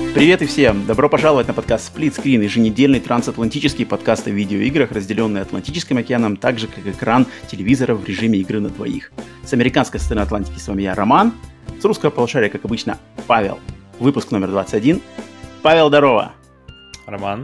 Привет и всем! Добро пожаловать на подкаст Split Screen, еженедельный трансатлантический подкаст о видеоиграх, разделенный Атлантическим океаном, так же, как экран телевизора в режиме игры на двоих. С американской стороны Атлантики с вами я, Роман. С русского полушария, как обычно, Павел. Выпуск номер 21. Павел, здорово! Роман.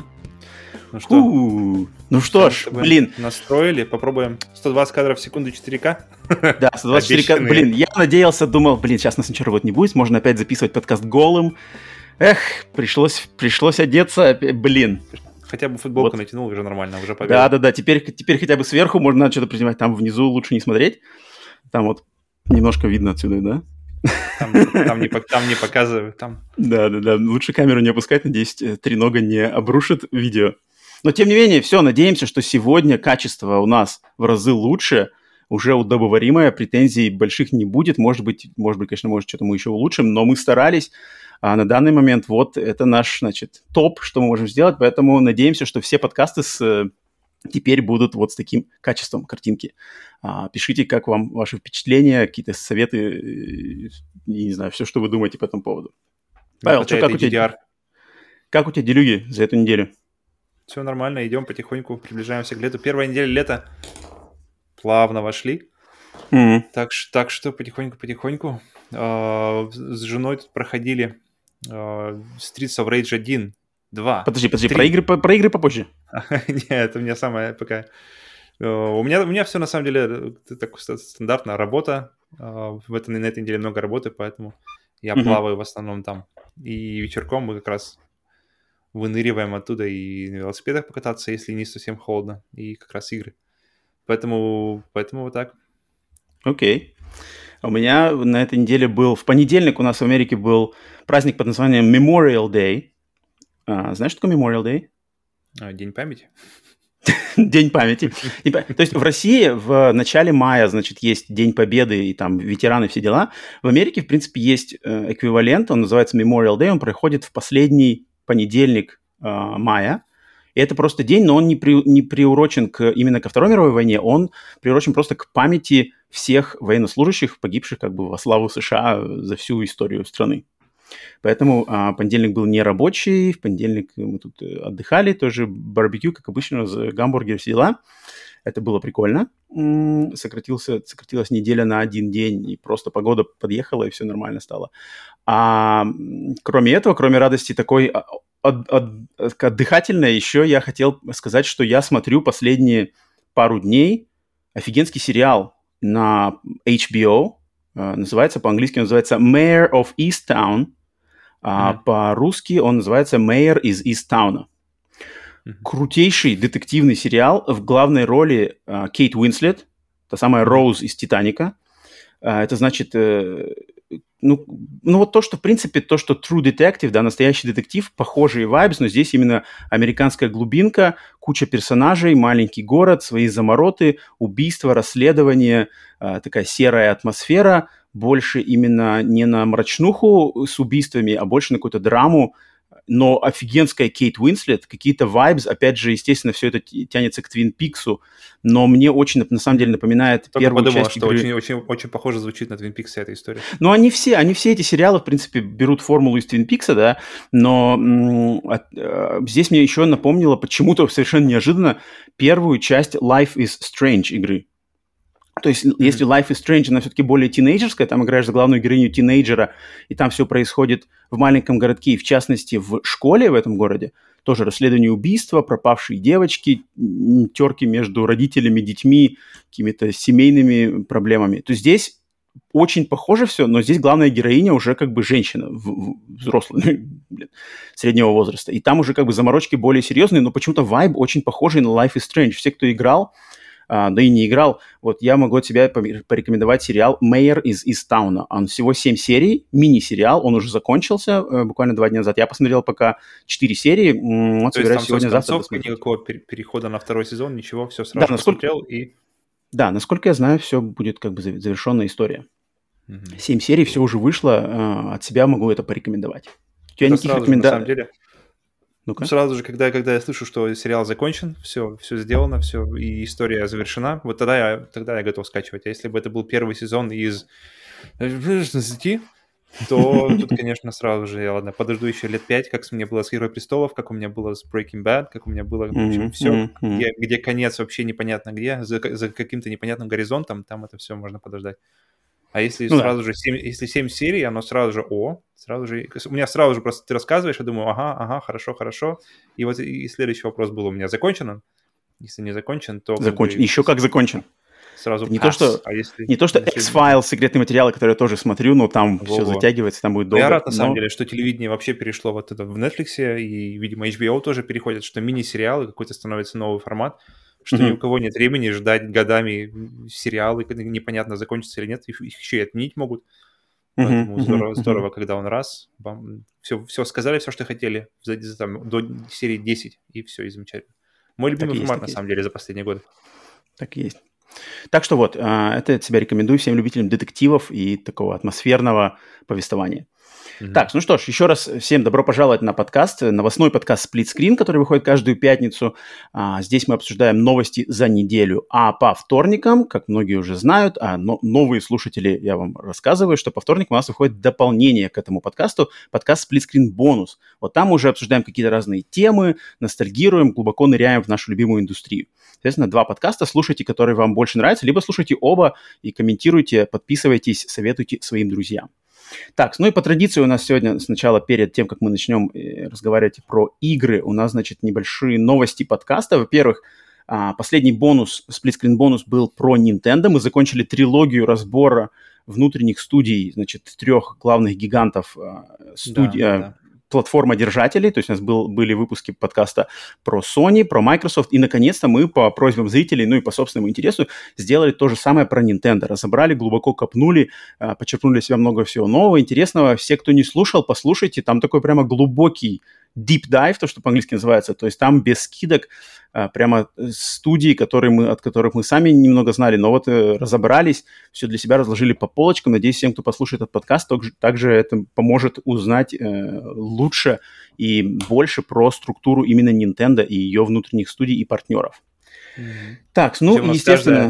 Ну что ж, блин. Настроили, попробуем 120 кадров в секунду 4К. Да, 124 кадров. Блин, я надеялся, думал, сейчас нас ничего работать не будет, можно опять записывать подкаст голым. Эх, пришлось одеться, блин. Хотя бы футболку вот. Натянул, уже нормально, уже победа. Да, теперь хотя бы сверху можно что-то принимать, там внизу лучше не смотреть. Там вот немножко видно отсюда, да? Там не показывают. Там. Да, лучше камеру не опускать, надеюсь, тренога не обрушит видео. Но тем не менее, все, надеемся, что сегодня качество у нас в разы лучше, уже удобоваримое, претензий больших не будет. Может быть, конечно, что-то мы еще улучшим, но мы старались. А на данный момент вот это наш, топ, что мы можем сделать, поэтому надеемся, что все подкасты теперь будут вот с таким качеством картинки. Пишите, как вам ваши впечатления, какие-то советы, не знаю, все, что вы думаете по этому поводу. Павел, как у тебя делюги за эту неделю? Все нормально, идем потихоньку, приближаемся к лету. Первая неделя лета плавно вошли, так что потихоньку. С женой тут проходили Streets of Rage 1, 2, Подожди, 3. Про игры попозже. Нет, у меня самое пока... У меня все на самом деле так стандартная работа. На этой неделе много работы, поэтому я плаваю в основном там. И вечерком мы как раз выныриваем оттуда и на велосипедах покататься, если не совсем холодно, и как раз игры. Поэтому вот так. Окей. У меня на этой неделе в понедельник у нас в Америке был праздник под названием Memorial Day. Знаешь, что такое Memorial Day? День памяти. День памяти. То есть в России в начале мая, есть День Победы и там ветераны, все дела. В Америке, в принципе, есть эквивалент, он называется Memorial Day, он проходит в последний понедельник мая. И это просто день, но он не приурочен именно ко Второй мировой войне, он приурочен просто к памяти всех военнослужащих, погибших во славу США за всю историю страны. Поэтому понедельник был не рабочий, в понедельник мы тут отдыхали, тоже барбекю, как обычно, гамбургеры, все дела. Это было прикольно. Сократилась неделя на один день, и просто погода подъехала, и все нормально стало. Кроме этого, кроме радости такой отдыхательной, еще я хотел сказать, что я смотрю последние пару дней офигенский сериал на HBO. По-английски он называется Mayor of Easttown. По-русски он называется Mayor из Easttown. Крутейший детективный сериал. В главной роли Кейт Уинслет, та самая Роуз из «Титаника». Это значит... вот то, что, в принципе, True Detective, да, настоящий детектив, похожие vibes, но здесь именно американская глубинка, куча персонажей, маленький город, свои замороты, убийства, расследования, такая серая атмосфера, больше именно не на мрачнуху с убийствами, а больше на какую-то драму, но офигенская Кейт Уинслет, какие-то vibes, опять же, естественно, все это тянется к Твин Пиксу, но мне очень, на самом деле, напоминает первую часть игры. Что очень похоже звучит на Твин Пикс эта история. Ну, они все эти сериалы, в принципе, берут формулу из Твин Пикса, да, но здесь мне еще напомнило почему-то совершенно неожиданно первую часть Life is Strange игры. То есть, если Life is Strange, она все-таки более тинейджерская, там играешь за главную героиню тинейджера, и там все происходит в маленьком городке, и в частности в школе в этом городе, тоже расследование убийства, пропавшие девочки, терки между родителями, детьми, какими-то семейными проблемами. То есть здесь очень похоже все, но здесь главная героиня уже женщина, взрослая, среднего возраста. И там уже заморочки более серьезные, но почему-то вайб очень похожий на Life is Strange. Все, кто играл, да и не играл, вот я могу от себя порекомендовать сериал «Mayor из Easttown». Он всего 7 серий, мини-сериал, он уже закончился буквально 2 дня назад. Я посмотрел пока 4 серии, вот собираюсь сегодня-завтра посмотреть. Никакого перехода на второй сезон, ничего, все сразу посмотрел и... Да, насколько я знаю, все будет завершенная история. 7 серий, все уже вышло, от себя могу это порекомендовать. У тебя никаких рекомендаций? На самом деле... Сразу же, когда я слышу, что сериал закончен, все сделано, все, и история завершена, вот тогда я готов скачивать. А если бы это был первый сезон из 10, то тут, конечно, сразу же я, ладно, подожду еще лет 5, как у меня было с «Игрой престолов», как у меня было с Breaking Bad, как у меня было, в общем, все, где конец вообще непонятно где, за каким-то непонятным горизонтом, там это все можно подождать. А если Ну да, сразу же 7 серий, оно сразу же, сразу же, у меня сразу же просто ты рассказываешь, я думаю, ага, хорошо. И вот и следующий вопрос был у меня: закончен он? Если не закончен, то как закончен. бы Еще как закончен. сразу Это не то, pass. что А если не то, что X-Files, секретные материалы, которые я тоже смотрю, но там все во-во. затягивается, там будет Ну, я долго. рад, на самом деле, что телевидение вообще перешло вот это в Netflix, и, видимо, HBO тоже переходит, что мини-сериалы какой-то становится новый формат, что ни у Мгм. кого нет времени ждать годами сериалы, когда непонятно, закончится или нет, их еще и отменить могут. Мгм. Поэтому Мгм. здорово, когда он раз, все сказали, все, что хотели, там, до серии 10, и все, и замечательно. Мой Так любимый и есть, формат, так на и есть, самом деле, за последние годы. так и есть. Так что вот, это я тебя рекомендую всем любителям детективов и такого атмосферного повествования. Мгм. Так, ну что ж, еще раз всем добро пожаловать на подкаст, новостной подкаст Split Screen, который выходит каждую пятницу. Здесь мы обсуждаем новости за неделю. А по вторникам, как многие уже знают, новые слушатели, я вам рассказываю, что по вторникам у нас выходит дополнение к этому подкасту, подкаст Split Screen бонус. Вот там мы уже обсуждаем какие-то разные темы, ностальгируем, глубоко ныряем в нашу любимую индустрию. Соответственно, два подкаста слушайте, которые вам больше нравятся, либо слушайте оба и комментируйте, подписывайтесь, советуйте своим друзьям. Так, ну и по традиции у нас сегодня сначала, перед тем, как мы начнем разговаривать про игры, у нас, значит, небольшие новости подкаста. Во-первых, последний бонус, сплитскрин бонус был про Nintendo. Мы закончили трилогию разбора внутренних студий, значит, трех главных гигантов Да. платформодержателей. То есть у нас были выпуски подкаста про Sony, про Microsoft. И, наконец-то, мы по просьбам зрителей, ну и по собственному интересу, сделали то же самое про Nintendo. Разобрали, глубоко копнули, почерпнули для себя много всего нового, интересного. Все, кто не слушал, послушайте. Там такой прямо глубокий deep dive, то, что по-английски называется. То есть там без скидок прямо студии, от которых мы сами немного знали, но вот разобрались, все для себя разложили по полочкам. Надеюсь, всем, кто послушает этот подкаст, также это поможет узнать лучше и больше про структуру именно Nintendo и ее внутренних студий и партнеров. Мгм. Так, ну, Причем у нас естественно...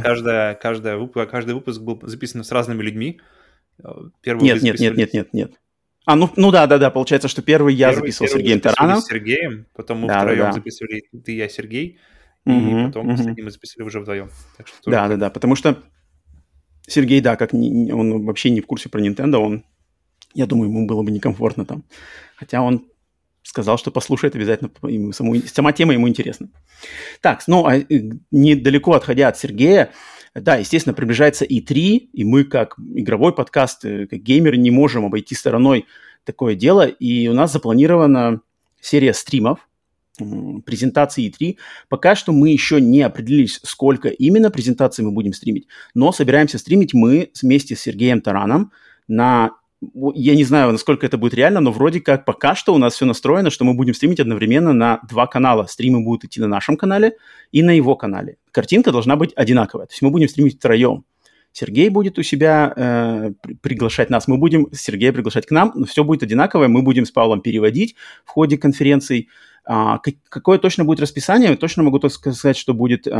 каждый выпуск был записан с разными людьми. Первый вы записывались. Нет. Ну да, получается, что первый я записывал с Первый вы Сергеем записывались Тараном. с Сергеем, потом мы втроем Да. записывали ты, я, Сергей, и Мгм, потом мгм. последний мы записали уже вдвоем. Так что тоже так. Да, потому что Сергей, да, он вообще не в курсе про Nintendo, я думаю, ему было бы некомфортно там. Хотя он сказал, что послушает обязательно, сама тема ему интересна. Так, ну, недалеко отходя от Сергея, да, естественно, приближается E3, и мы, как игровой подкаст, как геймеры, не можем обойти стороной такое дело, и у нас запланирована серия стримов, презентации E3. Пока что мы еще не определились, сколько именно презентаций мы будем стримить, но собираемся стримить мы вместе с Сергеем Тараном я не знаю, насколько это будет реально, но вроде как пока что у нас все настроено, что мы будем стримить одновременно на два канала. Стримы будут идти на нашем канале и на его канале. Картинка должна быть одинаковая. То есть мы будем стримить втроем. Сергей будет у себя приглашать нас, мы будем Сергея приглашать к нам, но все будет одинаковое, мы будем с Павлом переводить в ходе конференций. Какое точно будет расписание? Точно могу сказать, что будет 10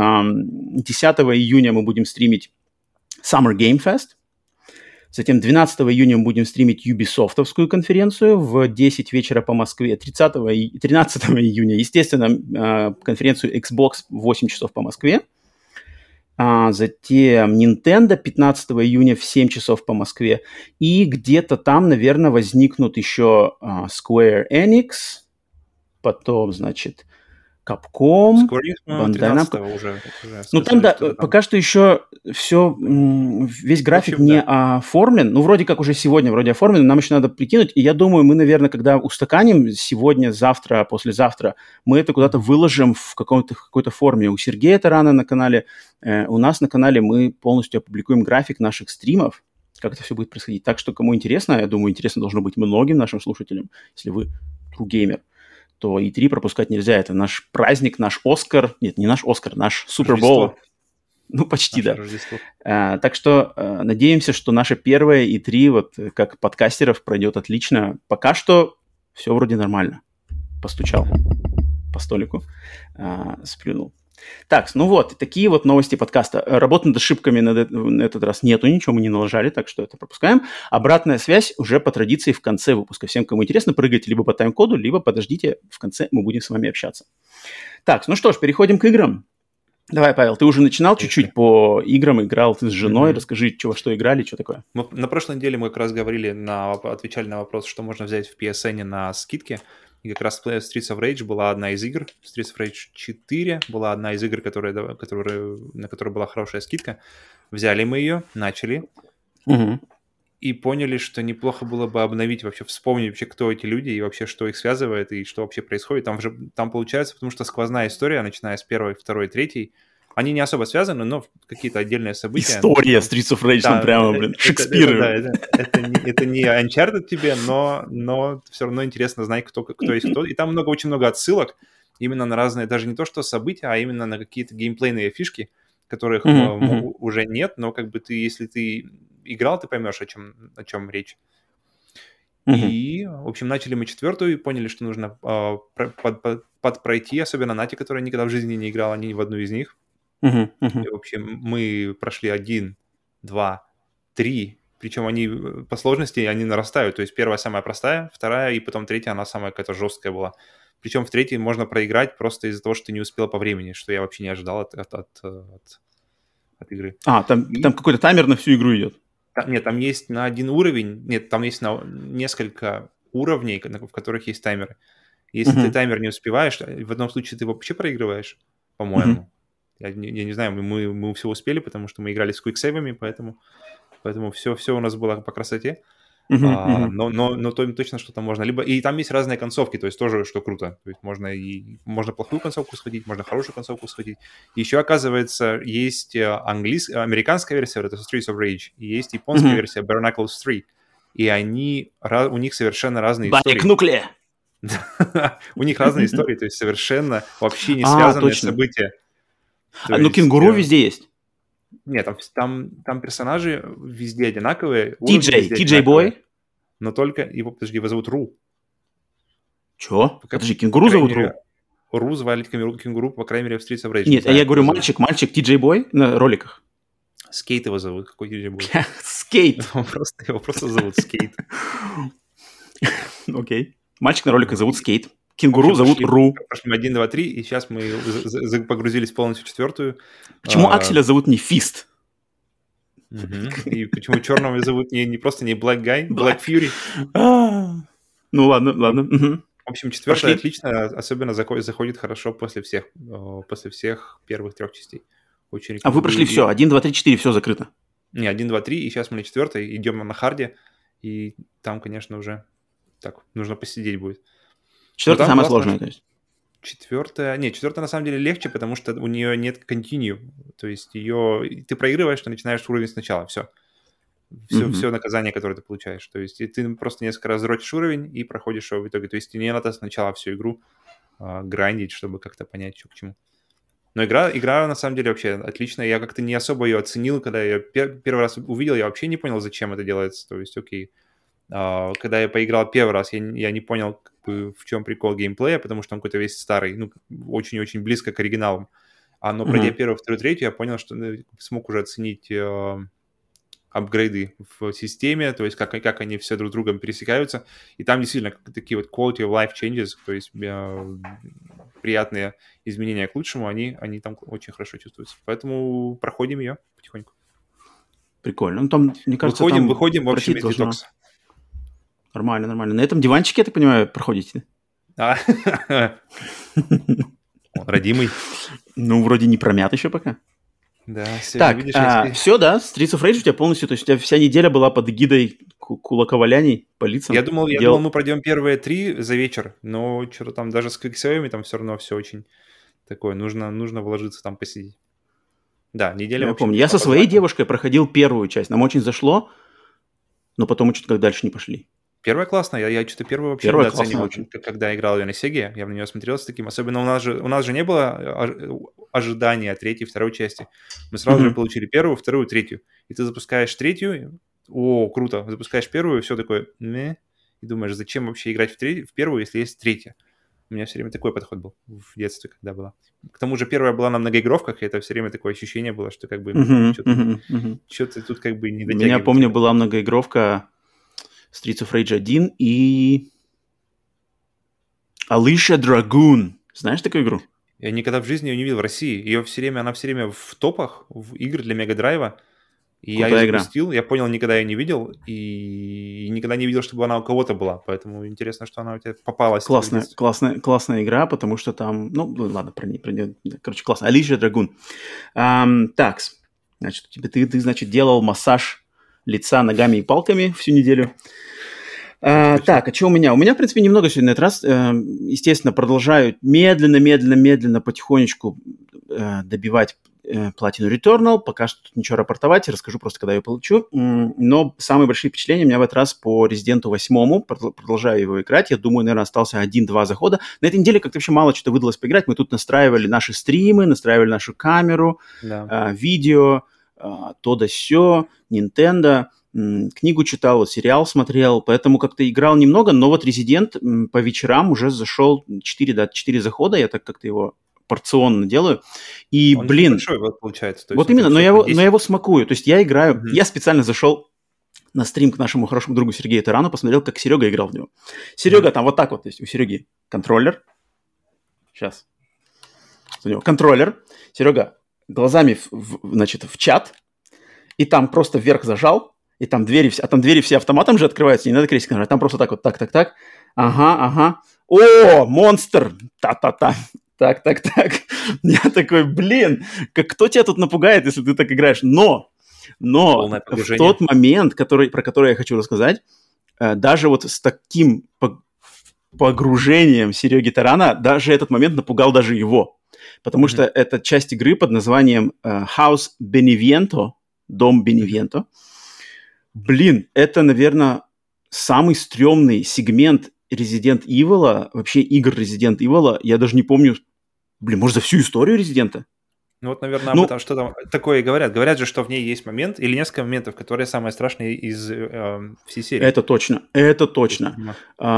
июня мы будем стримить Summer Game Fest. Затем 12 июня мы будем стримить Ubisoft'овскую конференцию в 10 вечера по Москве. 13 июня, естественно, конференцию Xbox в 8 часов по Москве. Затем Nintendo 15 июня в 7 часов по Москве. И где-то там, наверное, возникнут еще Square Enix, потом, значит, Capcom, Square Enix, по-моему, Bandai Namco. 13-го уже Ну, там, сказали, да, что-то там. пока что еще все, весь В график общем, не да. оформлен. Ну, вроде как уже сегодня вроде оформлен, нам еще надо прикинуть. И я думаю, мы, наверное, когда устаканим сегодня, завтра, послезавтра, мы это куда-то выложим в какой-то форме. У Сергея Тарана на канале, у нас на канале мы полностью опубликуем график наших стримов, как это все будет происходить. Так что, кому интересно, я думаю, интересно должно быть многим нашим слушателям, если вы true gamer, то E3 пропускать нельзя. Это наш праздник, наш Оскар. Нет, не наш Оскар, наш Супербол. Ну, почти, Наше да. Рождество. Так что надеемся, что наше первое E3, вот как подкастеров, пройдет отлично. Пока что все вроде нормально. Постучал по столику, сплюнул. Так, ну вот, такие вот новости подкаста. Работы над ошибками на этот раз нету, ничего мы не налажали, так что это пропускаем. Обратная связь уже по традиции в конце выпуска. Всем, кому интересно, прыгайте либо по тайм-коду, либо подождите, в конце мы будем с вами общаться. Так, ну что ж, переходим к играм. Давай, Павел, ты уже начинал чуть-чуть по играм, играл ты с женой, расскажи, что играли, что такое. На прошлой неделе мы как раз говорили, отвечали на вопрос, что можно взять в PSN на скидке. И как раз Streets of Rage была одна из игр. Streets of Rage 4 была одна из игр, на которой была хорошая скидка. Взяли мы ее, начали. И поняли, что неплохо было бы обновить, вообще вспомнить вообще, кто эти люди и вообще, что их связывает и что вообще происходит. Там получается, потому что сквозная история, начиная с первой, второй, третьей, они не особо связаны, но какие-то отдельные события. История Streets of Rage, там прямо, Шекспир. Это не Uncharted тебе, но все равно интересно знать, кто есть кто. И там очень много отсылок именно на разные, даже не то что события, а именно на какие-то геймплейные фишки, которых уже нет, но как бы если ты играл, ты поймешь, о чем речь. И, в общем, начали мы 4-ю и поняли, что нужно подпройти, особенно Нате, которая никогда в жизни не играла ни в одну из них. И, в общем, мы прошли 1, 2, 3, причем они по сложности они нарастают. То есть первая самая простая, вторая и потом третья, она самая какая-то жесткая была. Причем в третьей можно проиграть просто из-за того, что ты не успел по времени, что я вообще не ожидал от игры. Там какой-то таймер на всю игру идет? Нет, там есть на один уровень, там есть на несколько уровней, в которых есть таймеры. Если ты таймер не успеваешь, в одном случае ты вообще проигрываешь, по-моему. Я не знаю, мы все успели, потому что мы играли с квиксейвами, поэтому все у нас было по красоте. Но точно что-то можно. И там есть разные концовки, то есть тоже, что круто. То есть можно плохую концовку сходить, можно хорошую концовку сходить. Еще, оказывается, есть американская версия, это Streets of Rage, и есть японская версия Bare Knuckles 3. И у них совершенно разные истории. Нуклея! У них разные истории, то есть совершенно вообще не связанные события. Ну, кенгуру везде есть. Нет, там персонажи везде одинаковые. Ти-Джей Бой? Но только его зовут Ру. Чё? Подожди, кенгуру зовут Ру? Ру звали кенгуру, по крайней мере, в Streets of Rage. Нет, я говорю мальчик Ти-Джей Бой на роликах. Скейт его зовут. Какой Ти-Джей Бой? Скейт. Его просто зовут Скейт. Окей. Мальчик на роликах зовут Скейт. Кенгуру зовут Ру. Прошли 1, 2, 3, и сейчас мы погрузились полностью в 4-ю. Почему Акселя зовут не Фист? И почему черного зовут не просто не Black Guy, Black Fury? Ну ладно. В общем, 4-я отлично, особенно заходит хорошо после всех первых 3 частей. А вы прошли все, 1, 2, 3, 4, все закрыто? Не, 1, 2, 3, и сейчас мы на 4-й, идем на харде, и там, конечно, уже так, нужно посидеть будет. 4-я самая сложная, то есть? 4-я на самом деле легче, потому что у нее нет continue, то есть ты проигрываешь, ты начинаешь уровень сначала, все наказание, которое ты получаешь, то есть ты просто несколько раз дрочишь уровень и проходишь его в итоге, то есть тебе не надо сначала всю игру грандить, чтобы как-то понять, что к чему. Но игра на самом деле вообще отличная, я как-то не особо ее оценил, когда я первый раз увидел, я вообще не понял, зачем это делается, то есть окей. Когда я поиграл первый раз, я не понял, в чем прикол геймплея, потому что он какой-то весь старый, очень-очень близко к оригиналам. Но пройдя первую, вторую, третью, я понял, что смог уже оценить апгрейды в системе, то есть как они все друг с другом пересекаются. И там действительно такие вот quality of life changes, то есть приятные изменения к лучшему, они там очень хорошо чувствуются. Поэтому проходим ее потихоньку. Прикольно. Ну, там, мне кажется, выходим в общем из детокса. Нормально. На этом диванчике, я так понимаю, проходите? Родимый. Ну, вроде не промят еще пока. Да, так, все, да, Streets of Rage у тебя полностью, то есть у тебя вся неделя была под эгидой кулаковаляний по лицам. Я думал, мы пройдем первые 3 за вечер, но что-то там даже с квиксейвами там все равно все очень такое, нужно вложиться там посидеть. Да, неделя. Я помню, я со своей девушкой проходил первую часть, нам очень зашло, но потом мы что-то как дальше не пошли. Первая классная, я что-то первую вообще недооценивал, когда играл я на Сеге, я на нее смотрел с таким, особенно у нас же не было ожидания третьей, второй части. Мы сразу же получили первую, вторую, третью. И ты запускаешь третью, круто, запускаешь первую, все такое, и думаешь, зачем вообще играть в первую, если есть третья? У меня все время такой подход был в детстве, когда было. К тому же первая была на многоигровках, и это все время такое ощущение было, что как бы что-то тут как бы не У меня, дотягивает помню, тебя. была многоигровка Streets of Rage 1 и Alicia Dragoon. Знаешь такую игру? Я никогда в жизни ее не видел в России. Она все время в топах в игр для Мегадрайва. И я ее Крутая игра. запустил, я понял, никогда ее не видел, и никогда не видел, чтобы она у кого-то была. Поэтому интересно, что она у тебя попалась. Классная игра, потому что там... Ну, ладно, про нее. Короче, классно. Alicia Dragoon. Так, значит, ты, значит, делал массаж лица ногами и палками всю неделю. Так, а что у меня? У меня, в принципе, немного сегодня на этот раз. Естественно, продолжаю медленно, потихонечку добивать Platinum Returnal. Пока что тут ничего рапортовать, расскажу просто, когда я получу. Но самые большие впечатления у меня в этот раз по Resident 8. Продолжаю его играть. Я думаю, наверное, остался 1-2 захода. На этой неделе как-то вообще мало что-то выдалось поиграть. Мы тут настраивали наши стримы, настраивали нашу камеру, видео, то да сё, Nintendo. Книгу читал, вот сериал смотрел, поэтому как-то играл немного, но вот Resident по вечерам уже зашел 4 захода, я так как-то его порционно делаю. И, он небольшой, получается. Вот именно, но я его смакую. То есть я играю, я специально зашел на стрим к нашему хорошему другу Сергею Тарану, посмотрел, как Серега играл в него. Серега там вот так вот, то есть у Сереги контроллер. Сейчас. У него контроллер. Серега глазами, значит, в чат, и там просто вверх зажал, и там двери все автоматом же открываются, не надо крестик нажать, там просто так вот, так. Ага. О, монстр! Та-та-та. Так. Я такой, блин, кто тебя тут напугает, если ты так играешь? Но в тот момент, про который я хочу рассказать, даже вот с таким погружением Сереги Тарана, даже этот момент напугал даже его. Потому что это часть игры под названием House Beneviento, Дом Беневенто. Блин, это, наверное, самый стрёмный сегмент Resident Evil, вообще игр Resident Evil. Я даже не помню, может, за всю историю Резидента? Ну вот, наверное, об этом что-то такое и говорят. Говорят же, что в ней есть момент или несколько моментов, которые самые страшные из всей серии. Это точно.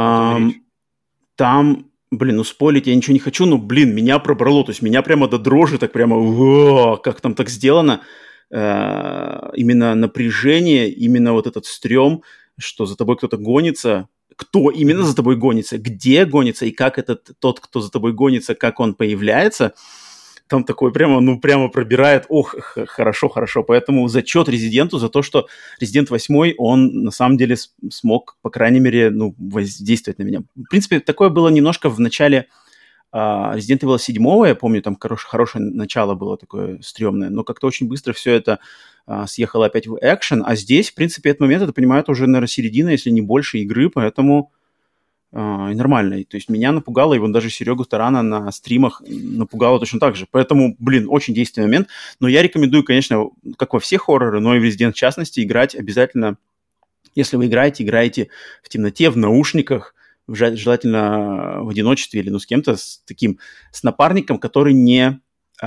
Там, спойлерить я ничего не хочу, но, меня пробрало. То есть меня прямо до дрожи так прямо, как там так сделано. Именно напряжение, именно вот этот стрём, что за тобой кто-то гонится. Кто именно за тобой гонится, где гонится, и как тот, кто за тобой гонится, как он появляется, там такое прямо пробирает. Ох, хорошо. Поэтому зачет Резиденту за то, что Resident 8, он на самом деле смог, по крайней мере, воздействовать на меня. В принципе, такое было немножко в начале Resident Evil 7, я помню, там хорошее начало было такое стрёмное, но как-то очень быстро все это съехало опять в экшен, а здесь, в принципе, этот момент, это, понимаю, уже, наверное, середина, если не больше игры, поэтому нормально. То есть меня напугало, и вон даже Серегу Тарана на стримах напугало точно так же. Поэтому, очень действенный момент. Но я рекомендую, конечно, как во все хорроры, но и в Resident в частности, играть обязательно. Если вы играете в темноте, в наушниках, желательно в одиночестве или с кем-то, с напарником, который не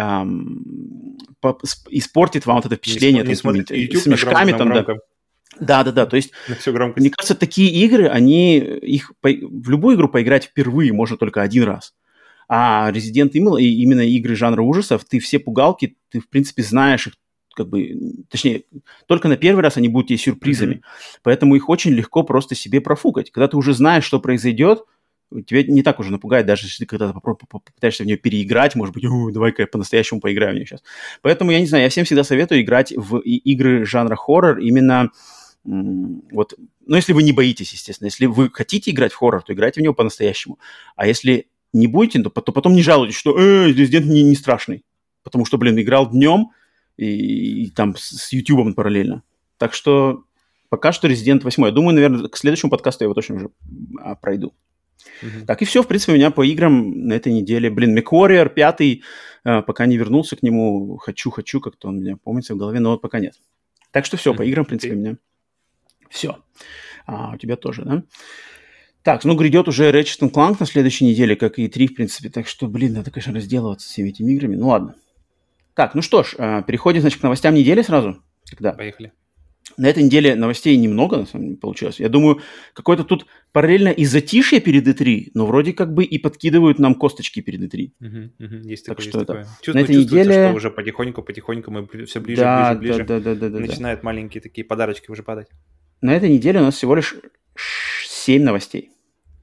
испортит вам вот это впечатление с мешками там, да. То есть, мне кажется, такие игры, в любую игру поиграть впервые можно только один раз. А Resident Evil и именно игры жанра ужасов, ты все пугалки, ты, в принципе, знаешь их, точнее, только на первый раз они будут тебе сюрпризами. Поэтому их очень легко просто себе профукать. Когда ты уже знаешь, что произойдет, тебя не так уже напугает, даже если ты когда-то попытаешься в нее переиграть, может быть, давай-ка я по-настоящему поиграю в нее сейчас. Поэтому, я не знаю, я всем всегда советую играть в игры жанра хоррор именно если вы не боитесь, естественно. Если вы хотите играть в хоррор, то играйте в него по-настоящему. А если не будете, то потом не жалуйтесь, что Resident не страшный. Потому что, играл днем, и там с Ютубом параллельно. Так что пока что Resident 8. Я думаю, наверное, к следующему подкасту я его точно уже пройду. Так, и все, в принципе, у меня по играм на этой неделе. MechWarrior 5, пока не вернулся к нему. Хочу, как-то он у меня помнится в голове, но вот пока нет. Так что все, по играм, в принципе, у меня все. У тебя тоже, да? Так, грядет уже Ratchet & Clank на следующей неделе, как и 3, в принципе. Так что, надо, конечно, разделываться всеми этими играми. Ну, ладно. Так, что ж, переходим, значит, к новостям недели сразу. Поехали. На этой неделе новостей немного, на самом деле, получилось. Я думаю, какое-то тут параллельно и затишье перед E3, но вроде как бы и подкидывают нам косточки перед E3. Есть Так такое, что есть это... такое. На этой Чувствуется, что неделе... уже потихоньку мы все ближе, Да, ближе, да, ближе. да, да, да, да, да. Начинают маленькие такие подарочки уже падать. На этой неделе у нас всего лишь 7 новостей.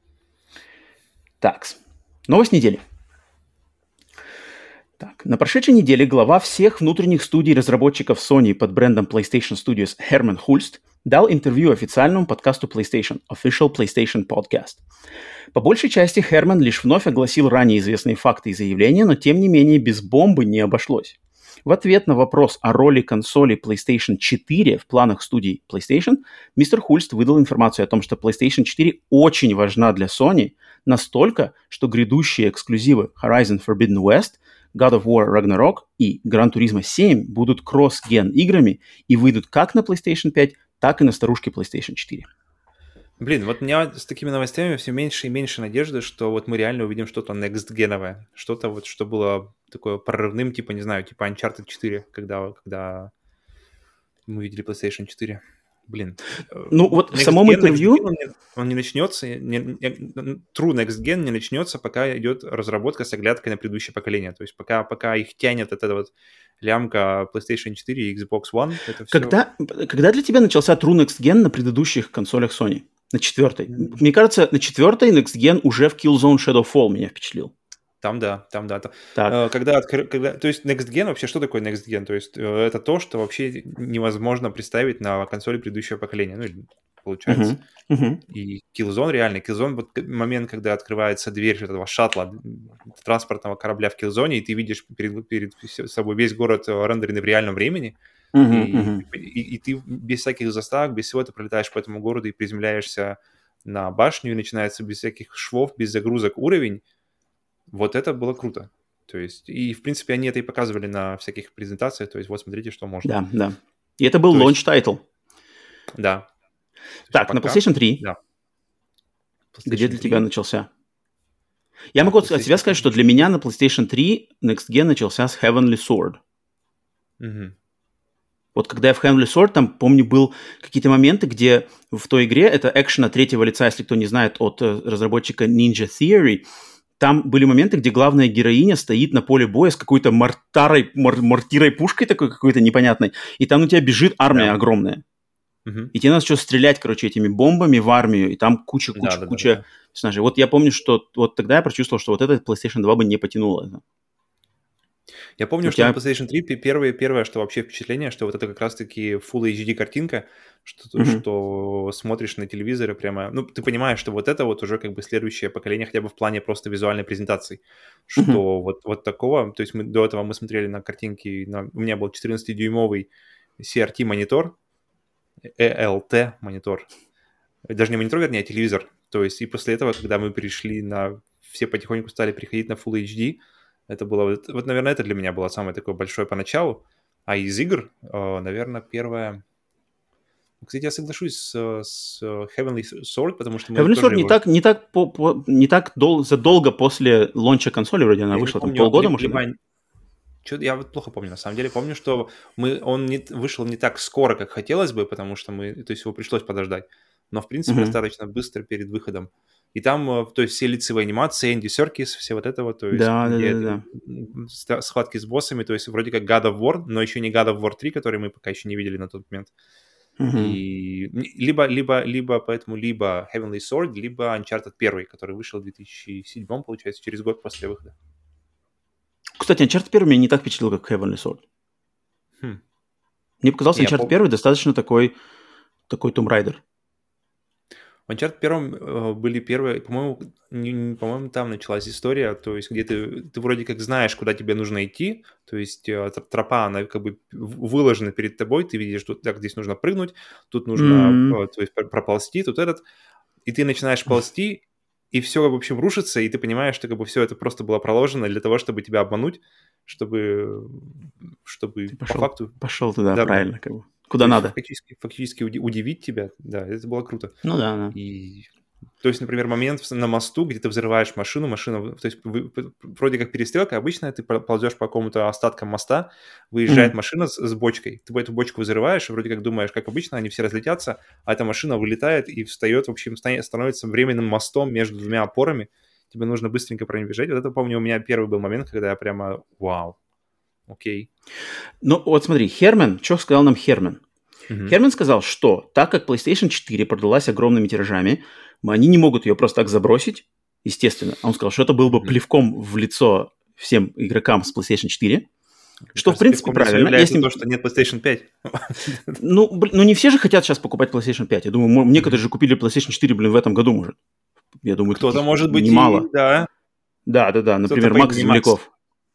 Так, новость недели. Так, на прошедшей неделе глава всех внутренних студий разработчиков Sony под брендом PlayStation Studios Херман Хульст дал интервью официальному подкасту PlayStation, Official PlayStation Podcast. По большей части Херман лишь вновь огласил ранее известные факты и заявления, но тем не менее без бомбы не обошлось. В ответ на вопрос о роли консоли PlayStation 4 в планах студий PlayStation, мистер Хульст выдал информацию о том, что PlayStation 4 очень важна для Sony, настолько, что грядущие эксклюзивы Horizon Forbidden West, God of War Ragnarok и Gran Turismo 7 будут кросс-ген играми и выйдут как на PlayStation 5, так и на старушке PlayStation 4. Блин, вот у меня с такими новостями все меньше и меньше надежды, что вот мы реально увидим что-то next-геновое. Что-то вот, что было такое прорывным, типа, не знаю, типа Uncharted 4, когда мы видели PlayStation 4. Блин. Ну вот в самом интервью... Он не начнется, true Next Gen не начнется, пока идет разработка с оглядкой на предыдущее поколение. То есть пока их тянет эта вот лямка PlayStation 4 и Xbox One, это все... Когда для тебя начался True Next Gen на предыдущих консолях Sony? На четвертой. Мне кажется, на четвертой Next Gen уже в Killzone Shadowfall меня впечатлил. Там да. Так. То есть Next Gen, вообще что такое Next Gen? То есть это то, что вообще невозможно представить на консоли предыдущего поколения. Ну, получается. И Killzone реально. Killzone, вот момент, когда открывается дверь этого шаттла, транспортного корабля в Killzone, и ты видишь перед собой весь город рендеренный в реальном времени, и ты без всяких заставок, без всего ты пролетаешь по этому городу и приземляешься на башню, и начинается без всяких швов, без загрузок уровень. Вот это было круто. То есть, и, в принципе, они это и показывали на всяких презентациях. То есть, вот смотрите, что можно. Да. И это был launch title. Да. Так, на PlayStation 3. Да. Где для тебя начался? Я могу от себя сказать, что для меня на PlayStation 3 Next Gen начался с Heavenly Sword. Вот когда я в Heavenly Sword, там, помню, был какие-то моменты, где в той игре, это экшен от третьего лица, если кто не знает, от разработчика Ninja Theory, там были моменты, где главная героиня стоит на поле боя с какой-то мортирой пушкой такой какой-то непонятной, и там у тебя бежит армия огромная. И тебе надо что стрелять, короче, этими бомбами в армию, и там куча персонажей. Вот я помню, что вот тогда я прочувствовал, что вот это PlayStation 2 бы не потянуло. Я помню, что на PlayStation 3 первое, что вообще впечатление, что вот это как раз-таки Full HD картинка, что смотришь на телевизоре прямо... Ну, ты понимаешь, что вот это вот уже как бы следующее поколение, хотя бы в плане просто визуальной презентации. Что вот такого... То есть до этого мы смотрели на картинки... У меня был 14-дюймовый CRT-монитор, ELT-монитор. Даже не монитор, вернее, а телевизор. То есть и после этого, когда мы перешли на... Все потихоньку стали переходить на Full HD, это было... Вот, наверное, это для меня было самое такое большое поначалу. А из игр, наверное, первое... Кстати, я соглашусь с Heavenly Sword, потому что... Heavenly Sword не так задолго после лонча консоли, вроде она вышла, там полгода, может быть? Я вот плохо помню, на самом деле. Помню, что он вышел не так скоро, как хотелось бы, потому что то есть его пришлось подождать. Но, в принципе, достаточно быстро перед выходом. И там, то есть, все лицевые анимации, Энди Серкис, все вот это вот, то есть, схватки с боссами, то есть, вроде как God of War, но еще не God of War 3, который мы пока еще не видели на тот момент. И либо поэтому либо Heavenly Sword, либо Uncharted 1, который вышел в 2007, получается, через год после выхода. Кстати, Uncharted 1 меня не так впечатлил, как Heavenly Sword. Мне показался Uncharted 1 достаточно такой Tomb Raider. В Uncharted 1 были первые, по-моему, там началась история, то есть где ты вроде как знаешь, куда тебе нужно идти, то есть тропа, она как бы выложена перед тобой, ты видишь, что так, здесь нужно прыгнуть, тут нужно то есть, проползти, тут и ты начинаешь ползти, и все, в общем, рушится, и ты понимаешь, что как бы все это просто было проложено для того, чтобы тебя обмануть, чтобы по факту... Пошел туда, да, правильно, как бы. Куда надо. Фактически удивить тебя, да, это было круто. Ну да. И То есть, например, момент на мосту, где ты взрываешь машину, то есть вроде как перестрелка, обычно ты ползешь по какому-то остаткам моста, выезжает машина с бочкой, ты эту бочку взрываешь, и вроде как думаешь, как обычно, они все разлетятся, а эта машина вылетает и встает, в общем, становится временным мостом между двумя опорами, тебе нужно быстренько про них бежать. Вот это, помню, у меня первый был момент, когда я прямо, вау, окей. Ну, вот смотри, Херман, что сказал нам Херман? Херман сказал, что так как PlayStation 4 продалась огромными тиражами, они не могут ее просто так забросить, естественно. Он сказал, что это был бы плевком в лицо всем игрокам с PlayStation 4, что, в принципе, правильно. Если то, что нет PlayStation 5. Ну, не все же хотят сейчас покупать PlayStation 5. Я думаю, некоторые же купили PlayStation 4, в этом году, может. Я думаю, кто-то, может быть, немало. И, да. Да. Например, Макс Земляков.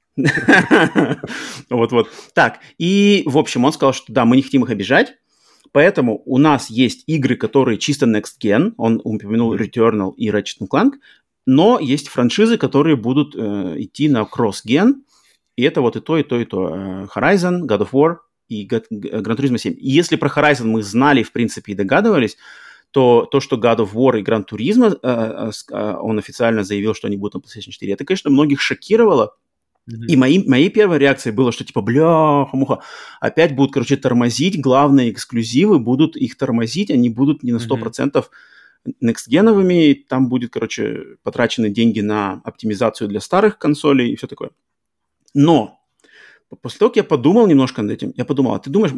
Вот. Так, и, в общем, он сказал, что да, мы не хотим их обижать, поэтому у нас есть игры, которые чисто next gen, он упомянул Returnal и Ratchet Clank, но есть франшизы, которые будут идти на cross-gen, и это вот и то, и то, и то. Horizon, God of War и Gran Turismo 7. И если про Horizon мы знали, в принципе, и догадывались, то, что God of War и Gran Turismo, он официально заявил, что они будут на PlayStation 4, это, конечно, многих шокировало. И моей первой реакцией было, что типа, бля-муха, опять будут, тормозить, главные эксклюзивы будут их тормозить, они будут не на 100% next-геновыми, там будет, потрачены деньги на оптимизацию для старых консолей и все такое. Но после того, как я подумал немножко над этим, я подумал, а ты думаешь,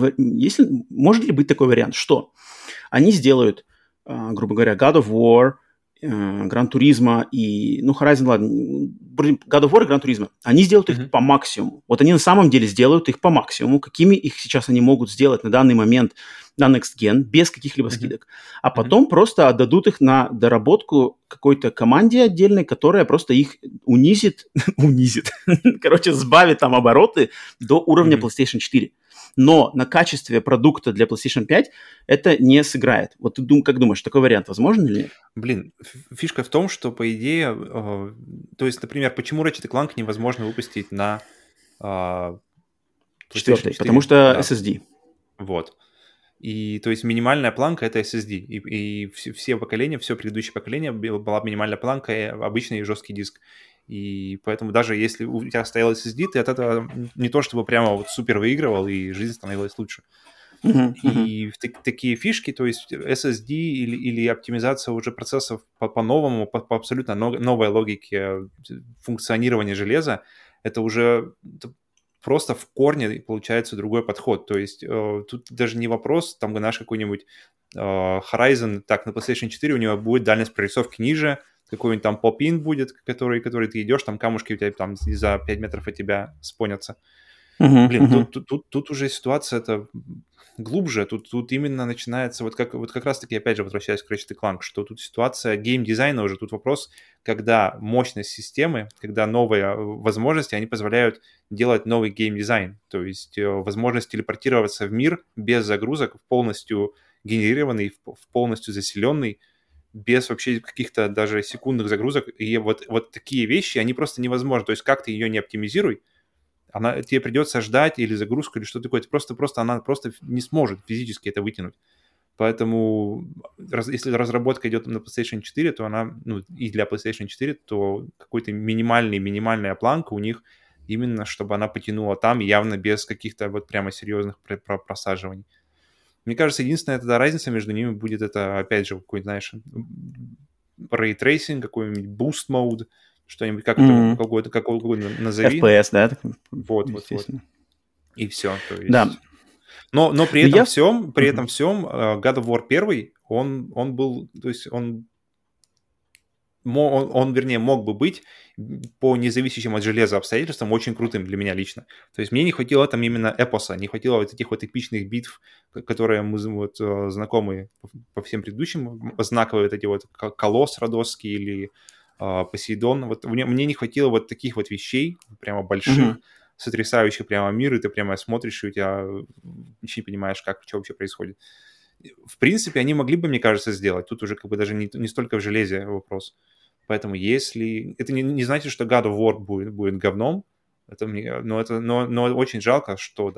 может ли быть такой вариант, что они сделают, грубо говоря, God of War, Gran Turismo и, Horizon, ладно, God of War и Gran Turismo, они сделают их по максимуму. Вот они на самом деле сделают их по максимуму, какими их сейчас они могут сделать на данный момент на Next Gen, без каких-либо скидок. А потом просто отдадут их на доработку какой-то команде отдельной, которая просто их унизит, сбавит там обороты до уровня PlayStation 4. Но на качестве продукта для PlayStation 5 это не сыграет. Вот ты как думаешь, такой вариант возможен или нет? Блин, фишка в том, что, по идее, то есть, например, почему Ratchet Clank невозможно выпустить на PlayStation 4? Потому что SSD. Вот. И, то есть, минимальная планка — это SSD. И все поколения, все предыдущее поколение была минимальная планка и обычный жесткий диск. И поэтому даже если у тебя стоял SSD, ты от этого не то чтобы прямо вот супер выигрывал, и жизнь становилась лучше. И такие фишки, то есть SSD или оптимизация уже процессов по-новому, по абсолютно новой логике функционирования железа, это уже просто в корне получается другой подход. То есть тут даже не вопрос, там наш какой-нибудь Horizon, так, на PlayStation 4 у него будет дальность прорисовки ниже, какой-нибудь там поп-ин будет, который ты идешь, там камушки у тебя там за 5 метров от тебя спонятся. Блин, тут уже ситуация это глубже, тут именно начинается, вот как раз-таки, опять же, возвращаясь к Ratchet Clank, что тут ситуация геймдизайна уже, тут вопрос, когда мощность системы, когда новые возможности, они позволяют делать новый геймдизайн, то есть возможность телепортироваться в мир без загрузок, полностью генерированный, полностью заселенный, без вообще каких-то даже секундных загрузок, и вот такие вещи, они просто невозможны, то есть как ты ее не оптимизируй, тебе придется ждать или загрузку, или что-то такое. Она просто не сможет физически это вытянуть. Поэтому, если разработка идет на PlayStation 4, то она, и для PlayStation 4, то какой-то минимальная планка у них именно, чтобы она потянула там, явно без каких-то вот прямо серьезных просаживаний. Мне кажется, единственная тогда разница между ними будет это, опять же, какой-то, знаешь, рейтрейсинг, какой-нибудь boost mode, что-нибудь, как угодно назови. FPS, да? Вот. И все. То есть... Да. Но при этом всем, God of War 1, он был, то есть он, вернее, мог бы быть по независящим от железа обстоятельствам очень крутым для меня лично. То есть мне не хватило там именно эпоса, не хватило вот этих вот эпичных битв, которые мы вот знакомы по всем предыдущим, знаковые вот эти вот Колосс Родосский или Посейдон. Вот мне не хватило вот таких вот вещей, прямо больших, сотрясающих прямо мир, и ты прямо смотришь, и у тебя ничего не понимаешь, что вообще происходит. В принципе, они могли бы, мне кажется, сделать. Тут уже как бы даже не столько в железе вопрос. Поэтому если... Это не значит, что God of War будет говном, но очень жалко, что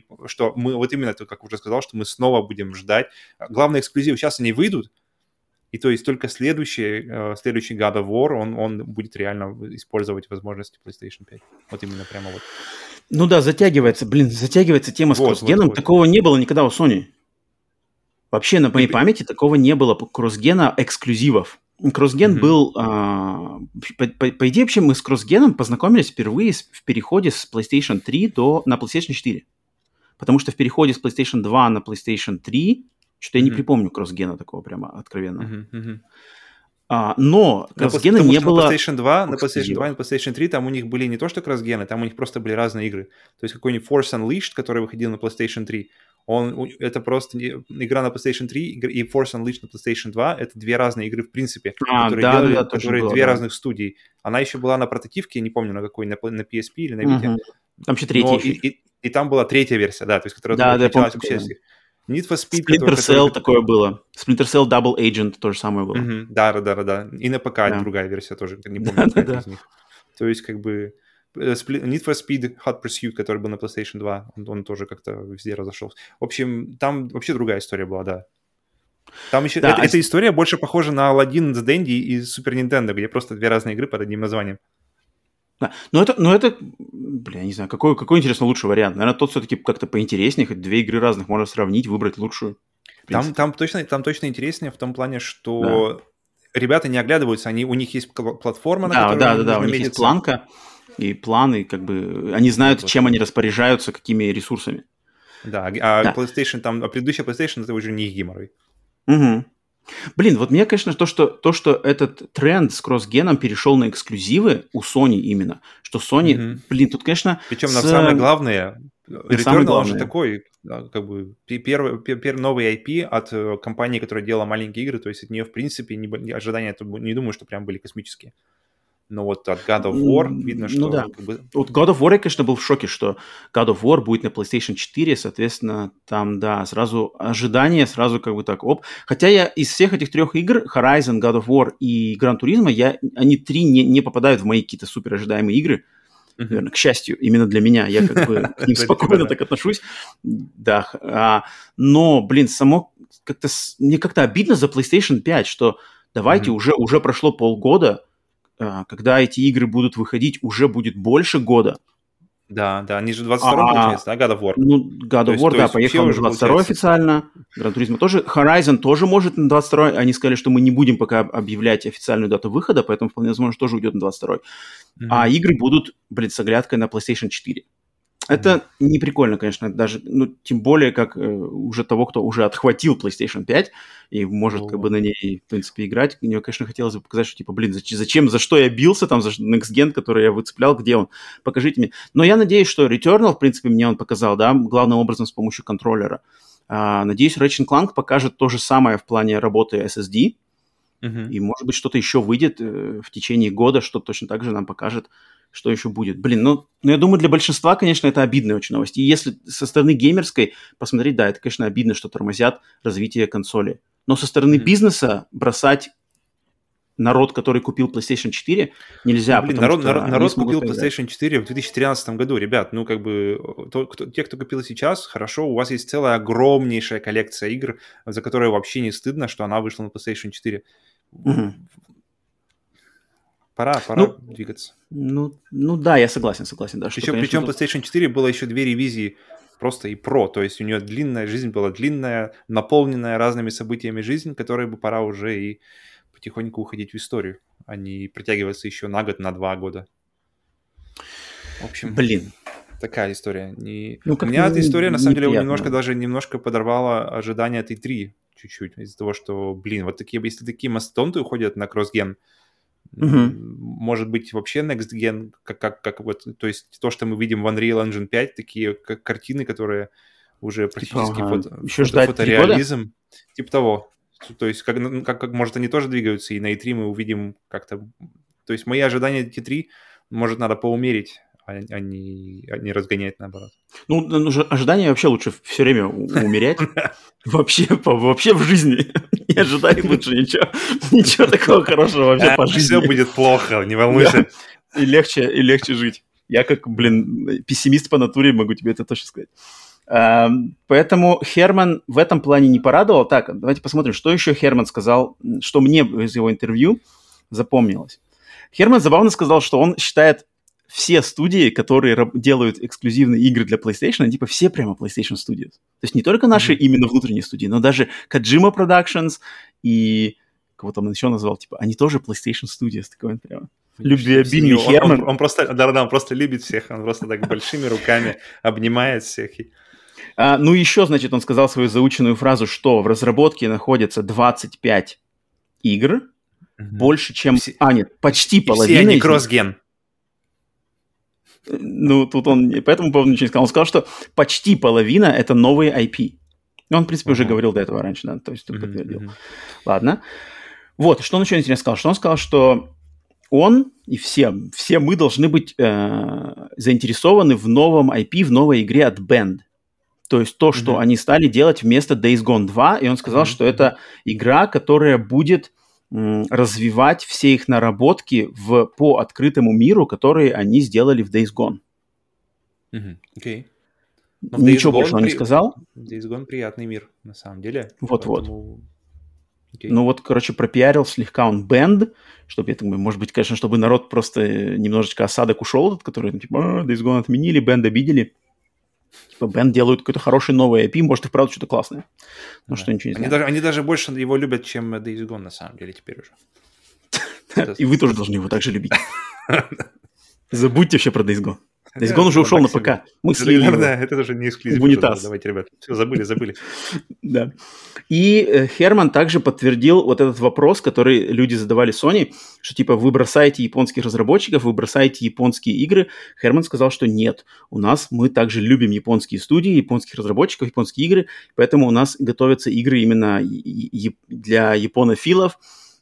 мы вот именно, как уже сказал, что мы снова будем ждать. Главное, эксклюзивы сейчас они выйдут, И то есть только следующий God of War, он будет реально использовать возможности PlayStation 5. Вот именно прямо вот. Ну да, затягивается тема с Вот. кроссгеном. Такого не было никогда у Sony. Вообще, на моей памяти такого не было кроссгена эксклюзивов. Кроссген был... по идее, вообще, мы с кроссгеном познакомились впервые в переходе с PlayStation 3 на PlayStation 4. Потому что в переходе с PlayStation 2 на PlayStation 3 что-то я не припомню кроссгена такого прямо откровенно. Но кроссгена не было... На PlayStation 2 и на PlayStation 3 там у них были не то что кроссгены, там у них просто были разные игры. То есть какой-нибудь Force Unleashed, который выходил на PlayStation 3, это просто игра на PlayStation 3 и Force Unleashed на PlayStation 2 — это две разные игры в принципе, которые две разных студии. Она еще была на портативке, не помню на какой, на PSP или на Vita. Там еще третья. И там была третья версия, да, то есть которая отличалась вообще от всех. Need for Speed. Splinter Cell такое было. Splinter Cell Double Agent то же самое было. Да. И на ПК другая версия тоже, не помню, какая из них. То есть как бы Need for Speed Hot Pursuit, который был на PlayStation 2, он тоже как-то везде разошелся. В общем, там вообще другая история была, да. Там еще... Эта история больше похожа на Aladdin с Dendy и Super Nintendo, где просто две разные игры под одним названием. Да. Но это, я не знаю, какой интересно лучший вариант. Наверное, тот все-таки как-то поинтереснее, хоть две игры разных можно сравнить, выбрать лучшую. Там точно интереснее в том плане, что ребята не оглядываются, у них есть платформа, на которой у них есть планка и планы, как бы они знают, чем они распоряжаются, какими ресурсами. Да, PlayStation, предыдущая PlayStation, это уже не их геморрой. Угу. Блин, вот мне, конечно, то, что этот тренд с кроссгеном перешел на эксклюзивы у Sony именно, что Sony, тут, конечно... Причем самое главное, Returnal, он же такой, как бы, первый новый IP от компании, которая делала маленькие игры, то есть от нее, в принципе, ожидания, не думаю, что прям были космические. Но вот от God of War видно, что... Ну да. Вот God of War я, конечно, был в шоке, что God of War будет на PlayStation 4, соответственно, там, да, сразу ожидания, сразу как бы так, Хотя я из всех этих трех игр, Horizon, God of War и Gran Turismo, они три не попадают в мои какие-то супер ожидаемые игры. Наверное, к счастью, именно для меня. Я как бы к ним спокойно так отношусь. Да. Но, блин, мне как-то обидно за PlayStation 5, что давайте уже прошло полгода, когда эти игры будут выходить, уже будет больше года. Да, они же 22-м, получается, да, God of War? Ну, God of War, да, поехал на 22-й официально. Gran Turismo тоже. Horizon тоже может на 22-й. Они сказали, что мы не будем пока объявлять официальную дату выхода, поэтому, вполне возможно, тоже уйдет на 22-й. А игры будут, с оглядкой на PlayStation 4. Это не прикольно, конечно, даже, тем более, как уже того, кто уже отхватил PlayStation 5 и может как бы на ней, в принципе, играть. Мне, конечно, хотелось бы показать, что, типа, зачем, за что я бился, там, за Next Gen, который я выцеплял, где он, покажите мне. Но я надеюсь, что Returnal, в принципе, мне он показал, да, главным образом с помощью контроллера. Надеюсь, Ratchet & Clank покажет то же самое в плане работы SSD, и, может быть, что-то еще выйдет в течение года, что точно так же нам покажет, что еще будет. Блин, я думаю, для большинства, конечно, это обидная очень новость. И если со стороны геймерской посмотреть, да, это, конечно, обидно, что тормозят развитие консоли. Но со стороны бизнеса бросать народ, который купил PlayStation 4, нельзя. Народ купил PlayStation 4 в 2013 году. Ребят, те, кто купил сейчас, хорошо, у вас есть целая огромнейшая коллекция игр, за которые вообще не стыдно, что она вышла на PlayStation 4. Пора двигаться. Да, я согласен, да. Причем PlayStation 4 было еще две ревизии просто и Pro, то есть у нее жизнь была длинная, наполненная разными событиями жизнь, которой бы пора уже и потихоньку уходить в историю, а не притягиваться еще на год, на 2 года. В общем, такая история. У меня эта история, на самом деле, немножко подорвала ожидания от E3 чуть-чуть, из-за того, что, если такие мастодонты уходят на кроссген, может быть, вообще Next Gen, то есть то, что мы видим в Unreal Engine 5, такие картины, которые уже практически фотореализм, типа того. То есть, как может, они тоже двигаются, и на E3 мы увидим как-то... То есть, мои ожидания E3, может, надо поумерить, а не разгонять, наоборот. Ожидания вообще лучше все время умерять. Вообще в жизни. Не ожидай лучше ничего такого хорошего вообще по жизни. Все будет плохо, не волнуйся. И легче жить. Я как, пессимист по натуре могу тебе это точно сказать. Поэтому Херман в этом плане не порадовал. Так, давайте посмотрим, что еще Херман сказал, что мне из его интервью запомнилось. Херман забавно сказал, что он считает все студии, которые делают эксклюзивные игры для PlayStation, типа все прямо PlayStation Studios. То есть не только наши именно внутренние студии, но даже Kojima Productions и кого там он еще назвал, типа, они тоже PlayStation Studios, такой он прямо любвеобильный Херман. Он просто любит всех, он просто так большими руками обнимает всех. Ну, еще, значит, он сказал свою заученную фразу, что в разработке находится 25 игр, больше, чем... нет, почти половина. Все они кросс-ген. Ну, тут он по этому поводу ничего не сказал. Он сказал, что почти половина — это новые IP. Он, в принципе, уже говорил до этого раньше, да, то есть тут подтвердил. Ладно. Вот, что он еще интересно сказал? Что он сказал, что он и все мы должны быть заинтересованы в новом IP, в новой игре от Bend. То есть то, что они стали делать вместо Days Gone 2, и он сказал, что это игра, которая будет развивать все их наработки по открытому миру, которые они сделали в Days Gone. Окей. Ничего больше он не сказал. Days Gone приятный мир, на самом деле. Вот-вот. Ну вот, короче, пропиарил слегка он Bend, чтобы, я думаю, может быть, конечно, чтобы народ просто немножечко осадок ушел, который, типа, Days Gone отменили, Bend обидели. Типа, Bend делают какой-то хороший новый IP, может, и вправду что-то классное. Ну, что ничего не знаю. Они даже больше его любят, чем Days Gone, на самом деле, теперь уже. И вы тоже должны его так же любить. Забудьте вообще про Days Gone. Days Gone уже ушел на ПК. Мы слили его. Да, это уже не эксклюзив. В унитаз. Давайте, ребят, все, забыли. Да. И Херман также подтвердил вот этот вопрос, который люди задавали Sony, что типа вы бросаете японских разработчиков, вы бросаете японские игры. Херман сказал, что нет. Мы также любим японские студии, японских разработчиков, японские игры, поэтому у нас готовятся игры именно для японофилов.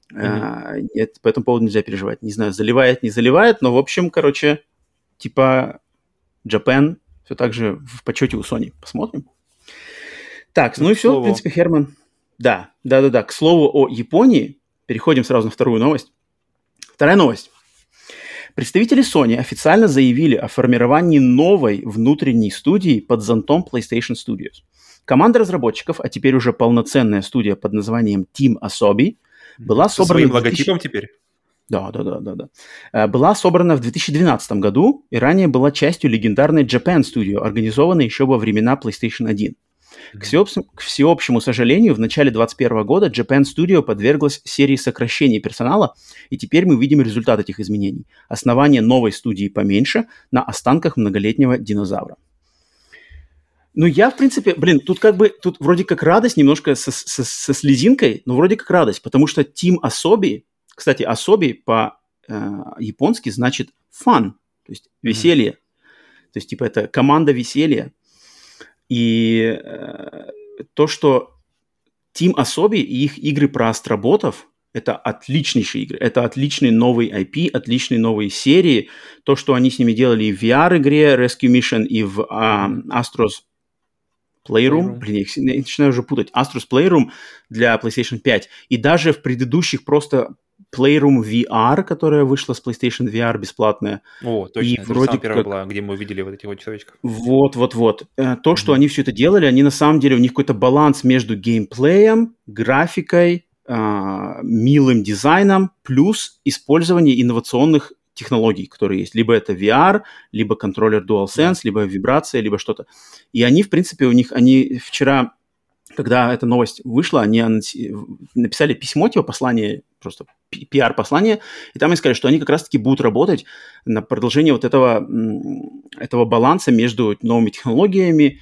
По этому поводу нельзя переживать. Не знаю, заливает, не заливает, но в общем, короче, типа Japan все так же в почете у Sony. Посмотрим. Так, ну и все, в принципе, Херман. Да. К слову о Японии, переходим сразу на вторую новость. Вторая новость. Представители Sony официально заявили о формировании новой внутренней студии под зонтом PlayStation Studios. Команда разработчиков, а теперь уже полноценная студия под названием Team Asobi, была собрана... Со своим логотипом теперь? Да. Была собрана в 2012 году и ранее была частью легендарной Japan Studio, организованной еще во времена PlayStation 1. К всеобщему сожалению, в начале 2021 года Japan Studio подверглась серии сокращений персонала, и теперь мы видим результат этих изменений. Основание новой студии поменьше на останках многолетнего динозавра. Ну, я, в принципе, тут вроде как радость, немножко со слезинкой, но вроде как радость, потому что Team Asobi, кстати, Asobi по-японски значит fun, то есть веселье. То есть, типа, это команда веселья. И то, что Team Asobi и их игры про астроботов, это отличнейшие игры, это отличный новый IP, отличные новые серии. То, что они с ними делали и в VR-игре Rescue Mission, и в Astro's Playroom. Я начинаю уже путать. Astro's Playroom для PlayStation 5. И даже в предыдущих просто Playroom VR, которая вышла с PlayStation VR бесплатная. О, точно. И это вроде первая была, где мы увидели вот этих вот человечков. Вот. То, что они все это делали, они на самом деле, у них какой-то баланс между геймплеем, графикой, милым дизайном, плюс использование инновационных технологий, которые есть. Либо это VR, либо контроллер DualSense, либо вибрация, либо что-то. И они, в принципе, они вчера, когда эта новость вышла, они написали письмо, типа послание, просто пиар-послание, и там они сказали, что они как раз-таки будут работать на продолжение вот этого баланса между новыми технологиями,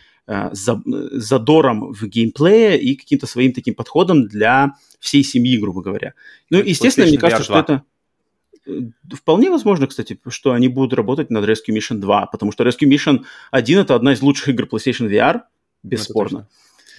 задором в геймплее и каким-то своим таким подходом для всей семьи, грубо говоря. Ну, естественно, мне кажется, что это... Вполне возможно, кстати, что они будут работать над Rescue Mission 2, потому что Rescue Mission 1 — это одна из лучших игр PlayStation VR, бесспорно.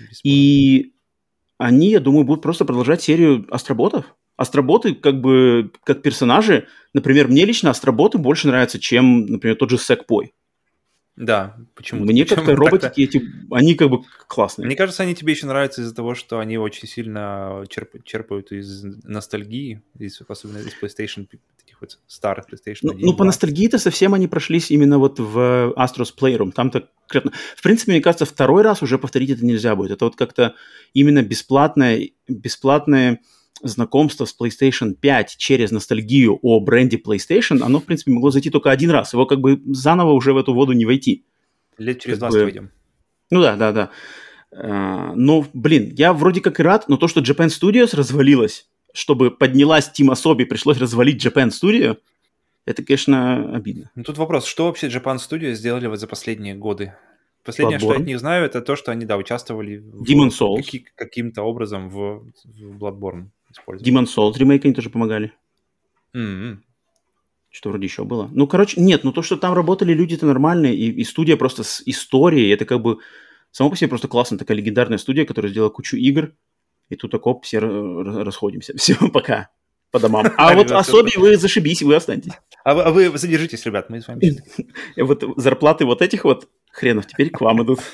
И они, я думаю, будут просто продолжать серию астроботов. Астроботы, как персонажи, например, мне лично астроботы больше нравятся, чем, например, тот же Sackboy. Да, почему-то. Мне как-то роботики эти, они как бы классные. Мне кажется, они тебе еще нравятся из-за того, что они очень сильно черпают из ностальгии, особенно из PlayStation вот старых PlayStation 1, Ну, по 2. ностальгии-то совсем они прошлись именно вот в Astro's Playroom. Там-то конкретно... В принципе, мне кажется, второй раз уже повторить это нельзя будет. Это вот как-то именно бесплатное знакомство с PlayStation 5 через ностальгию о бренде PlayStation, оно, в принципе, могло зайти только один раз. Его как бы заново уже в эту воду не войти. Лет через Как 20 бы... выйдем. Ну да. Но, блин, я вроде как и рад, но то, что Japan Studios развалилась, чтобы поднялась Team Asobi, пришлось развалить Japan Studio, это, конечно, обидно. Ну, тут вопрос, что вообще Japan Studio сделали вот за последние годы? Последнее, что я от Bloodborne, них знаю, это то, что они, да, участвовали Demon's Souls. каким-то образом в Bloodborne использовали. Demon's Souls ремейк они тоже помогали. М-м. Что вроде еще было. Ну, короче, нет, ну то, что там работали люди-то нормальные, и студия просто с историей, это как бы само по себе просто классно, такая легендарная студия, которая сделала кучу игр, и тут так все расходимся. Все, пока, по домам. А вот Asobi вы зашибись, вы останетесь. А вы задержитесь, ребят, мы с вами сейчас. Вот зарплаты вот этих вот хренов теперь к вам идут.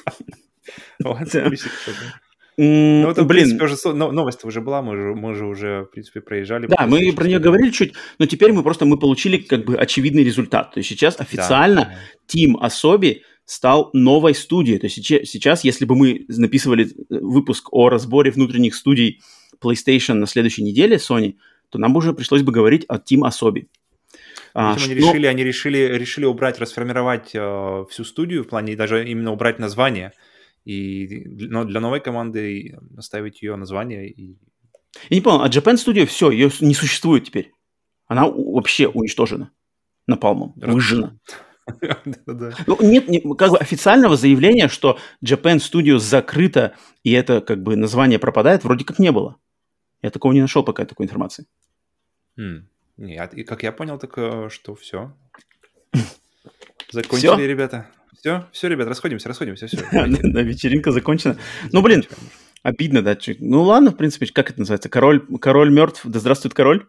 Ну, это, в принципе, уже новость уже была, мы же уже, в принципе, проезжали. Да, мы про нее говорили чуть, но теперь мы получили как бы очевидный результат. То есть сейчас официально Team Asobi стал новой студией. То есть сейчас, если бы мы написывали выпуск о разборе внутренних студий PlayStation на следующей неделе Sony, то нам уже пришлось бы говорить о Team Asobi. Они решили убрать, расформировать всю студию, в плане даже именно убрать название. Но для новой команды оставить ее название. Я не понял, а Japan Studio, все, ее не существует теперь. Она вообще уничтожена напалмом, выжжена. Ну, нет, как бы официального заявления, что Japan Studio закрыто, и это как бы название пропадает, вроде как не было. Я такого не нашел пока, такой информации. Нет, и как я понял, так что все. Закончили, ребята. Все, ребят, расходимся, все. Вечеринка закончена. Ну, блин, обидно, да. Ну, ладно, в принципе, как это называется? Король мертв, да здравствует король?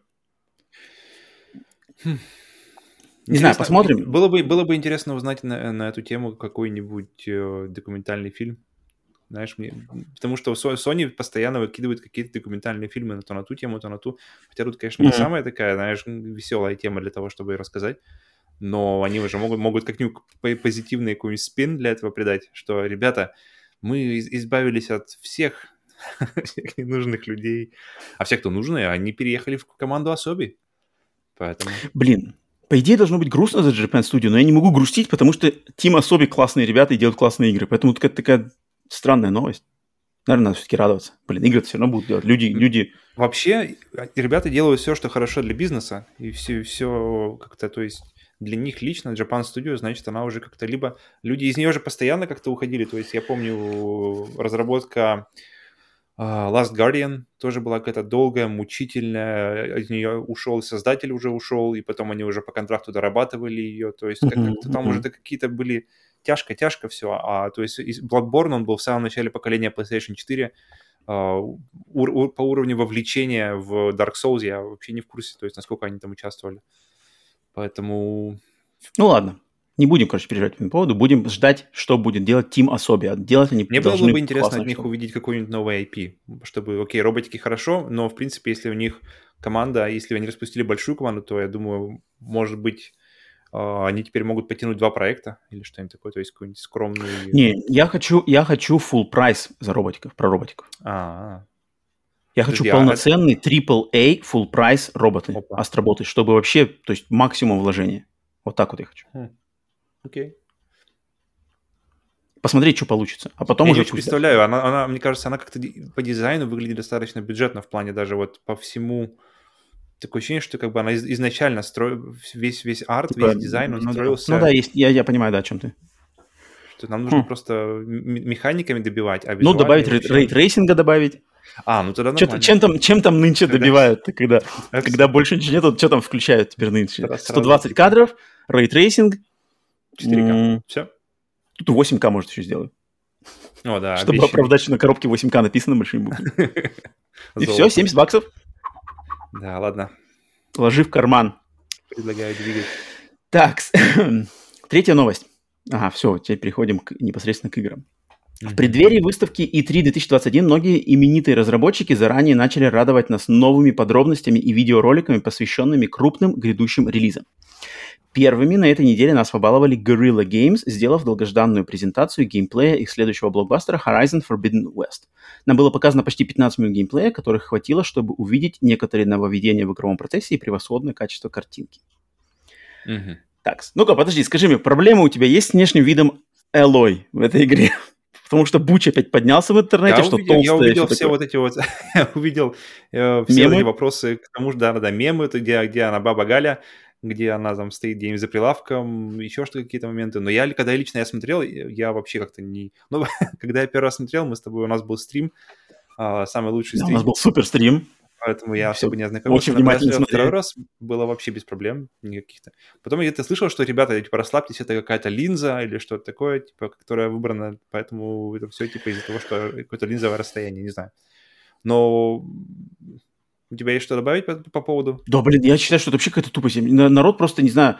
Не знаю, посмотрим. Было бы интересно узнать на эту тему какой-нибудь документальный фильм. Знаешь, потому что Sony постоянно выкидывает какие-то документальные фильмы то на ту тему, то на ту. Хотя тут, конечно, не самая такая, знаешь, веселая тема для того, чтобы рассказать. Но они уже могут как-нибудь позитивный какой-нибудь спин для этого придать, что, ребята, мы избавились от всех ненужных людей. А все, кто нужны, они переехали в команду Asobi. Поэтому... Блин, по идее должно быть грустно за Japan Studio, но я не могу грустить, потому что Team Asobi классные ребята и делают классные игры. Поэтому это такая странная новость. Наверное, надо все-таки радоваться. Блин, игры-то все равно будут делать. Люди... Вообще, ребята делают все, что хорошо для бизнеса. И все как-то, то есть... Для них лично Japan Studio, значит, она уже как-то либо... Люди из нее уже постоянно как-то уходили. То есть я помню, разработка Last Guardian тоже была какая-то долгая, мучительная. Из нее ушел создатель, уже ушел, и потом они уже по контракту дорабатывали ее. То есть как-то там уже какие-то были... Тяжко все. То есть Bloodborne, он был в самом начале поколения PlayStation 4. По уровню вовлечения в Dark Souls я вообще не в курсе, то есть насколько они там участвовали. Поэтому... Ну ладно, не будем, короче, переживать по этому поводу. Будем ждать, что будет делать Team Asobi. А делать они Мне было бы интересно от них увидеть какой-нибудь новый IP. Чтобы, окей, роботики хорошо, но, в принципе, если у них команда, если они распустили большую команду, то, я думаю, может быть, они теперь могут потянуть 2 проекта или что-нибудь такое, то есть какой-нибудь скромный... Не, я хочу full прайс за роботиков, про роботиков. Я хочу полноценный AAA full прайс роботы, астроботы, чтобы вообще, то есть максимум вложения. Вот так вот я хочу. Окей. Посмотреть, что получится. А потом я уже... Я представляю, она, мне кажется, она как-то по дизайну выглядит достаточно бюджетно в плане даже вот по всему... Такое ощущение, что как бы она изначально весь арт, типа, весь дизайн, он строился... Ну да, есть, я понимаю, да, о чем ты. Что нам нужно просто механиками добивать, а ну, добавить рейтрейсинга добавить. Ну тогда нормально. Чем там нынче добивают, когда больше ничего нету, что там включают теперь нынче? 120 кадров, рейтрейсинг. 4К, все. Тут 8К, может, еще сделаю. О, да. Чтобы оправдать, что на коробке 8К написано большими буквами. И все, $70. Да, ладно. Ложи в карман. Предлагаю двигать. Так, третья новость. Ага, все, теперь переходим непосредственно к играм. В преддверии выставки E3 2021 многие именитые разработчики заранее начали радовать нас новыми подробностями и видеороликами, посвященными крупным грядущим релизам. Первыми на этой неделе нас побаловали Guerrilla Games, сделав долгожданную презентацию геймплея их следующего блокбастера Horizon Forbidden West. Нам было показано почти 15 минут геймплея, которых хватило, чтобы увидеть некоторые нововведения в игровом процессе и превосходное качество картинки. Так, ну-ка, подожди, скажи мне, проблема у тебя есть с внешним видом Aloy в этой игре? Потому что Буч опять поднялся в интернете, что толстая. Я увидел все вот эти вот, увидел все эти вопросы к тому же, да, мемы, где она баба Галя, где она там стоит где-нибудь за прилавком, еще что какие-то моменты. Но когда лично я смотрел, я вообще как-то не... Ну, когда я первый раз смотрел, мы с тобой, у нас был стрим, самый лучший стрим. У нас был супер стрим. Поэтому я особо не ознакомился. Очень внимательно смотрел. Второй раз было вообще без проблем никаких-то. Потом я слышал, что, ребята, типа, расслабьтесь, это какая-то линза или что-то такое, типа, которая выбрана, поэтому это все, типа, из-за того, что какое-то линзовое расстояние, не знаю. Но... У тебя есть что добавить по поводу? Да, блин, я считаю, что это вообще какая-то тупость. Народ просто, не знаю,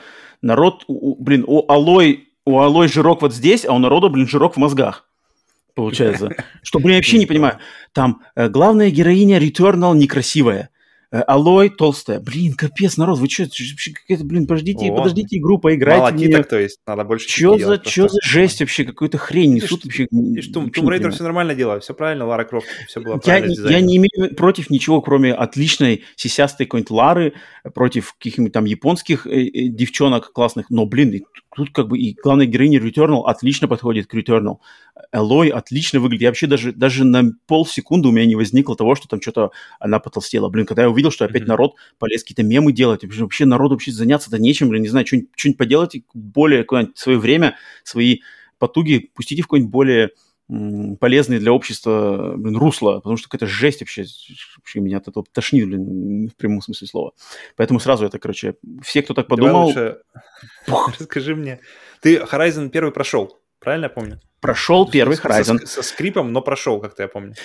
у Алой жирок вот здесь, а у народа, жирок в мозгах, получается. Что, я вообще не понимаю. Там главная героиня Returnal некрасивая. Алой толстая. Капец, народ, вы что, подождите игру, поиграйте. Малатиток, то есть, надо больше Что за жесть вообще, какую-то хрень несут вообще. Tomb Raider все нормально делает, все правильно, Лара Крофт, все было правильно. Я не имею против ничего, кроме отличной сисястой какой-нибудь Лары, против каких-нибудь там японских девчонок классных, но, тут как бы и главная героиня Returnal отлично подходит к Returnal. Элой отлично выглядит. Я вообще даже на полсекунды у меня не возникло того, что там что-то она потолстела. Когда я увидел, что опять народ полез какие-то мемы делать, вообще народу вообще заняться-то нечем, не знаю, что-нибудь поделать, более куда-нибудь свое время, свои потуги пустите в какой-нибудь более полезный для общества, русло, потому что какая-то жесть вообще меня от этого тошнит, в прямом смысле слова. Поэтому сразу это, все, кто так подумал... Давай лучше расскажи мне. Ты Horizon 1 прошел, правильно я помню? Прошел первый Horizon. Со скрипом, но прошел, как-то я помню.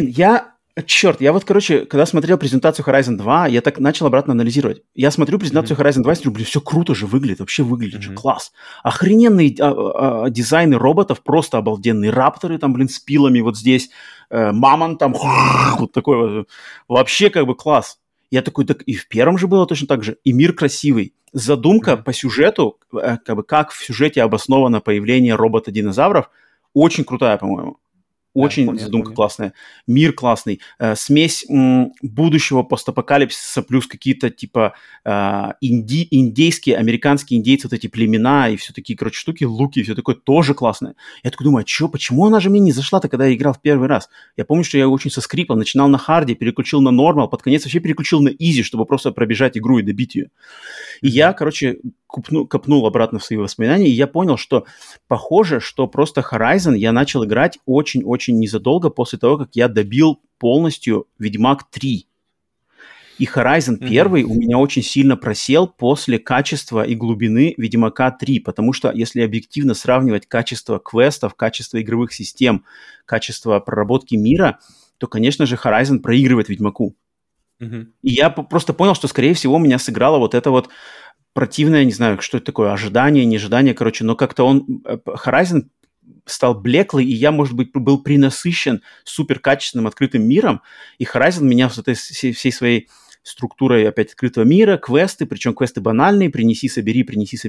Я вот, когда смотрел презентацию Horizon 2, я так начал обратно анализировать. Я смотрю презентацию Horizon 2 и смотрю, все круто же выглядит, вообще выглядит же класс. Охрененные дизайны роботов, просто обалденные. Рапторы там, с пилами вот здесь, Мамонт там, вот такой вот. Вообще класс. Я такой, так и в первом же было точно так же. И мир красивый. Задумка по сюжету, как в сюжете обосновано появление робота-динозавров, очень крутая, по-моему. Очень задумка классная. Мир классный. Смесь будущего постапокалипсиса плюс какие-то типа индейские, американские индейцы, вот эти племена и все такие, штуки, луки и все такое тоже классное. Я такой думаю, почему она же мне не зашла-то, когда я играл в первый раз? Я помню, что я очень со скрипом начинал на харде, переключил на нормал, под конец вообще переключил на изи, чтобы просто пробежать игру и добить ее. И я, копнул обратно в свои воспоминания, и я понял, что похоже, что просто Horizon я начал играть очень-очень незадолго после того, как я добил полностью Ведьмак 3. И Horizon 1 у меня очень сильно просел после качества и глубины Ведьмака 3, потому что если объективно сравнивать качество квестов, качество игровых систем, качество проработки мира, то, конечно же, Horizon проигрывает Ведьмаку. И я просто понял, что, скорее всего, меня сыграло вот это вот противное, не знаю, что это такое, ожидание, неожидание, но как-то Horizon стал блеклый, и я, может быть, был принасыщен суперкачественным открытым миром, и Horizon меня с этой всей своей структурой опять открытого мира, квесты, причем квесты банальные, принеси, собери,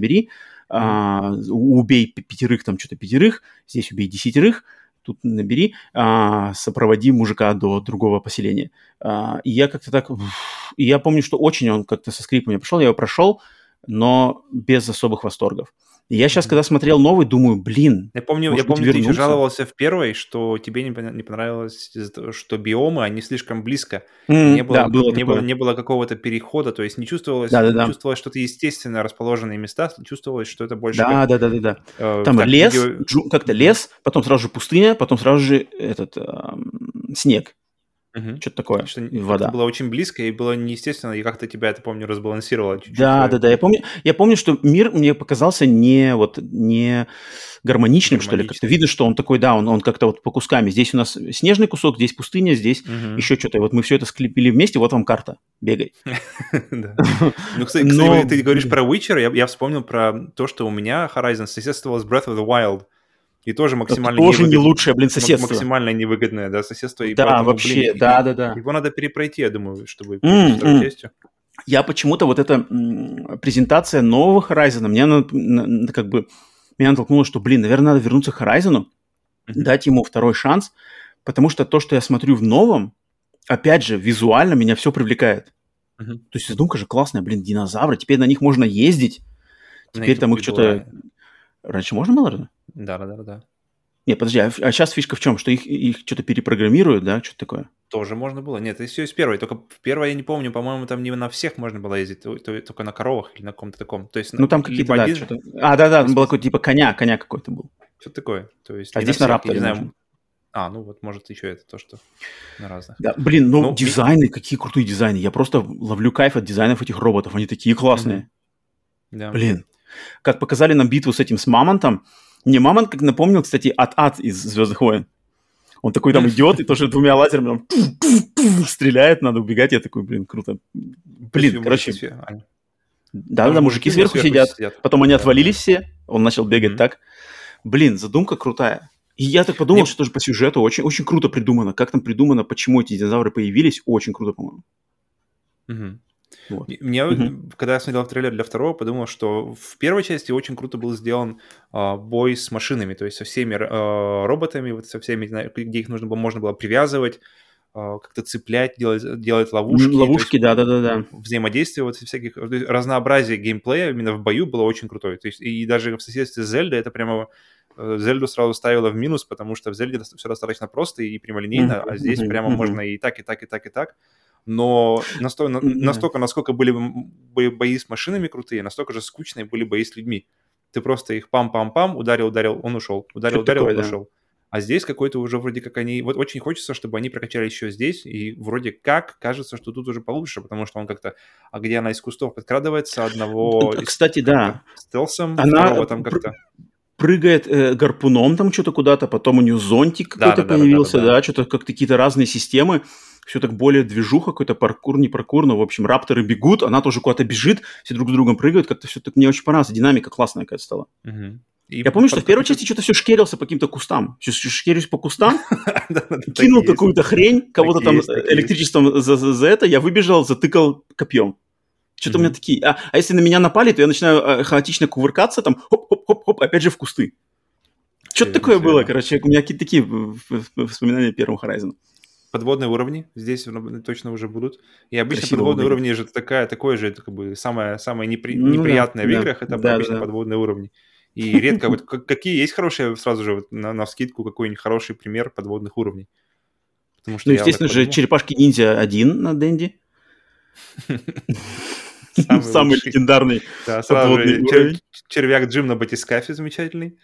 убей пятерых, здесь убей 10, тут набери, сопроводи мужика до другого поселения. И я как-то так... И я помню, что очень он как-то со скрипом я прошел, я его прошел, но без особых восторгов. И я сейчас, когда смотрел новый, думаю, Я помню, ты жаловался в первой, что тебе не понравилось, что биомы, они слишком близко. Не было какого-то перехода, то есть не чувствовалось, чувствовалось что-то естественно расположенные места, чувствовалось, что это больше... Да. Там лес, как-то лес, потом сразу же пустыня, потом сразу же снег. Что-то такое, вода. Это было очень близко, и было неестественно, и как-то тебя, это помню, разбалансировало чуть-чуть. Да, я помню, что мир мне показался не гармоничным, что ли. Как-то видно, что он такой, он как-то вот по кусками. Здесь у нас снежный кусок, здесь пустыня, здесь еще что-то. И вот мы все это склепили вместе, вот вам карта, бегай. Ну, кстати, ты говоришь про Witcher, я вспомнил про то, что у меня Horizon соседствовал с Breath of the Wild. И тоже Это максимально тоже не невыгодно. лучшее, блин, соседство. Максимально невыгодное, да, соседство. И Да, поэтому, вообще, блин, да-да-да. его надо перепройти, я думаю, чтобы перейти с второй частью. Я почему-то вот эта презентация нового Horizon, как бы, меня натолкнуло, что, блин, наверное, надо вернуться к Horizon, дать ему второй шанс, потому что то, что я смотрю в новом, опять же, визуально меня все привлекает. То есть задумка же классная, блин, динозавры, теперь на них можно ездить, теперь там их что-то... Раньше можно было, разве? Да. Не, подожди, а сейчас фишка в чем? Что их что-то перепрограммируют, да? Что-то такое? Тоже можно было. Нет, это все из первой. Только в первой, я не помню, по-моему, там не на всех можно было ездить, только на коровах или на каком-то таком. То есть, Ну, там какие-то, либо да, один... что-то... да, было какое-то типа коня какой-то был. Что такое? То есть А не здесь на на всех, я Рапторе не знаю. можно. Ну вот, может, еще это то, что на разных. Да, блин, дизайны, какие крутые дизайны. Я просто ловлю кайф от дизайнов этих роботов. Они такие классные. Да. Блин. Как показали нам битву с этим, с Мамонтом. Мне Мамонт, как напомнил, кстати, Ат из «Звездных войн». Он такой там идет и тоже двумя лазерами там стреляет, надо убегать. Я такой, блин, круто. Блин, короче... Да, мужики сверху сидят. Потом они отвалились все. Он начал бегать так. Блин, задумка крутая. И я так подумал, что тоже по сюжету очень, очень круто придумано. Как там придумано, почему эти динозавры появились, очень круто, по-моему. Вот. Когда я смотрел трейлер для второго, подумал, что в первой части очень круто был сделан бой с машинами, то есть со всеми роботами, вот со всеми, где их можно было привязывать, как-то цеплять, делать ловушки. Ловушки, да. Взаимодействие вот всяких, разнообразие геймплея именно в бою было очень крутое. То есть и даже в соседстве с Зельдой это прямо... Зельду сразу ставила в минус, потому что в Зельде все достаточно просто и прямолинейно, а здесь прямо можно и так, и так, и так, и так. Но настолько, насколько были бои с машинами крутые, настолько же скучные были бои с людьми. Ты просто их пам-пам-пам, ударил, он ушел. Ударил, он ушел. А здесь какой-то уже вроде как они... Вот очень хочется, чтобы они прокачали еще здесь, и вроде как кажется, что тут уже получше, потому что он как-то... А где она из кустов подкрадывается, одного... Кстати, да. Стелсом, второго там как-то... Прыгает гарпуном там что-то куда-то, потом у нее зонтик какой-то появился, да, что-то как какие-то разные системы, все так более движуха, какой-то паркур, не паркур, но, в общем, рапторы бегут, она тоже куда-то бежит, все друг с другом прыгают, как-то все так мне очень понравилось, динамика классная какая-то стала. Я помню, что в первой части что-то все шкерился по каким-то кустам, шкерюсь по кустам, кинул какую-то хрень, кого-то там электричеством за это, я выбежал, затыкал копьем. Что-то у меня такие... А если на меня напали, то я начинаю хаотично кувыркаться, там, хоп-хоп-хоп-хоп, опять же в кусты. Что-то такое было, короче. У меня какие-то такие воспоминания первого Horizon. Подводные уровни здесь точно уже будут. И обычно красиво подводные уровни же такое же, это как бы самое неприятное в играх, это обычно подводные уровни. И редко, вот какие есть хорошие, сразу же вот, навскидку какой-нибудь хороший пример подводных уровней. Потому что естественно же, Черепашки-ниндзя 1 на Денди. Самый легендарный подводный уровень. Червяк Джим на батискафе замечательный.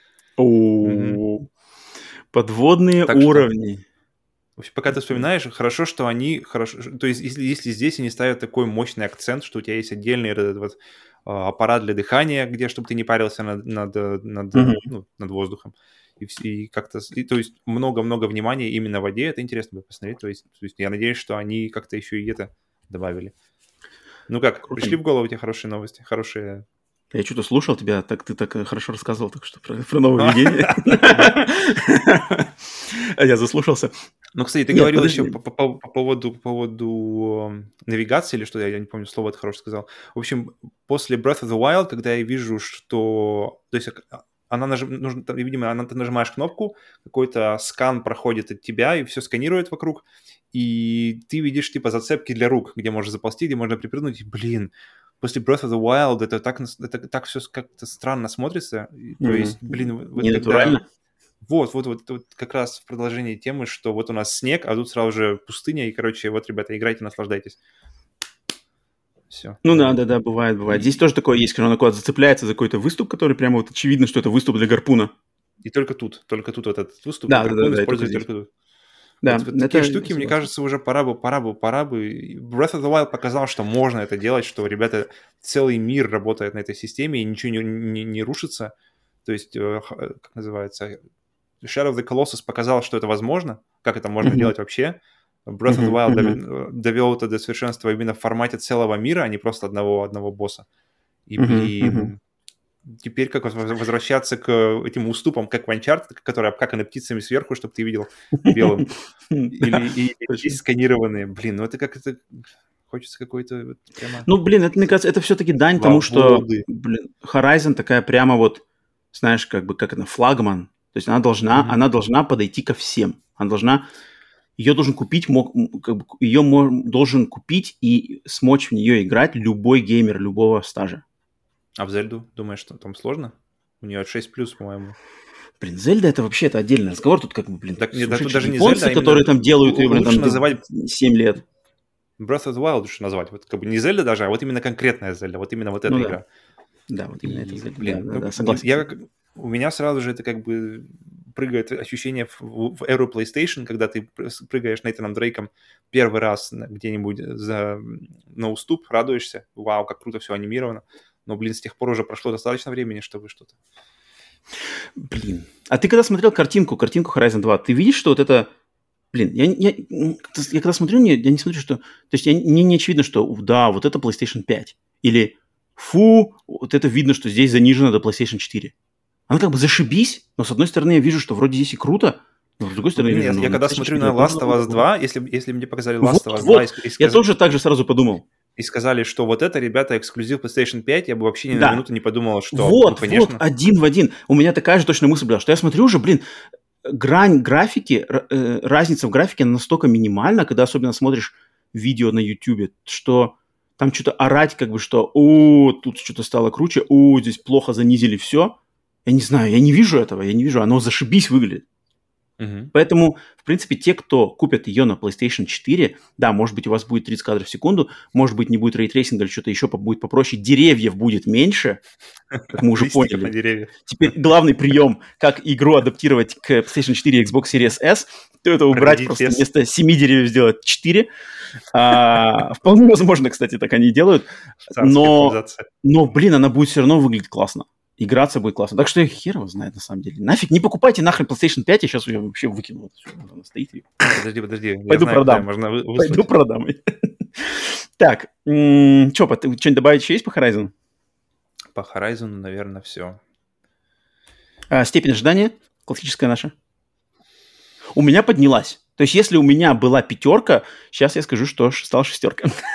Подводные уровни. Пока ты вспоминаешь, хорошо, что они... То есть если здесь они ставят такой мощный акцент, что у тебя есть отдельный этот вот аппарат для дыхания, где, чтобы ты не парился над воздухом. И как-то... То есть много-много внимания именно в воде. Это интересно будет посмотреть. То есть я надеюсь, что они как-то еще и это добавили. Ну как, пришли в голову тебе хорошие новости? Хорошие... Я что-то слушал тебя, ты так хорошо рассказывал так что про нововведение. Я заслушался. Ну, кстати, ты говорил еще по поводу навигации или что, я не помню, слово это хорошо сказал. В общем, после Breath of the Wild, когда я вижу, что... То есть видимо, ты нажимаешь кнопку, какой-то скан проходит от тебя и все сканирует вокруг, и ты видишь типа зацепки для рук, где можно заползти, где можно припрыгнуть, и, блин, после Breath of the Wild это так все как-то странно смотрится. То есть, блин, вот ненатурально. Вот как раз в продолжении темы, что вот у нас снег, а тут сразу же пустыня, и, короче, вот, ребята, играйте, наслаждайтесь. Все. Ну да, бывает. Здесь тоже такое есть, когда он куда-то зацепляется за какой-то выступ, который прямо вот очевидно, что это выступ для гарпуна. И только тут вот этот выступ да, используют только тут. Да, вот такие штуки, мне кажется, уже пора бы. Breath of the Wild показал, что можно это делать, что, ребята, целый мир работает на этой системе, и ничего не рушится. То есть, как называется, Shadow of the Colossus показал, что это возможно, как это можно делать вообще. Breath of the Wild довел это до совершенства именно в формате целого мира, а не просто одного босса. И, блин, теперь как возвращаться к этим уступам, как в Uncharted, которые обкаканы птицами сверху, чтобы ты видел белым. Или здесь сканированные. Блин, ну это как это... Хочется какой-то прямо... Ну, блин, это, мне кажется, это все-таки дань тому, что, блин, Horizon такая прямо вот, знаешь, как бы, как это, флагман. То есть она должна подойти ко всем. Она должна... Ее должен купить, должен купить и смочь в нее играть любой геймер любого стажа. А в Зельду, думаешь, что там сложно? У нее 6+, по-моему. Блин, Зельда это вообще отдельный разговор. Тут как бы, блин, так, тут даже не японцы, Зельда, которые там делают ее, блин, там называть... 7 лет. Breath of the Wild лучше назвать. Вот как бы не Зельда даже, а вот именно конкретная Зельда. Вот именно вот эта игра. Да, вот именно эта Зельда. Блин, да, согласен. У меня сразу же это как бы прыгает ощущение в эру PlayStation, когда ты прыгаешь Нейтаном Дрейком первый раз где-нибудь на уступ, радуешься. Вау, как круто все анимировано. Но, блин, с тех пор уже прошло достаточно времени, чтобы что-то... Блин. А ты когда смотрел картинку Horizon 2, ты видишь, что вот это... Блин, я когда смотрю, я не смотрю, что... То есть мне не очевидно, что да, вот это PlayStation 5. Или фу, вот это видно, что здесь занижено до PlayStation 4. Она как бы зашибись, но с одной стороны я вижу, что вроде здесь и круто, но с другой стороны... Нет, я когда смотрю на Last of Us 2, если мне показали Last of Us 2... Я тоже так же сразу подумал. И сказали, что вот это, ребята, эксклюзив PlayStation 5, я бы вообще ни на минуту не подумал, что... конечно. Вот, один в один. У меня такая же точно мысль была, что я смотрю уже, блин, грань графики, разница в графике настолько минимальна, когда особенно смотришь видео на YouTube, что там что-то орать, как бы, что тут что-то стало круче, здесь плохо занизили все. Я не знаю, я не вижу этого, оно зашибись выглядит. Поэтому, в принципе, те, кто купят ее на PlayStation 4, да, может быть, у вас будет 30 кадров в секунду, может быть, не будет рейтрейсинга или что-то еще будет попроще, деревьев будет меньше, как мы уже поняли. Теперь главный прием, как игру адаптировать к PlayStation 4 и Xbox Series S, то это убрать просто вместо 7 деревьев сделать 4. Вполне возможно, кстати, так они и делают. Но, блин, она будет все равно выглядеть классно. Играться будет классно. Так что хер его знает, на самом деле. Нафиг, не покупайте нахрен PlayStation 5, я сейчас ее вообще выкину. Она стоит. Подожди. Пойду продам. Пойду продам. Так, что, что-нибудь добавить еще есть по Horizon? По Horizon, наверное, все. Степень ожидания, классическая наша. У меня поднялась. То есть, если у меня была 5, сейчас я скажу, что стала 6.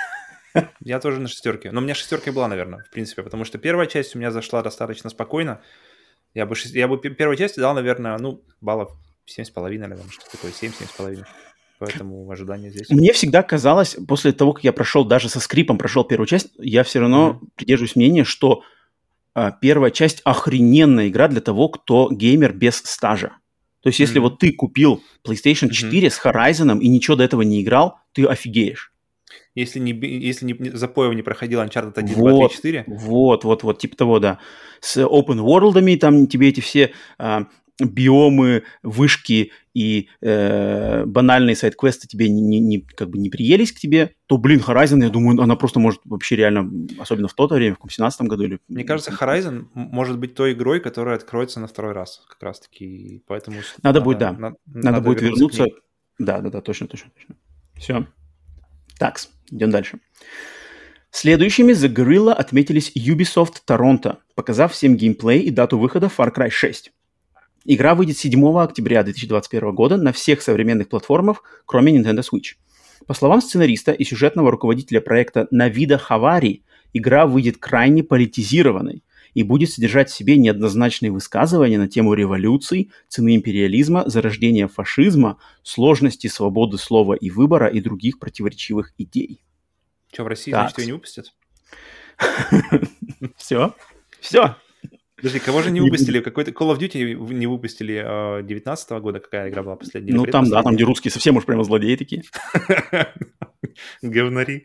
Я тоже на 6. Но у меня 6 была, наверное, в принципе, потому что первая часть у меня зашла достаточно спокойно. Я бы первой части дал, наверное, баллов 7,5, наверное, что такое, 7,5. Поэтому ожидание здесь. Мне всегда казалось, после того, как я даже со скрипом прошел первую часть, я все равно придерживаюсь мнения, что первая часть охрененная игра для того, кто геймер без стажа. То есть, если вот ты купил PlayStation 4 с Horizon и ничего до этого не играл, ты офигеешь. Если не запоев не проходил Uncharted 1, 2, 3, 4. Вот, типа того, да. С open world'ами, там тебе эти все биомы, вышки и банальные сайд-квесты тебе как бы не приелись к тебе, то, блин, Horizon, я думаю, она просто может вообще реально, особенно в то время, в 2017 году или... Мне кажется, Horizon может быть той игрой, которая откроется на второй раз, как раз-таки, поэтому... Надо будет вернуться. Да, точно. Все. Так, идем дальше. Следующими за Guerrilla отметились Ubisoft Toronto, показав всем геймплей и дату выхода Far Cry 6. Игра выйдет 7 октября 2021 года на всех современных платформах, кроме Nintendo Switch. По словам сценариста и сюжетного руководителя проекта Навида Хавари, игра выйдет крайне политизированной и будет содержать в себе неоднозначные высказывания на тему революций, цены империализма, зарождения фашизма, сложности свободы слова и выбора и других противоречивых идей. Что, в России, значит, ее не выпустят? Все. Подожди, кого же не выпустили? Какой-то Call of Duty не выпустили 19-го года? Какая игра была последняя? Там, где русские совсем уж прямо злодеи такие. Говнари.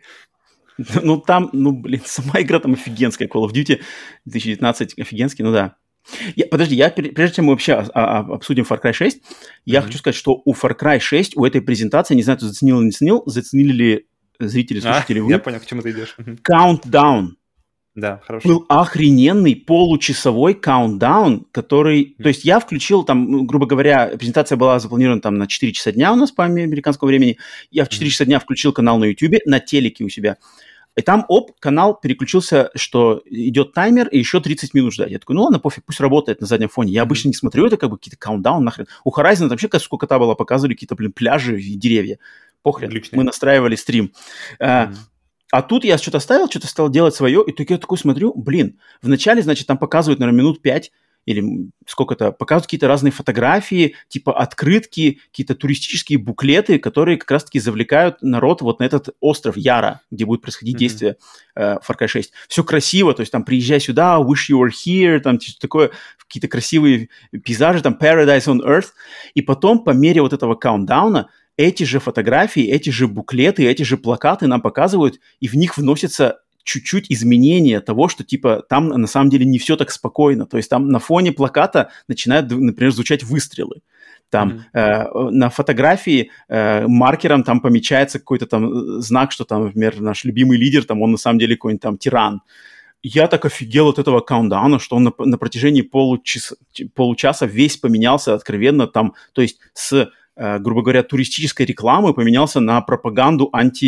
Сама игра там офигенская. Call of Duty 2019 офигенский, да. Подожди, прежде чем мы вообще обсудим Far Cry 6, я хочу сказать, что у Far Cry 6, у этой презентации, не знаю, ты заценил или не заценил, заценили ли зрители, слушатели вы? Я понял, к чему ты идешь. Countdown. Да, хорошо. Был охрененный получасовой countdown, который... То есть я включил там, грубо говоря, презентация была запланирована там на 4 часа дня у нас по американскому времени. Я в 4 часа дня включил канал на YouTube, на телеке у себя. И там, канал переключился, что идет таймер, и еще 30 минут ждать. Я такой, ну ладно, пофиг, пусть работает на заднем фоне. Я обычно не смотрю, это как бы какие-то каунтдаун нахрен. У Horizon вообще сколько-то было, показывали какие-то, пляжи и деревья. Похрен, Отлично. мы настраивали стрим. А тут я что-то стал делать свое, и я такой смотрю, вначале, значит, там показывают, наверное, минут 5 или сколько-то, показывают какие-то разные фотографии, типа открытки, какие-то туристические буклеты, которые как раз-таки завлекают народ вот на этот остров Яра, где будет происходить действие Far Cry 6. Все красиво, то есть там приезжай сюда, wish you were here, там такое, какие-то красивые пейзажи, там Paradise on Earth, и потом по мере вот этого каунтдауна эти же фотографии, эти же буклеты, эти же плакаты нам показывают, и в них вносятся чуть-чуть изменения того, что, типа, там на самом деле не все так спокойно. То есть там на фоне плаката начинают, например, звучать выстрелы. Там на фотографии маркером там помечается какой-то там знак, что там, например, наш любимый лидер, там он на самом деле какой-нибудь там тиран. Я так офигел от этого каунтдауна, что он на протяжении получаса весь поменялся откровенно там, то есть с грубо говоря, туристической рекламы поменялся на пропаганду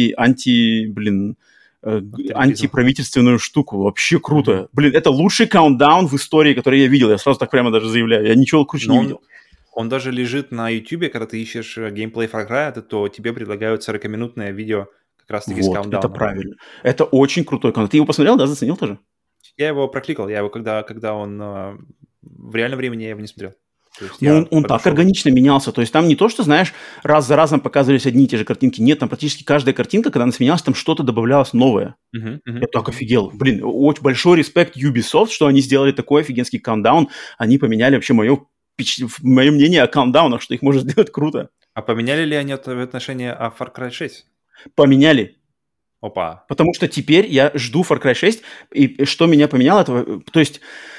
антиправительственную штуку. Вообще круто. Это лучший каунтдаун в истории, который я видел. Я сразу так прямо даже заявляю. Я ничего круче не видел. Он даже лежит на YouTube, когда ты ищешь геймплей Far Cry, то тебе предлагают 40-минутное видео как раз-таки с каунтдауном. Это правильно. Это очень крутой контент. Ты его посмотрел, да? Заценил тоже? Я его прокликал. Я его, когда он в реальном времени, я его не смотрел. Он так органично менялся. То есть там не то, что, знаешь, раз за разом показывались одни и те же картинки. Нет, там практически каждая картинка, когда она сменялась, там что-то добавлялось новое. Я так офигел. Очень большой респект Ubisoft, что они сделали такой офигенский каунтдаун. Они поменяли вообще мое мнение о каунтдаунах, что их можно сделать круто. А поменяли ли они отношение о Far Cry 6? Поменяли. Опа. Потому что теперь я жду Far Cry 6, и что меня поменяло, то есть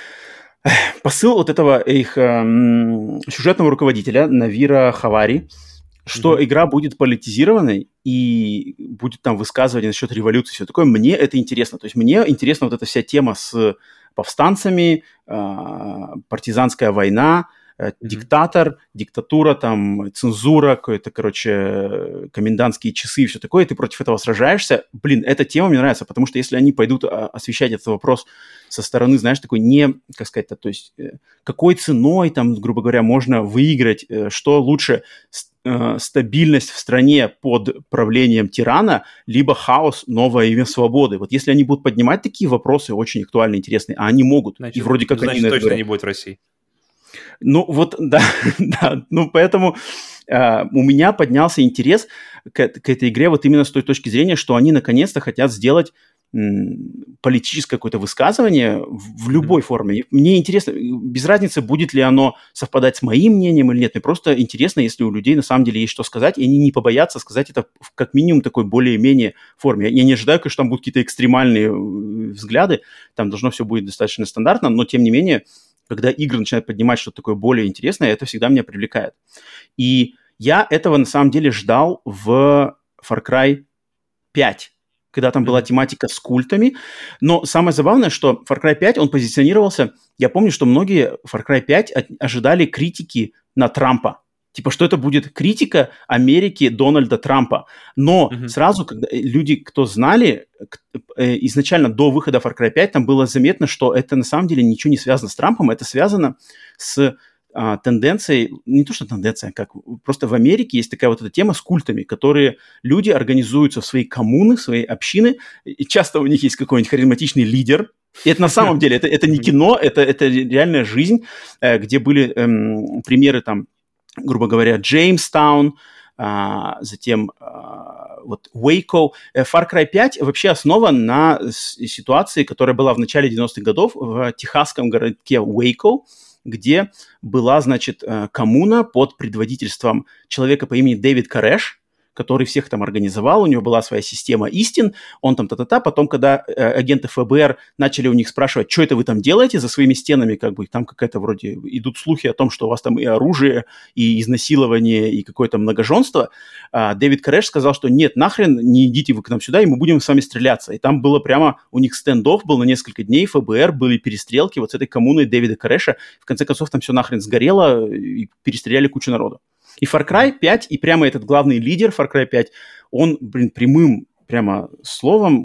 посыл вот этого их сюжетного руководителя Навира Хавари, что игра будет политизированной и будет там высказывание насчет революции, все такое, мне это интересно. То есть мне интересна вот эта вся тема с повстанцами, партизанская война, диктатор, диктатура, там, цензура, какое-то, комендантские часы и все такое, и ты против этого сражаешься. Эта тема мне нравится, потому что если они пойдут освещать этот вопрос со стороны, знаешь, такой то есть какой ценой, там, грубо говоря, можно выиграть, что лучше, стабильность в стране под правлением тирана, либо хаос, новое имя свободы. Вот если они будут поднимать такие вопросы, очень актуальные, интересные, а они могут, значит, и вроде как они точно не будут в России. Да, поэтому у меня поднялся интерес к этой игре вот именно с той точки зрения, что они наконец-то хотят сделать политическое какое-то высказывание в любой форме. Мне интересно, без разницы, будет ли оно совпадать с моим мнением или нет. Мне просто интересно, если у людей на самом деле есть что сказать, и они не побоятся сказать это в как минимум такой более-менее форме. Я не ожидаю, конечно, там будут какие-то экстремальные взгляды, там должно все быть достаточно стандартно, но тем не менее, когда игры начинают поднимать что-то такое более интересное, это всегда меня привлекает. И я этого на самом деле ждал в Far Cry 5, когда там была тематика с культами. Но самое забавное, что Far Cry 5, он позиционировался... Я помню, что многие Far Cry 5 ожидали критики на Трампа. Типа, что это будет критика Америки Дональда Трампа. Но сразу, когда люди, кто знали, изначально до выхода Far Cry 5, там было заметно, что это на самом деле ничего не связано с Трампом, это связано с тенденцией, не то что тенденция, как просто в Америке есть такая вот эта тема с культами, которые люди организуются в свои коммуны, в свои общины, и часто у них есть какой-нибудь харизматичный лидер. И это на самом деле, это не кино, это реальная жизнь, где были примеры там, грубо говоря, Джеймстаун, затем вот Waco. Far Cry 5 вообще основан на ситуации, которая была в начале 90-х годов в техасском городке Waco, где была, значит, коммуна под предводительством человека по имени Дэвид Корэш, который всех там организовал, у него была своя система истин, он там та-та-та, потом, когда агенты ФБР начали у них спрашивать, что это вы там делаете за своими стенами, как бы там какая-то вроде, идут слухи о том, что у вас там и оружие, и изнасилование, и какое-то многоженство, Дэвид Корэш сказал, что нет, нахрен, не идите вы к нам сюда, и мы будем с вами стреляться. И там было прямо, у них стендов был на несколько дней, ФБР, были перестрелки вот с этой коммуной Дэвида Корэша, в конце концов там все нахрен сгорело, и перестреляли кучу народу. И Far Cry 5, и прямо этот главный лидер Far Cry 5, он, прямым прямо словом как бы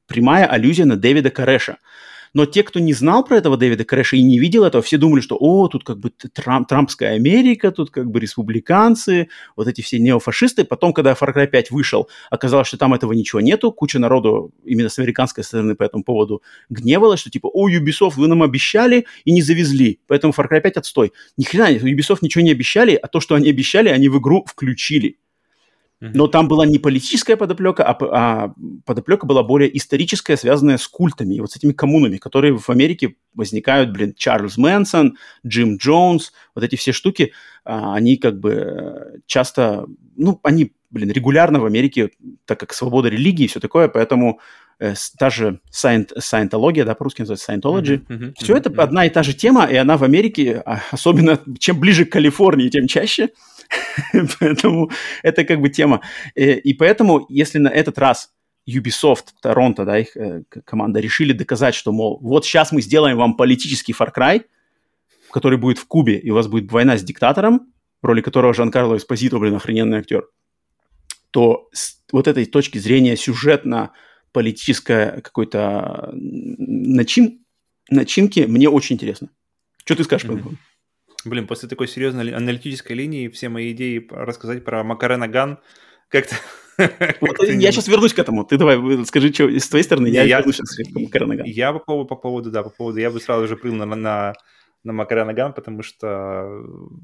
прямая аллюзия на Дэвида Кореша. Но те, кто не знал про этого Дэвида Кореша и не видел этого, все думали, что, тут как бы Трампская Америка, тут как бы республиканцы, вот эти все неофашисты. Потом, когда Far Cry 5 вышел, оказалось, что там этого ничего нету. Куча народу именно с американской стороны по этому поводу гневалась, что типа, Ubisoft, вы нам обещали и не завезли, поэтому Far Cry 5 отстой. Ни хрена нет, Ubisoft ничего не обещали, а то, что они обещали, они в игру включили. Но там была не политическая подоплека, а подоплека была более историческая, связанная с культами, вот с этими коммунами, которые в Америке возникают, Чарльз Мэнсон, Джим Джонс, вот эти все штуки, они как бы часто, они, регулярно в Америке, так как свобода религии и все такое, поэтому та же саентология, да, по-русски называется Scientology, все это одна и та же тема, и она в Америке, особенно чем ближе к Калифорнии, тем чаще. Поэтому это как бы тема. И поэтому, если на этот раз Ubisoft, Торонто, да, их команда, решили доказать, что, мол, вот сейчас мы сделаем вам политический Far Cry, который будет в Кубе, и у вас будет война с диктатором, в роли которого Жан-Карло Эспозито, охрененный актер, то с вот этой точки зрения сюжетно-политической какой-то начинки мне очень интересно. Что ты скажешь по этому? После такой серьезной аналитической линии все мои идеи рассказать про Макарена Ган как-то... Я сейчас вернусь к этому. Ты давай скажи, что с твоей стороны, я вернусь к Макарена Ган. Я по поводу, я бы сразу же плыл на Макарена Ган, потому что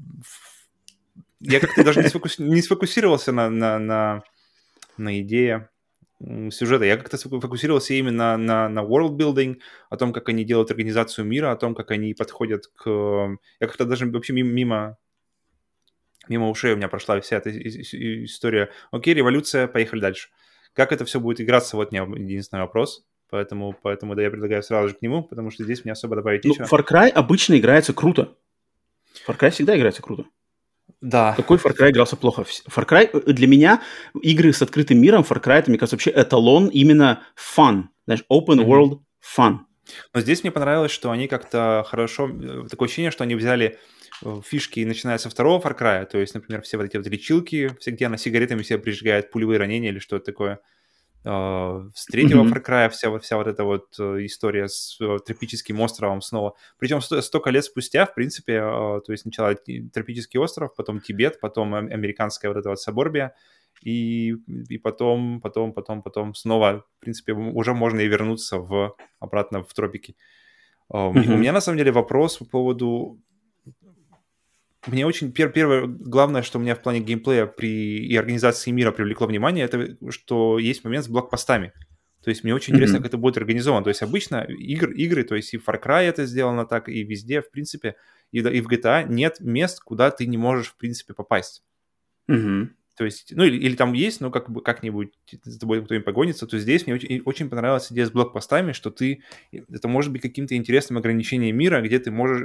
я как-то даже не сфокусировался на идее сюжета. Я как-то фокусировался именно на world-building, о том, как они делают организацию мира, о том, как они подходят к... Я как-то даже вообще мимо ушей у меня прошла вся эта история. Окей, революция, поехали дальше. Как это все будет играться, вот у меня единственный вопрос. Поэтому да, я предлагаю сразу же к нему, потому что здесь мне особо добавить нечего. Far Cry обычно играется круто. Far Cry всегда играется круто. Да. Какой Far Cry игрался плохо? Far Cry, для меня, игры с открытым миром, Far Cry, это, мне кажется, вообще эталон именно fun. Знаешь, open world fun. Но здесь мне понравилось, что они как-то хорошо... Такое ощущение, что они взяли фишки, начиная со второго Far Cry, то есть, например, все вот эти вот лечилки, все, где она сигаретами себе прижигает пулевые ранения или что-то такое. С третьего Far Cry вся вот эта вот история с тропическим островом снова. Причем столько лет спустя, в принципе, то есть сначала тропический остров, потом Тибет, потом американская вот эта вот Саборбия, и потом снова, в принципе, уже можно и вернуться обратно в тропики. У меня, на самом деле, вопрос по поводу... Мне очень первое, главное, что у меня в плане геймплея и организации мира привлекло внимание, это что есть момент с блокпостами. То есть мне очень интересно, как это будет организовано. То есть обычно игры, то есть и в Far Cry это сделано так, и везде, в принципе, и в GTA нет мест, куда ты не можешь, в принципе, попасть. То есть, или там есть, но как-нибудь за тобой кто-нибудь погонится, то здесь мне очень понравилась идея с блокпостами, что это может быть каким-то интересным ограничением мира, где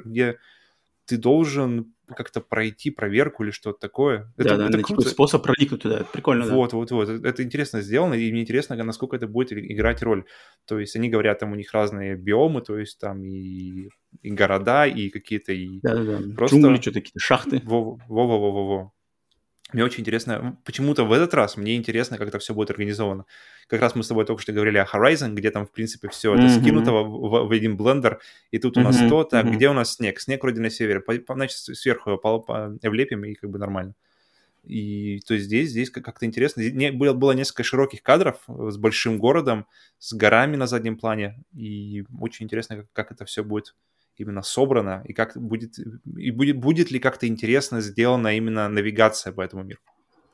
ты должен как-то пройти проверку или что-то такое. Это круто. Способ проникнуть туда. Это прикольно, Вот. Это интересно сделано, и мне интересно, насколько это будет играть роль. То есть они говорят, там у них разные биомы, то есть там и города, и какие-то... Просто... Джунгли, что-то какие-то шахты. Во. Мне очень интересно, почему-то в этот раз мне интересно, как это все будет организовано. Как раз мы с тобой только что говорили о Horizon, где там, в принципе, все это скинуто в один блендер, и тут у нас то-то, где у нас снег? Снег вроде на севере, значит, сверху его влепим, и как бы нормально. И то есть здесь как-то интересно. Было несколько широких кадров с большим городом, с горами на заднем плане, и очень интересно, как это все будет именно собрано, и будет ли как-то интересно сделана именно навигация по этому миру.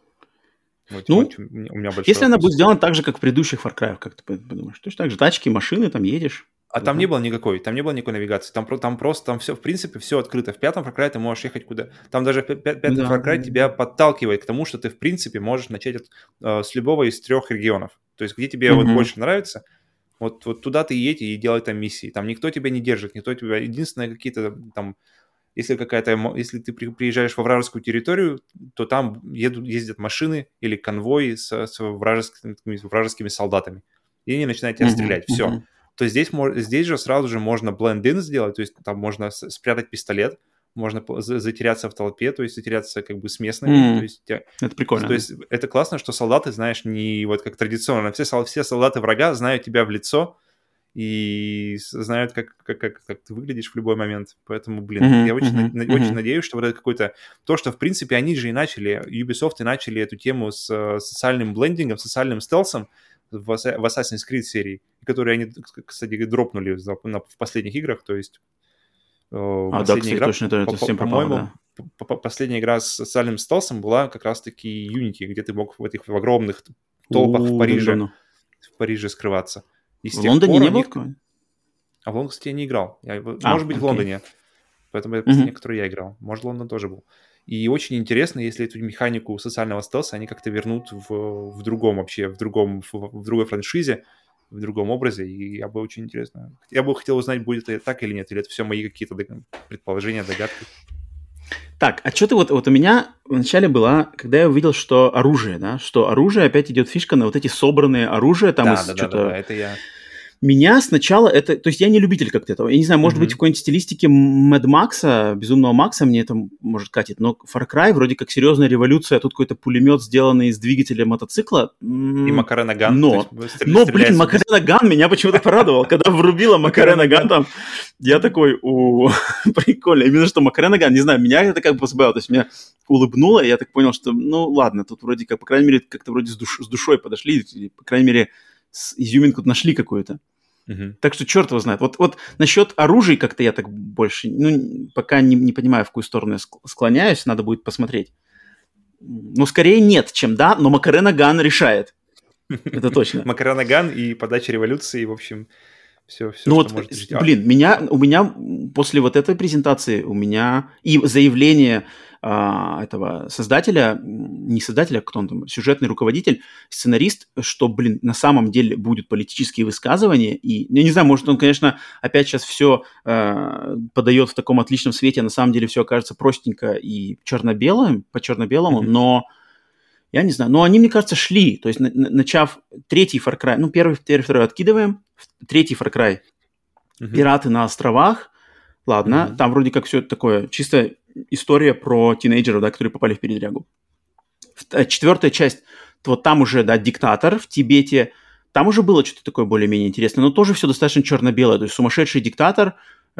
У меня если она будет сделана так же, как в предыдущих Far Cry, как ты подумаешь? Точно так же тачки, машины, там едешь. Там не было никакой навигации. Там все, в принципе, все открыто. В пятом Far Cry ты можешь ехать куда. Там даже пятый Far Cry тебя подталкивает к тому, что ты, в принципе, можешь начать с любого из 3 регионов. То есть где тебе вот больше нравится, вот туда ты едь и делай там миссии. Там никто тебя не держит, никто тебя... Единственное, какие-то там... Если ты приезжаешь во вражескую территорию, то там ездят машины или конвои с вражескими солдатами. И они начинают тебя стрелять. Все. То есть здесь же сразу же можно blend-in сделать, то есть там можно спрятать пистолет, можно затеряться в толпе, то есть затеряться как бы с местными. То есть, это прикольно. То есть это классно, что солдаты, знаешь, не вот как традиционно. Все солдаты врага знают тебя в лицо и знают, как ты выглядишь в любой момент. Поэтому, блин, я очень надеюсь, что вот это какой-то... То, что, в принципе, они же и начали, Ubisoft и начали эту тему с социальным блендингом, социальным стелсом в Assassin's Creed серии, которые они, кстати, дропнули в последних играх, то есть кстати, игра, точно, это совсем пропало, по-моему, последняя игра с социальным стелсом была как раз-таки Unity, где ты мог в огромных толпах в Париже скрываться. И с в тех Лондоне пор не было такого? А в Лондон, кстати, я не играл. Может быть, в Лондоне. Поэтому это последний, который я играл. Может, Лондон тоже был. И очень интересно, если эту механику социального стелса они как-то вернут в другом вообще, в другой франшизе, в другом образе. И я бы очень интересно... Я бы хотел узнать, будет это так или нет. Или это все мои какие-то предположения, догадки. Так, а что ты вот у меня вначале была, когда я увидел, что оружие, да, что оружие, опять идет фишка на вот эти собранные оружия, там Да, это я... Меня сначала это... То есть я не любитель как-то этого. Я не знаю, может быть, в какой-нибудь стилистике Mad Max, Безумного Макса мне это может катит, но Far Cry вроде как серьезная революция, тут какой-то пулемет, сделанный из двигателя мотоцикла. И Макарена Ган. Но, блин, Макарена Ган меня почему-то порадовал. Когда врубила Макарена Ган там, я такой, прикольно. Именно что Макарена Ган, не знаю, меня это как бы позабавило. То есть меня улыбнуло, и я так понял, что, ну, ладно, тут вроде как, по крайней мере, как-то вроде с душой подошли, по крайней мере, изюминку нашли какую-то. Так что черт его знает. Вот насчет оружия как-то я так больше, пока не понимаю, в какую сторону я склоняюсь, надо будет посмотреть. Ну, скорее нет, чем да, но Макарена Ган решает. Это точно. Макарена Ган и подача революции, в общем, все, ну что вот, может быть. Блин, у меня после вот этой презентации, и заявление этого создателя, не создателя, кто он там, сюжетный руководитель, сценарист, что, блин, на самом деле будут политические высказывания, и, я не знаю, может, он, конечно, опять сейчас все подает в таком отличном свете, а на самом деле все окажется простенько и по-черно-белому, но я не знаю, но они, мне кажется, шли, то есть начав третий Far Cry, первый, второй откидываем, третий Far Cry, пираты на островах, ладно, там вроде как все это такое, чисто история про тинейджеров, да, которые попали в передрягу. Четвертая часть, вот там уже, да, диктатор в Тибете, там уже было что-то такое более-менее интересное, но тоже все достаточно черно-белое, то есть сумасшедший диктатор,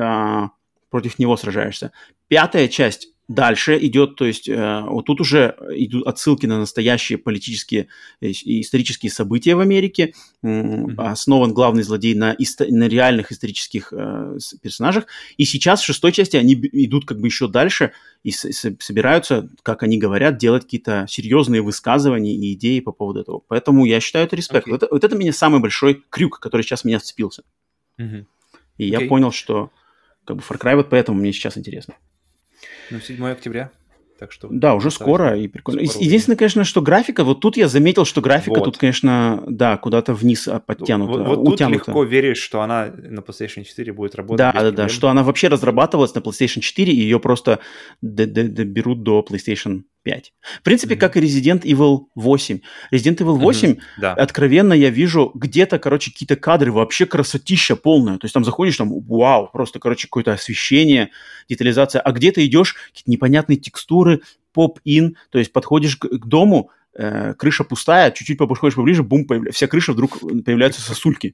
против него сражаешься. Пятая часть дальше идет, то есть вот тут уже идут отсылки на настоящие политические и исторические события в Америке. Основан главный злодей на реальных исторических персонажах. И сейчас в шестой части они идут как бы еще дальше и собираются, как они говорят, делать какие-то серьезные высказывания и идеи по поводу этого. Поэтому я считаю это респект. Okay. Вот это меня самый большой крюк, который сейчас в меня вцепился. И я понял, что как бы Far Cry вот поэтому мне сейчас интересно. 7 октября, так что... Да, уже скоро и прикольно. Единственное, конечно, что графика, вот тут я заметил, что графика тут, конечно, да, куда-то вниз подтянута, вот тут легко веришь, что она на PlayStation 4 будет работать. Да, что она вообще разрабатывалась на PlayStation 4, и ее просто доберут до PlayStation 5. В принципе, как и Resident Evil 8. Resident Evil 8, откровенно я вижу где-то, какие-то кадры, вообще красотища полная. То есть там заходишь, там, вау, просто, какое-то освещение, детализация. А где-то идешь, какие-то непонятные текстуры, поп-ин, то есть подходишь к дому, крыша пустая, чуть-чуть подходишь поближе, бум, вся крыша вдруг появляются сосульки.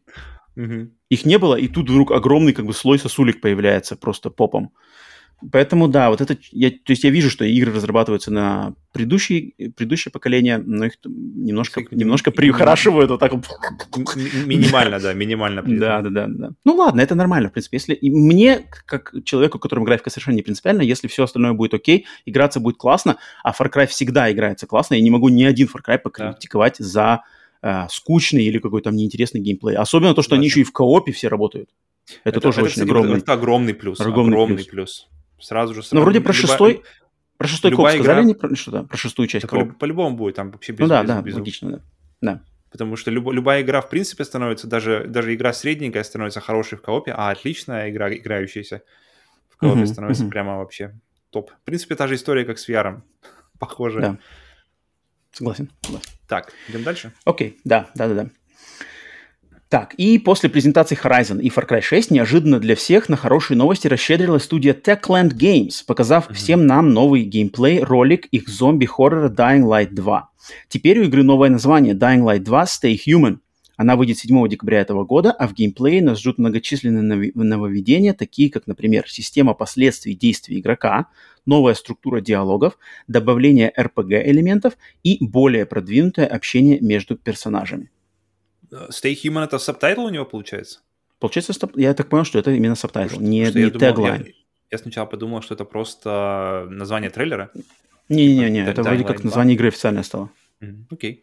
Их не было, и тут вдруг огромный слой сосулек появляется просто попом. Поэтому, да, вот это... То есть я вижу, что игры разрабатываются на предыдущее поколение, но их немножко приукрашивают вот так вот. Минимально, да, минимально. Да. Ну ладно, это нормально, в принципе. Если и мне, как человеку, которому графика совершенно не принципиальна, если все остальное будет окей, играться будет классно, а Far Cry всегда играется классно, я не могу ни один Far Cry покритиковать за скучный или какой-то там неинтересный геймплей. Особенно то, что они еще и в коопе все работают. Это тоже очень огромный... Это огромный плюс. Огромный плюс. Сразу же... Но вроде про шестой коп сказали, не про что-то, про шестую часть коп. По-любому будет, там вообще без... Ну да, логично, да. Потому что любая игра, в принципе, становится, даже игра средненькая становится хорошей в коопе, а отличная игра, играющаяся в коопе, становится прямо вообще топ. В принципе, та же история, как с VR. Похоже. Да. Согласен. Так, идем дальше? Окей, да. Так, и после презентации Horizon и Far Cry 6 неожиданно для всех на хорошие новости расщедрилась студия Techland Games, показав всем нам новый геймплей-ролик их зомби-хоррора Dying Light 2. Теперь у игры новое название Dying Light 2 Stay Human. Она выйдет 7 декабря этого года, а в геймплее нас ждут многочисленные нововведения, такие как, например, система последствий действий игрока, новая структура диалогов, добавление RPG-элементов и более продвинутое общение между персонажами. Stay Human — это сабтайтл у него получается? Получается, я так понял, что это именно сабтайтл, не теглайн. Я сначала подумал, что это просто название трейлера. Не-не-не, это вроде как название игры официальное стало. Окей.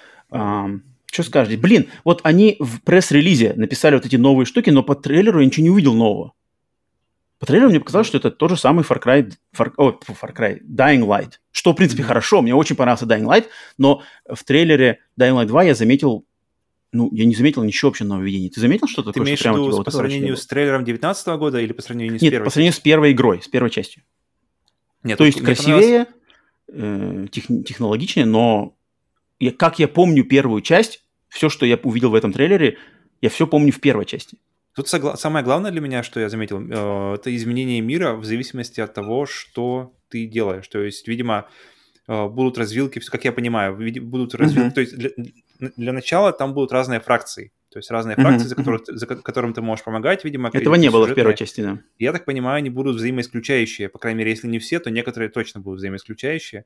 Что скажете? Блин, вот они в пресс-релизе написали вот эти новые штуки, но по трейлеру я ничего не увидел нового. По трейлеру мне показалось, что это тот же самый Far Cry, Dying Light. Что, в принципе, хорошо, мне очень понравился Dying Light, но в трейлере Dying Light 2 я заметил, я не заметил ничего вообще нововведений. Ты заметил что-то такое? Ты имеешь в виду по сравнению с трейлером 2019 года или по сравнению с первой? Нет, по сравнению с первой игрой, с первой частью. Нет, то есть красивее, технологичнее, но как я помню первую часть, все, что я увидел в этом трейлере, я все помню в первой части. Тут самое главное для меня, что я заметил, это изменение мира в зависимости от того, что ты делаешь. То есть, видимо, будут развилки, как я понимаю, будут развилки. То есть для начала там будут разные фракции. То есть разные фракции, за которым ты можешь помогать, видимо. Этого не было в первой части, да. Я так понимаю, они будут взаимоисключающие. По крайней мере, если не все, то некоторые точно будут взаимоисключающие.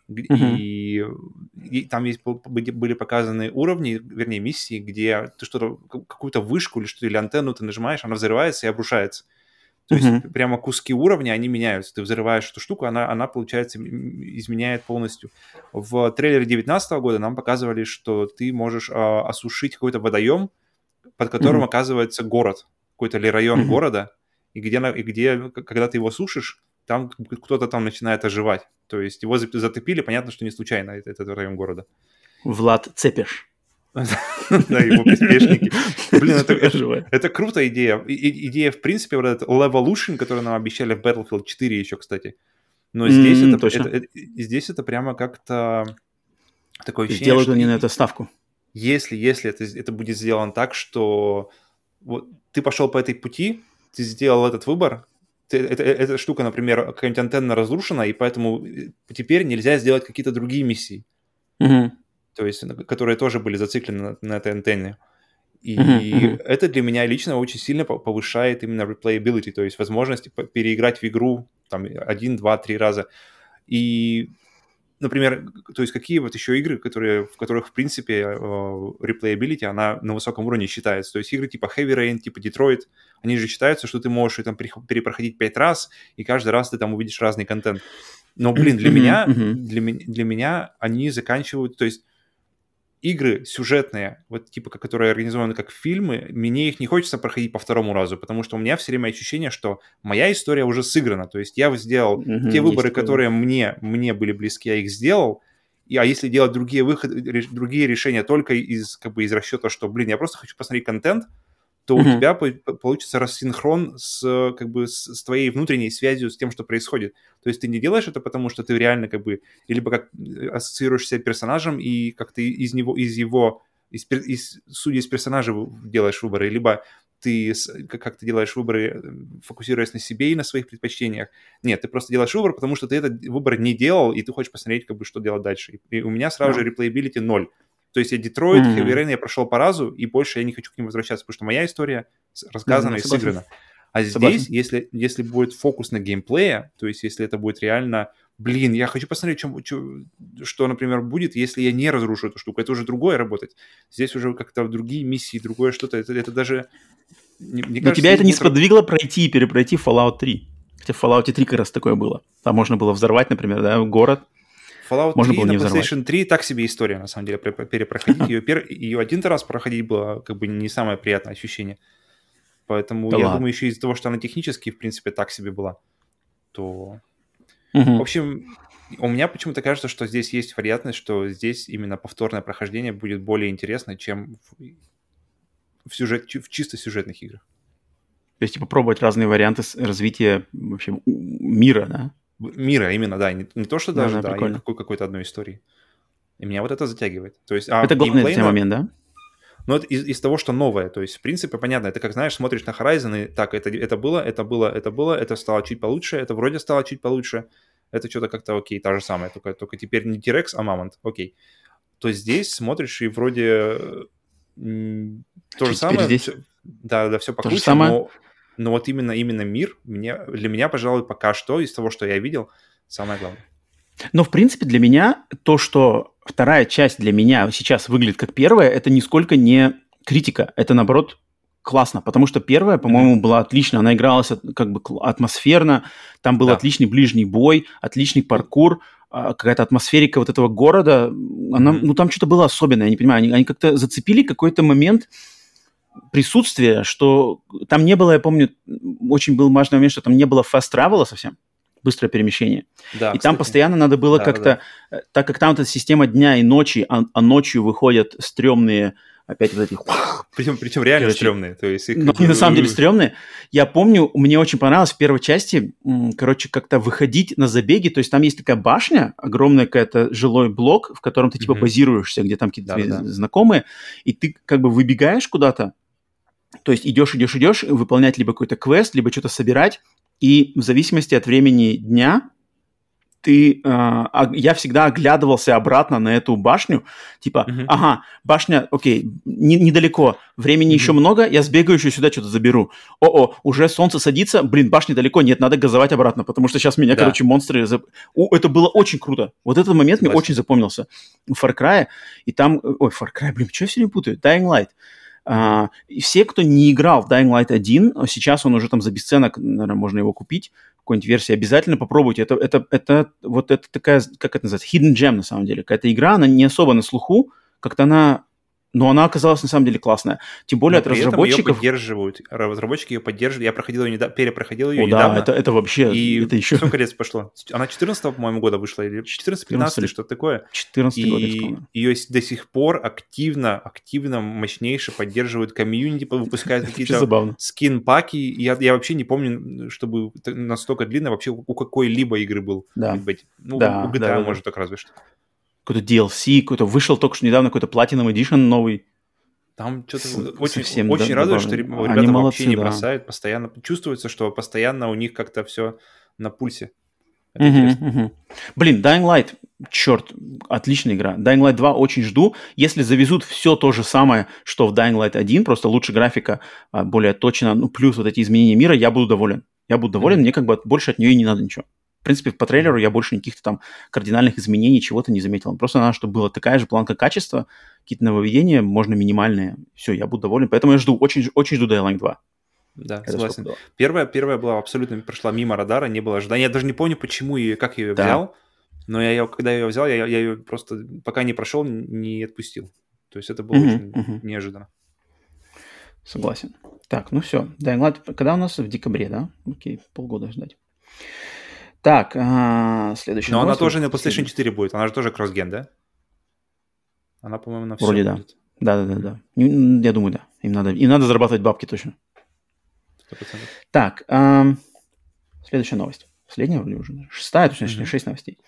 И там были показаны уровни, вернее, миссии, где ты какую-то вышку или антенну ты нажимаешь, она взрывается и обрушается. То есть прямо куски уровня, они меняются. Ты взрываешь эту штуку, она получается, изменяет полностью. В трейлере 2019 года нам показывали, что ты можешь осушить какой-то водоем, под которым оказывается город, какой-то ли район города, и где, когда ты его сушишь, там кто-то там начинает оживать. То есть его затопили, понятно, что не случайно, этот район города. Влад Цепиш. Да, его приспешники. Блин, это крутая идея. Идея, в принципе, вот этот Levolution, который нам обещали в Battlefield 4 еще, кстати. Но здесь это прямо как-то такое ощущение, сделают они на это ставку. Если это будет сделано так, что вот ты пошел по этой пути, ты сделал этот выбор, эта штука, например, какая-нибудь антенна разрушена, и поэтому теперь нельзя сделать какие-то другие миссии. То есть, которые тоже были зациклены на этой антенне. И это для меня лично очень сильно повышает именно replayability, то есть возможность переиграть в игру там 1, 2, 3 раза. И, например, то есть какие вот еще игры, в которых, в принципе, replayability, она на высоком уровне считается. То есть игры типа Heavy Rain, типа Detroit, они же считаются, что ты можешь там перепроходить 5 раз, и каждый раз ты там увидишь разный контент. Но, блин, для меня они заканчивают, то есть игры сюжетные, вот типа, которые организованы как фильмы, мне их не хочется проходить по второму разу, потому что у меня все время ощущение, что моя история уже сыграна. То есть я сделал те выборы, которые мне были близки, я их сделал. А если делать другие решения только из расчета, что, блин, я просто хочу посмотреть контент, то у тебя получится рассинхрон с твоей внутренней связью с тем, что происходит. То есть ты не делаешь это потому, что ты реально либо как ассоциируешься с персонажем и как-то судя из персонажа делаешь выборы, либо ты как-то делаешь выборы, фокусируясь на себе и на своих предпочтениях. Нет, ты просто делаешь выбор, потому что ты этот выбор не делал, и ты хочешь посмотреть, что делать дальше. И у меня сразу же replayability 0. То есть я Детройт, Heavy Rain я прошел по разу, и больше я не хочу к ним возвращаться, потому что моя история рассказана и сыграна. А здесь, если будет фокус на геймплее, то есть если это будет реально, блин, я хочу посмотреть, что, например, будет, если я не разрушу эту штуку. Это уже другое работать. Здесь уже как-то другие миссии, другое что-то. Это даже... Но тебя это не сподвигло пройти и перепройти Fallout 3. Хотя в Fallout 3 как раз такое было. Там можно было взорвать, например, да, город. Fallout 3 на PlayStation 3 так себе история, на самом деле, перепроходить ее один раз проходить было не самое приятное ощущение. Поэтому я думаю, еще из-за того, что она технически, в принципе, так себе была, то... В общем, у меня почему-то кажется, что здесь есть вероятность, что здесь именно повторное прохождение будет более интересно, чем в чисто сюжетных играх. То есть попробовать разные варианты развития вообще мира, да? Мира, именно, да. Не то, что даже, да, и какой-то одной истории. И меня вот это затягивает. То есть, это главный для тебя момент, да? Но это из того, что новое. То есть, в принципе, понятно, это как, знаешь, смотришь на Horizon, и так, это было, это стало чуть получше, это вроде стало чуть получше, это что-то как-то окей, та же самая, только теперь не T-Rex, а Мамонт, окей. То здесь смотришь, и вроде то же самое, здесь да, все покруче, но вот именно мир для меня, пожалуй, пока что, из того, что я видел, самое главное. Но, в принципе, для меня то, что вторая часть для меня сейчас выглядит как первая, это нисколько не критика. Это, наоборот, классно. Потому что первая, по-моему, была отлична. Она игралась как бы атмосферно. Там был отличный ближний бой, отличный паркур, какая-то атмосферика вот этого города. Она, ну, там что-то было особенное, я не понимаю. Они как-то зацепили какой-то момент присутствия, что там не было, я помню, очень был важный момент, что там не было fast-travel совсем. Быстрое перемещение. Да, и там постоянно надо было так как там эта система дня и ночи, а ночью выходят стрёмные опять вот эти... Причем реально стрёмные. То есть они на самом деле стрёмные. Я помню, мне очень понравилось в первой части, как-то выходить на забеги. То есть там есть такая башня, огромный какой-то жилой блок, в котором ты типа базируешься, где там какие-то твои знакомые, и ты как бы выбегаешь куда-то, то есть идешь, выполнять либо какой-то квест, либо что-то собирать, и в зависимости от времени дня я всегда оглядывался обратно на эту башню, типа, ага, башня, окей, недалеко, времени еще много, я сбегаю еще сюда, что-то заберу. Уже солнце садится, башня далеко, нет, надо газовать обратно, потому что сейчас меня, короче, монстры... Это было очень круто. Вот этот момент мне очень запомнился. В Far Cry, и там... Far Cry, что я все время путаю? Dying Light. И все, кто не играл в Dying Light 1, сейчас он уже там за бесценок, наверное, можно его купить, в какой-нибудь версии, обязательно попробуйте. Это такая, как это называется, hidden gem на самом деле. Какая-то игра, она не особо на слуху, как-то но она оказалась на самом деле классная. Тем более от разработчиков... Разработчики ее поддерживают. Я перепроходил ее недавно. Да, это вообще... И это еще... сколько лет пошло? Она 14-го, по-моему, года вышла, или 14-15, что-то такое. 14 год, и ее до сих пор активно, мощнейше поддерживают комьюнити, выпускают какие-то скин-паки. Я вообще не помню, чтобы настолько длинно вообще у какой-либо игры был. Да. У GTA, может, только разве что. Какой-то DLC, вышел только что недавно какой-то Platinum Edition новый. Там что-то очень радует, что ребята вообще не бросают, постоянно чувствуется, что постоянно у них как-то все на пульсе. Блин, Dying Light, черт, отличная игра. Dying Light 2 очень жду. Если завезут все то же самое, что в Dying Light 1, просто лучше графика, более точно, плюс вот эти изменения мира, я буду доволен. Мне как бы больше от нее и не надо ничего. В принципе, по трейлеру я больше никаких-то там кардинальных изменений, чего-то не заметил. Просто надо, чтобы была такая же планка качества, какие-то нововведения, можно минимальные. Все, я буду доволен. Поэтому я жду, очень жду Dying Light 2. Да, согласен. Первая была абсолютно, прошла мимо радара, не было ожидания. Я даже не помню, почему и как я ее взял, но когда я ее взял, я ее просто, пока не прошел, не отпустил. То есть это было очень неожиданно. Согласен. Так, ну все. Dying Light, когда у нас? В декабре, да? Окей, полгода ждать. Так, следующий. Но она тоже на PlayStation 4 будет. Она же тоже кросс-ген, да? Она, по-моему, на все вроде будет. Да. Я думаю, да. Им надо зарабатывать бабки точно. 100%. Так, следующая новость. Последняя или уже? 6-я, точнее, 6 новостей.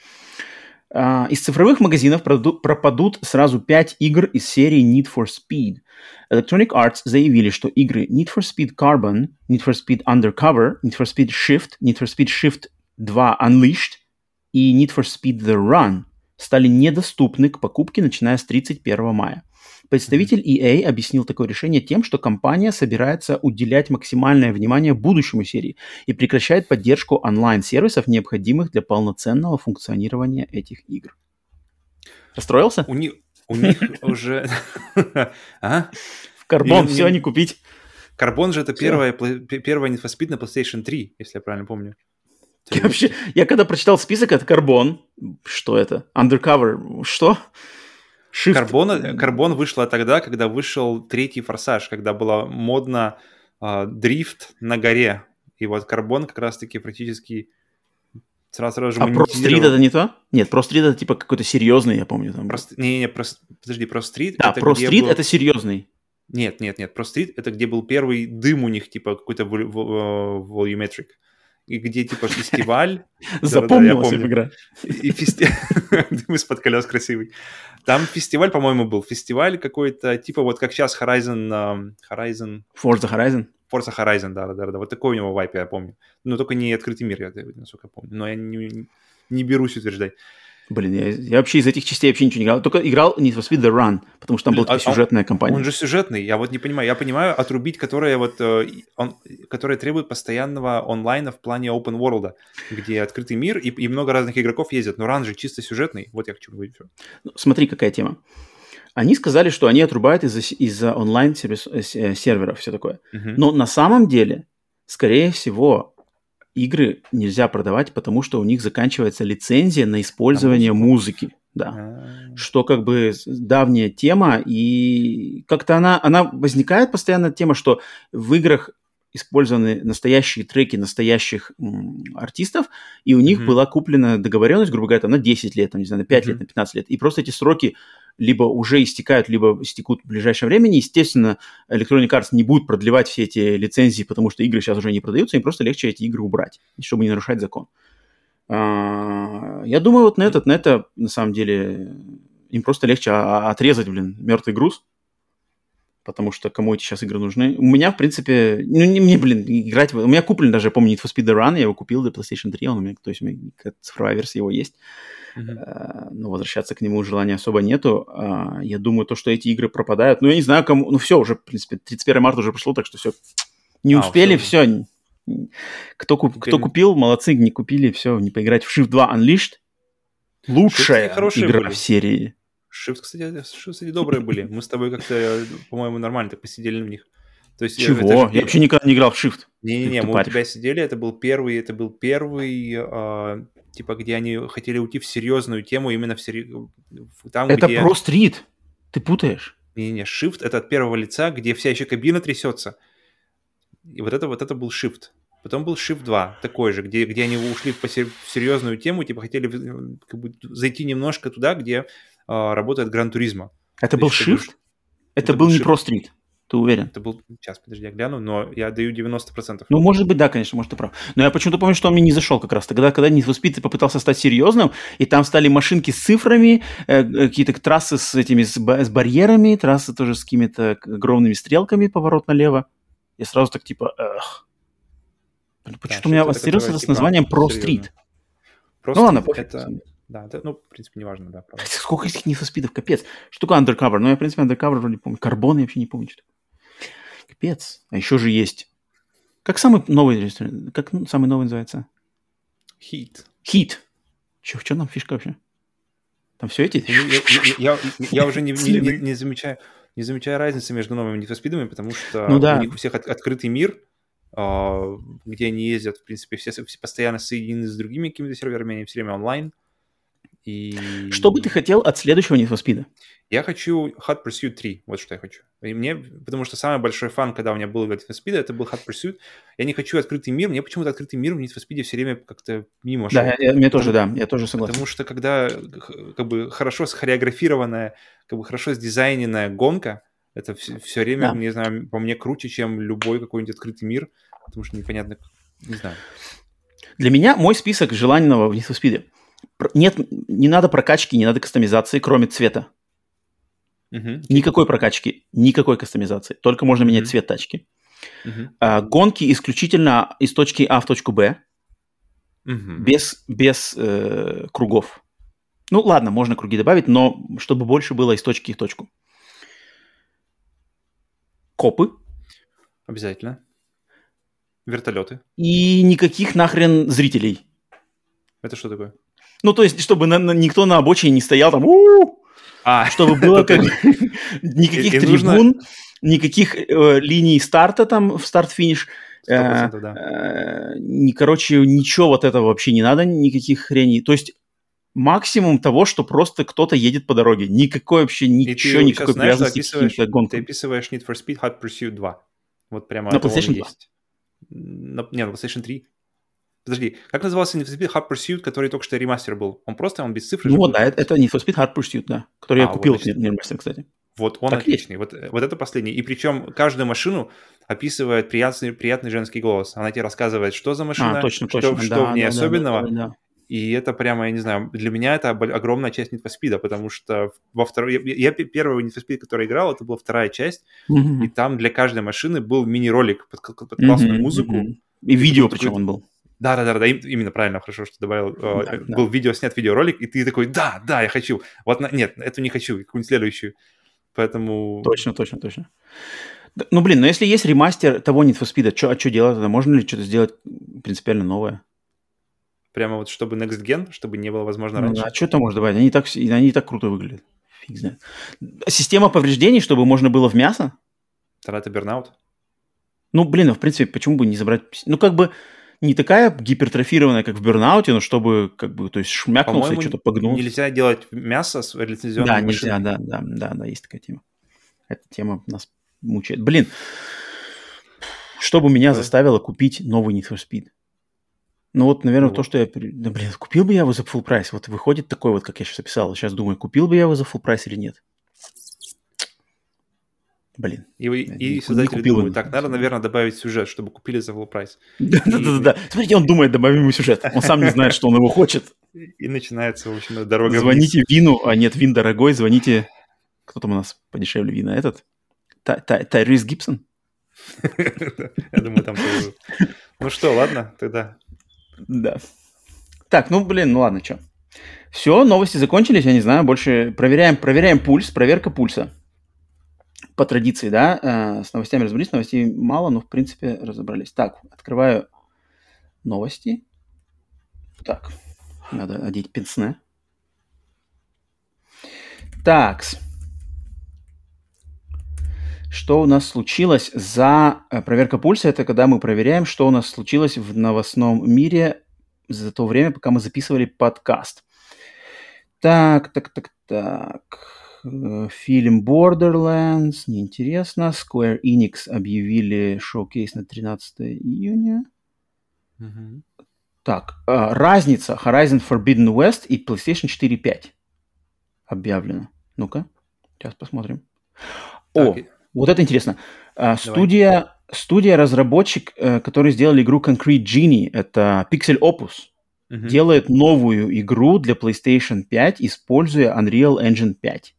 Из цифровых магазинов пропадут сразу 5 игр из серии Need for Speed. Electronic Arts заявили, что игры Need for Speed Carbon, Need for Speed Undercover, Need for Speed Shift 2 Unleashed и Need for Speed The Run стали недоступны к покупке, начиная с 31 мая. Представитель EA объяснил такое решение тем, что компания собирается уделять максимальное внимание будущему серии и прекращает поддержку онлайн-сервисов, необходимых для полноценного функционирования этих игр. Расстроился? У них уже... В Carbon все не купить. Carbon же это первая Need for Speed на PlayStation 3, если я правильно помню. Вообще, я когда прочитал список, это Carbon. Что это? Undercover. Что? Carbon вышла тогда, когда вышел третий Форсаж, когда было модно дрифт на горе. И вот Carbon как раз-таки практически сразу же монетизировал. Pro Street это не то? Нет, Pro Street это типа какой-то серьезный, я помню. Там. Подожди, Pro Street... Да, Pro Street это серьезный. Нет, Pro Street это где был первый дым у них, типа какой-то volumetric. и где типа фестиваль. Запомнилась игра. И дым из-под колес красивый. Там фестиваль, по-моему, был. Фестиваль какой-то, типа вот как сейчас Horizon... Forza Horizon? Forza Horizon, да. Вот такой у него вайп, я помню. Но только не открытый мир, насколько я помню. Но я не берусь утверждать. Блин, я вообще из этих частей вообще ничего не играл. Только играл Need for Speed The Run, потому что там была сюжетная кампания. Он же сюжетный, я вот не понимаю. Я понимаю отрубить, которое требует постоянного онлайна в плане open world, где открытый мир и много разных игроков ездят. Но Run же чисто сюжетный. Вот я к чему говорю. Смотри, какая тема. Они сказали, что они отрубают из-за онлайн-серверов, все такое. Но на самом деле, скорее всего, игры нельзя продавать, потому что у них заканчивается лицензия на использование музыки. Да. Что как бы давняя тема, и как-то она возникает постоянно тема, что в играх использованы настоящие треки настоящих артистов, и у них была куплена договоренность, грубо говоря, там, на 10 лет, там, не знаю, на 5 лет, на 15 лет. И просто эти сроки либо уже истекают, либо истекут в ближайшее время. Естественно, Electronic Arts не будет продлевать все эти лицензии, потому что игры сейчас уже не продаются, им просто легче эти игры убрать, чтобы не нарушать закон. Я думаю, вот на это, на самом деле, им просто легче отрезать, мертвый груз, потому что кому эти сейчас игры нужны. У меня, в принципе, играть... У меня куплен даже, я помню, Need for Speed The Run, я его купил для PlayStation 3, то есть у меня цифровая версия его есть. Но возвращаться к нему желания особо нету. Я думаю, то, что эти игры пропадают... я не знаю, кому... все, уже, в принципе, 31 марта уже прошло, так что все. Не успели, все. Кто купил, молодцы, не купили, все, не поиграть в Shift 2 Unleashed. Лучшая игра в серии. Shift, кстати, добрые были. Мы с тобой как-то, по-моему, нормально так посидели в них. То есть, чего? Я вообще никогда не играл в Shift. Не-не-не, мы у тебя сидели, это был первый, типа, где они хотели уйти в серьезную тему, именно там, это где... Pro Street. Ты путаешь. Не-не-не, Shift — это от первого лица, где вся еще кабина трясется. И вот это был Shift. Потом был Shift 2, такой же, где они ушли в серьезную тему, типа хотели как бы зайти немножко туда, где работает Gran Turismo. Это был Shift? Это был не Pro Street, ты уверен? Это был... Сейчас, подожди, я гляну, но я даю 90%. Может быть, да, конечно, может, ты прав. Но я почему-то помню, что он мне не зашел как раз. Тогда, когда Need for Speed попытался стать серьезным, и там стали машинки с цифрами, какие-то трассы с барьерами, трассы тоже с какими-то огромными стрелками, поворот налево. Я сразу так типа, почему-то у меня ассоциировался с названием Pro Street. Ладно, пофиг. Да, в принципе, неважно, да. Правда. Сколько этих Need for Speed'ов, капец. Что такое Undercover? Я, в принципе, Undercover вроде помню. Карбон я вообще не помню, что такое. Капец. А еще же есть. Как самый новый называется? Heat. В чем там фишка вообще? Там все эти? Я уже не замечаю разницы между новыми Need for Speed'ами, потому что у них у всех открытый мир, где они ездят, в принципе, все постоянно соединены с другими какими-то серверами, они все время онлайн. Что бы ты хотел от следующего Need for Speed? Я хочу Hot Pursuit 3, вот что я хочу. Потому что самый большой фан, когда у меня был в Need for Speed, это был Hot Pursuit. Я не хочу открытый мир, мне почему-то открытый мир в Need for Speed все время как-то мимо шел. Да, я тоже согласен. Потому что когда как бы хорошо схореографированная, как бы хорошо сдизайненная гонка, это все время, не знаю, по мне круче, чем любой какой-нибудь открытый мир, потому что непонятно, не знаю. Для меня мой список желанного в Need for Speed. Нет, не надо прокачки, не надо кастомизации, кроме цвета. Никакой прокачки, никакой кастомизации. Только можно менять цвет тачки. Гонки исключительно из точки А в точку Б. Без кругов. Ладно, можно круги добавить, но чтобы больше было из точки в точку. Копы. Обязательно. Вертолеты. И никаких нахрен зрителей. Это что такое? То есть, чтобы никто на обочине не стоял там, чтобы было как никаких трибун, никаких линий старта там, в старт-финиш. Короче, ничего вот этого вообще не надо, никаких хреней. То есть, максимум того, что просто кто-то едет по дороге. Никакой вообще, ничего, никакой привязанности к каким-то гонкам. Ты описываешь Need for Speed Hot Pursuit 2. Вот прямо на PlayStation 2. Есть. На PlayStation 3. Подожди, как назывался Need for Speed Hot Pursuit, который только что ремастер был? Он без цифр? Да, это Need for Speed Hot Pursuit, да. Который я купил в ремастере, кстати. Вот он Так отличный. Вот это последний. И причем каждую машину описывает приятный женский голос. Она тебе рассказывает, что за машина, точно, что да, в ней особенного. да. И это прямо, я не знаю, для меня это огромная часть Need for Speed, потому что во второй... Я первый Need for Speed, который играл, это была вторая часть, и там для каждой машины был мини-ролик под классную музыку. И видео причем он был. Да, именно правильно, хорошо, что добавил. Был видеоролик, и ты такой, да, я хочу. Вот, нет, эту не хочу, какую-нибудь следующую. Поэтому... Точно. Ну, блин, но если есть ремастер того Need for Speed, что делать тогда? Можно ли что-то сделать принципиально новое? Прямо вот чтобы Next Gen, чтобы не было возможно раньше? А что там можно добавить? Они и так круто выглядят. Фиг знает. Система повреждений, чтобы можно было в мясо? Тогда это Burnout? Ну, блин, в принципе, почему бы не забрать... Ну, как бы не такая гипертрофированная, как в Burnout, но чтобы, как бы, то есть шмякнулся и что-то погнулся. Нельзя делать мясо с лицензионной машиной. Да, нельзя, да, есть такая тема. Эта тема нас мучает. Блин, что бы меня заставило купить новый Need for Speed? Ну вот, наверное, то, что я... Да, блин, купил бы я его за full прайс? Вот выходит такой вот, как я сейчас описал. Сейчас думаю, купил бы я его за full прайс или нет? Блин. И создатели думают, так, надо, наверное, добавить сюжет, чтобы купили за full прайс. Да. Смотрите, он думает, добавим ему сюжет. Он сам не знает, что он его хочет. И начинается, в общем, дорога вниз. Звоните Вину, а нет, Вин дорогой, звоните... Кто там у нас подешевле Вина? Этот? Тайрис Гибсон? Я думаю, там тоже. Ну что, ладно, тогда... Да. Так, ну, блин, ну ладно, что. Все, новости закончились, я не знаю, больше проверяем пульс, проверка пульса. По традиции, да, с новостями разобрались, новостей мало, но, в принципе, разобрались. Так, открываю новости. Так, надо одеть пенсне. Такс. Что у нас случилось за проверка пульса? Это когда мы проверяем, что у нас случилось в новостном мире за то время, пока мы записывали подкаст. Так. Фильм Borderlands, неинтересно. Square Enix объявили шоу-кейс на 13 июня. Так, разница Horizon Forbidden West и PlayStation 4 5 объявлена. Ну-ка, сейчас посмотрим. Вот это интересно. Студия-разработчик, который сделали игру Concrete Genie, это Pixel Opus, делает новую игру для PlayStation 5, используя Unreal Engine 5.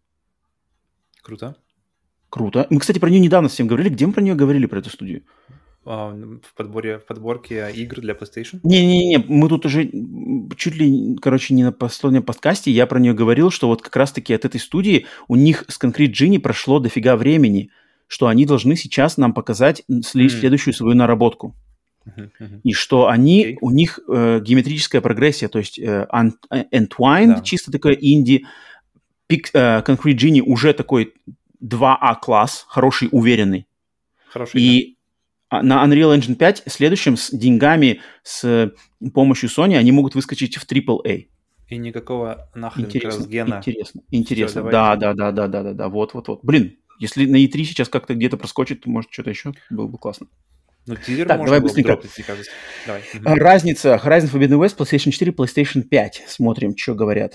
Круто. Мы, кстати, про нее недавно с тем говорили. Где мы про нее говорили, про эту студию? В подборке игр для PlayStation? Не, мы тут уже чуть ли, короче, не на последнем подкасте я про нее говорил, что вот как раз-таки от этой студии у них с Concrete Genie прошло дофига времени, что они должны сейчас нам показать следующую свою наработку. И что у них геометрическая прогрессия, то есть Entwined, чисто такой инди, Concrete Genie уже такой 2А класс, хороший, уверенный. И на Unreal Engine 5 следующим с деньгами, с помощью Sony, они могут выскочить в AAA. И никакого нахрен кросс-гена. Интересно. Да. Вот. Блин, если на E3 сейчас как-то где-то проскочит, то, может, что-то еще было бы классно. Ну, тизер так, можно давай быстренько. Дропать, мне кажется. Давай. Разница Horizon Forbidden West, PlayStation 4, PlayStation 5. Смотрим, что говорят.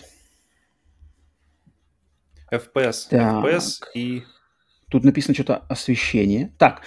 FPS и... Тут написано что-то освещение. Так,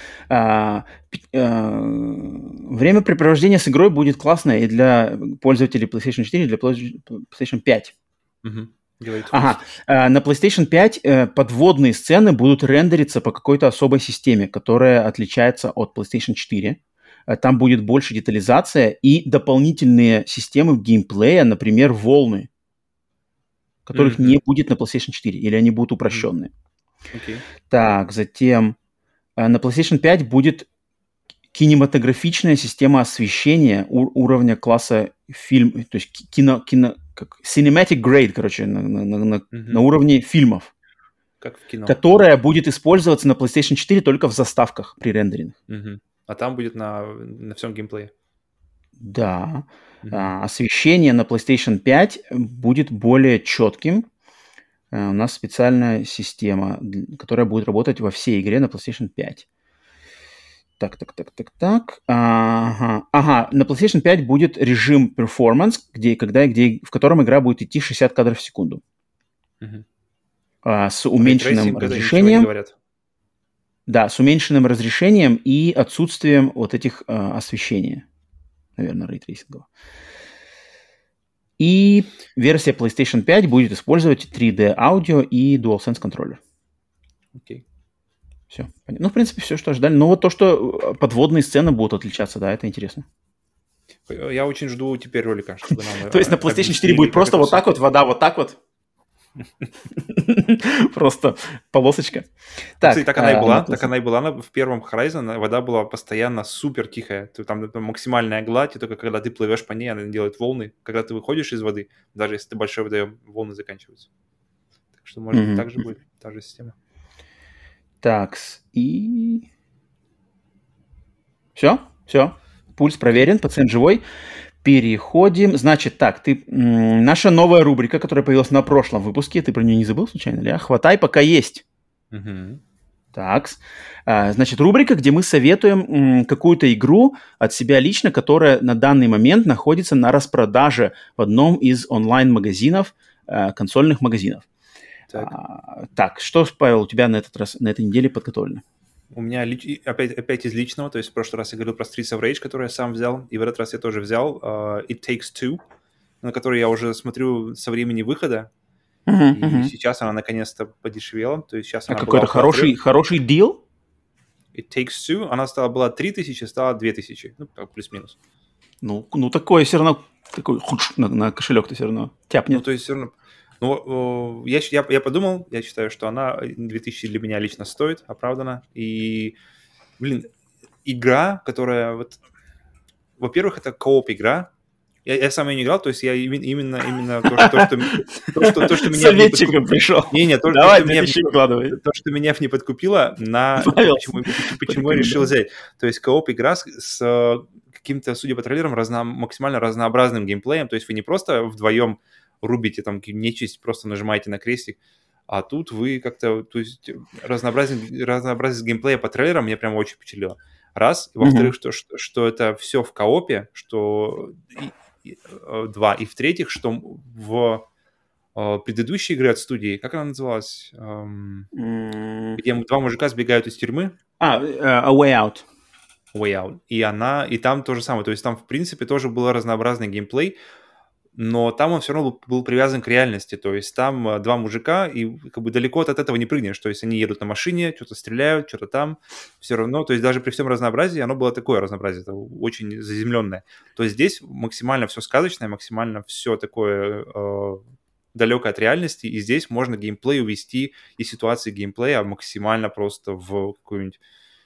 времяпрепровождение с игрой будет классное и для пользователей PlayStation 4, и для PlayStation 5. На PlayStation 5 подводные сцены будут рендериться по какой-то особой системе, которая отличается от PlayStation 4. Там будет больше детализация и дополнительные системы геймплея, например, волны, которых не будет на PlayStation 4, или они будут упрощенные. Так, затем на PlayStation 5 будет кинематографичная система освещения уровня класса фильм, то есть cinematic grade, короче, на уровне фильмов, как в кино, которая будет использоваться на PlayStation 4 только в заставках при рендеринге. А там будет на всем геймплее. Да. Освещение на PlayStation 5 будет более четким. У нас специальная система, которая будет работать во всей игре на PlayStation 5. Так. На PlayStation 5 будет режим Performance, в котором игра будет идти 60 кадров в секунду. с уменьшенным Рейтрейсинг, это ничего не разрешением. говорят. Да, с уменьшенным разрешением и отсутствием вот этих освещения, наверное, рейтрейсингового. И версия PlayStation 5 будет использовать 3D аудио и DualSense контроллер. Окей. Все. Ну, в принципе, все, что ожидали. Но вот то, что подводные сцены будут отличаться, да, это интересно. Я очень жду теперь ролика, чтобы нам... То есть на PlayStation 4 будет просто вот так вот, вода вот так вот. Просто полосочка. Кстати, так она и была. Так она и была в первом Horizon. Вода была постоянно супер тихая. Там максимальная гладь, и только когда ты плывешь по ней, она делает волны. Когда ты выходишь из воды, даже если ты большой водоем, волны заканчиваются. Так что, может быть, так же будет та же система. Так, и... Все. Пульс проверен, пациент живой. Переходим. Значит, так, наша новая рубрика, которая появилась на прошлом выпуске, ты про нее не забыл случайно, Илья? «Хватай, пока есть». Так, значит, рубрика, где мы советуем какую-то игру от себя лично, которая на данный момент находится на распродаже в одном из онлайн-магазинов, консольных магазинов. Так, что, Павел, у тебя на этой неделе подготовлено? У меня опять из личного, то есть в прошлый раз я говорил про Streets of Rage, который я сам взял, и в этот раз я тоже взял It Takes Two, на который я уже смотрю со времени выхода, и сейчас она наконец-то подешевела, то есть сейчас она какой-то хороший дил? It Takes Two, она была 3000, стала 2000, ну, плюс-минус. Ну, такое все равно, такой на кошелек-то все равно тяпнет. Ну, то есть все равно... Ну, я подумал, я считаю, что она 2000 для меня лично стоит, оправданно. И, игра, которая вот... Во-первых, это кооп игра. Я сам ее не играл, то есть я именно то, что меня... Советчиком пришел. То, что меня не подкупило, почему я решил взять. То есть кооп игра с каким-то, судя по трейлерам, максимально разнообразным геймплеем. То есть вы не просто вдвоем рубите там нечисть, просто нажимаете на крестик, а тут вы как-то, то есть разнообразие геймплея по трейлерам меня прям очень впечатлило. Раз. И во-вторых, что это все в коопе, что два. И в-третьих, что в предыдущей игре от студии, как она называлась? Где два мужика сбегают из тюрьмы. A Way Out. Way Out. И там то же самое. То есть там, в принципе, тоже был разнообразный геймплей, но там он все равно был привязан к реальности. То есть там два мужика, и как бы далеко от этого не прыгнешь. То есть они едут на машине, что-то стреляют, что-то там. Все равно, то есть даже при всем разнообразии, оно было такое разнообразие, это очень заземленное. То есть здесь максимально все сказочное, максимально все такое далекое от реальности, и здесь можно геймплей увести и ситуации геймплея максимально просто в какую-нибудь...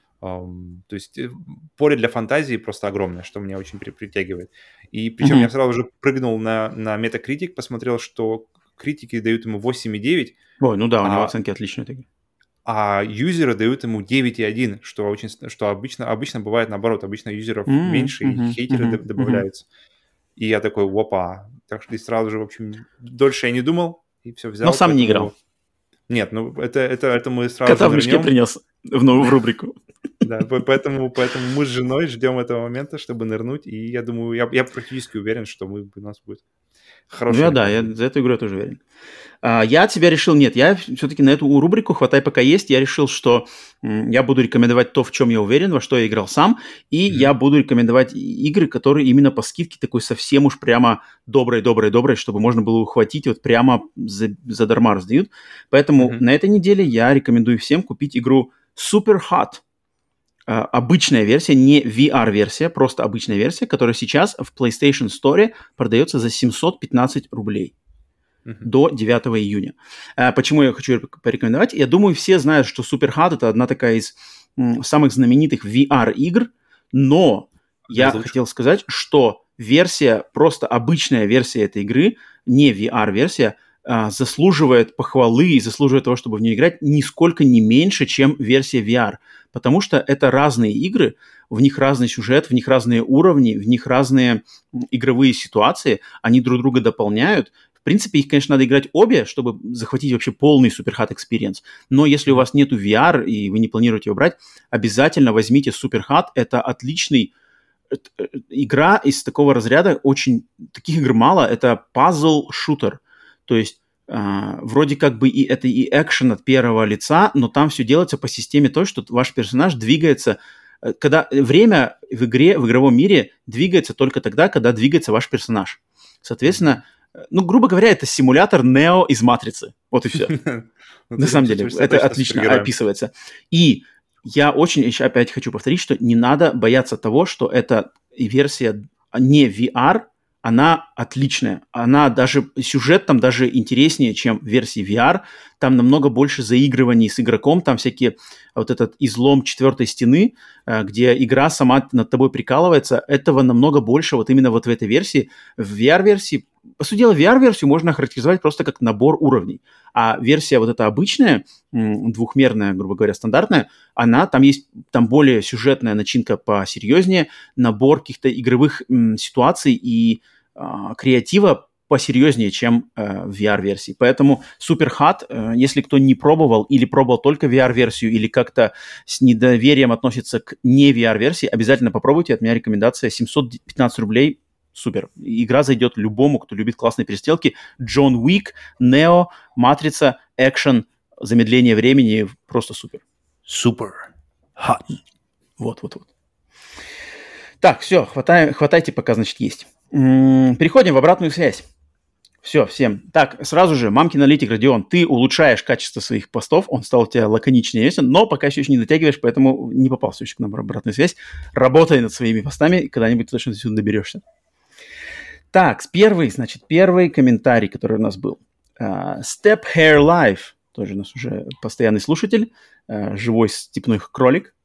то есть поле для фантазии просто огромное, что меня очень притягивает. И причем я сразу же прыгнул на Metacritic, посмотрел, что критики дают ему 8,9. Ой, ну да, у него оценки отличные. А юзеры дают ему 9,1, что обычно бывает наоборот. Обычно юзеров меньше, и хейтеры добавляются. И я такой, опа. Так что и сразу же, в общем, дольше я не думал, и все взял. Но сам не играл. Нет, ну это мы сразу кота в мешке принес в новую рубрику. Да, поэтому мы с женой ждем этого момента, чтобы нырнуть, и я думаю, я практически уверен, что у нас будет хороший. Да, я за эту игру тоже уверен. Я от себя решил, нет, я все-таки на эту рубрику «Хватай, пока есть», я решил, что я буду рекомендовать то, в чем я уверен, во что я играл сам, и я буду рекомендовать игры, которые именно по скидке такой совсем уж прямо доброй, чтобы можно было ухватить, вот прямо задарма раздают. Поэтому на этой неделе я рекомендую всем купить игру Super Hot. Обычная версия, не VR-версия, просто обычная версия, которая сейчас в PlayStation Store продается за 715 рублей до 9 июня. Почему я хочу порекомендовать? Я думаю, все знают, что Super Hot — это одна такая из самых знаменитых VR-игр, но я хотел сказать, что просто обычная версия этой игры, не VR-версия, заслуживает похвалы и заслуживает того, чтобы в нее играть, нисколько не меньше, чем версия VR. Потому что это разные игры, в них разный сюжет, в них разные уровни, в них разные игровые ситуации, они друг друга дополняют. В принципе, их, конечно, надо играть обе, чтобы захватить вообще полный Super Hot Experience. Но если у вас нету VR и вы не планируете его брать, обязательно возьмите Super Hot. Это отличный игра из такого разряда, таких игр мало, это пазл-шутер. То есть вроде как бы и это и экшен от первого лица, но там все делается по системе той, что ваш персонаж двигается, когда время в игре, в игровом мире двигается только тогда, когда двигается ваш персонаж. Соответственно, ну, грубо говоря, это симулятор Нео из «Матрицы». Вот и все. На самом деле, это отлично описывается. И я очень еще опять хочу повторить, что не надо бояться того, что эта версия не VR, она отличная. Она даже, сюжет там даже интереснее, чем в версии VR. Там намного больше заигрываний с игроком. Там всякие, вот этот излом четвертой стены, где игра сама над тобой прикалывается. Этого намного больше вот именно вот в этой версии. В VR-версии, по сути дела, VR-версию можно охарактеризовать просто как набор уровней. А версия вот эта обычная, двухмерная, грубо говоря, стандартная, она, там есть там более сюжетная начинка посерьезнее, набор каких-то игровых ситуаций и креатива посерьезнее, чем в VR-версии. Поэтому Super Hot, если кто не пробовал или пробовал только VR-версию или как-то с недоверием относится к не VR-версии, обязательно попробуйте. От меня рекомендация 715 рублей. Супер. Игра зайдет любому, кто любит классные перестрелки. Джон Уик, Нео, Матрица, экшен, замедление времени. Просто супер. Super hot. Вот. Так, все, хватайте, пока, значит, есть. Переходим в обратную связь. Все, всем. Так, сразу же, мамкин аналитик Родион, ты улучшаешь качество своих постов, он стал у тебя лаконичнее, но пока еще не дотягиваешь, поэтому не попал все еще к нам в обратную связь. Работай над своими постами, и когда-нибудь точно сюда доберешься. Так, первый комментарий, который у нас был. Step Hair Life, тоже у нас уже постоянный слушатель, живой степной кролик.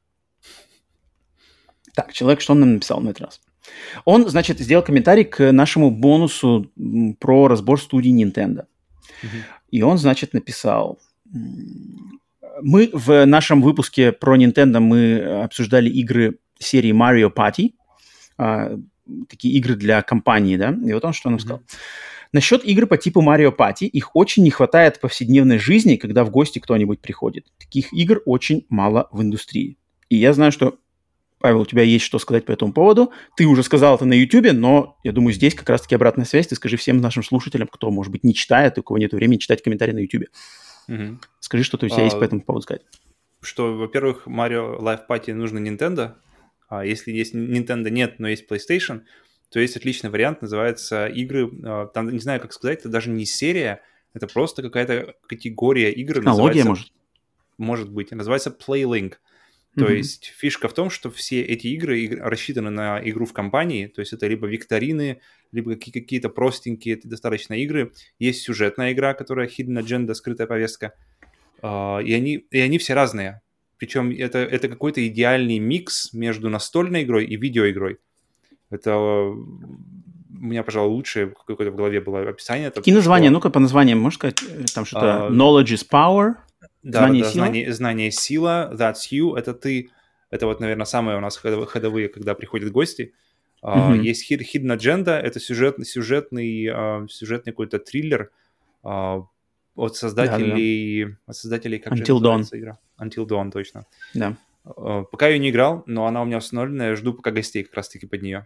Так, человек, что он нам написал на этот раз? Он, значит, сделал комментарий к нашему бонусу про разбор студии Nintendo. И он, значит, написал... Мы в нашем выпуске про Nintendo мы обсуждали игры серии Mario Party, такие игры для компании, да? И вот он что нам сказал. Насчет игр по типу Mario Party, их очень не хватает в повседневной жизни, когда в гости кто-нибудь приходит. Таких игр очень мало в индустрии. И я знаю, что, Павел, у тебя есть что сказать по этому поводу. Ты уже сказал это на YouTube, но я думаю, здесь как раз-таки обратная связь. Ты скажи всем нашим слушателям, кто, может быть, не читает, у кого нет времени читать комментарии на YouTube. Скажи, что у тебя есть по этому поводу сказать. Что, во-первых, Mario Life Party нужно Nintendo. А если есть Nintendo нет, но есть PlayStation, то есть отличный вариант, называется игры, там, не знаю, как сказать, это даже не серия, это просто какая-то категория игр. Технология, может? Может быть. Называется PlayLink. То есть фишка в том, что все эти игры рассчитаны на игру в компании, то есть это либо викторины, либо какие-то простенькие достаточно игры. Есть сюжетная игра, которая Hidden Agenda, скрытая повестка, и они все разные. Причем это какой-то идеальный микс между настольной игрой и видеоигрой. Это у меня, пожалуй, лучшее какое-то в голове было описание. Какие названия? Ну-ка, по названиям можешь сказать? Там что-то Knowledge is Power, знание сила, That's You, это ты. Это вот, наверное, самые у нас ходовые, когда приходят гости. Есть Hidden Agenda, это сюжетный какой-то триллер от создателей... Как Until же называется игра? Until Dawn, точно. Да. Пока ее не играл, но она у меня установлена, я жду пока гостей как раз-таки под нее.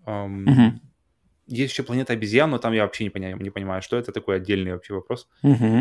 Есть еще Планета обезьян, но там я вообще не понимаю, что это, такой отдельный вообще вопрос.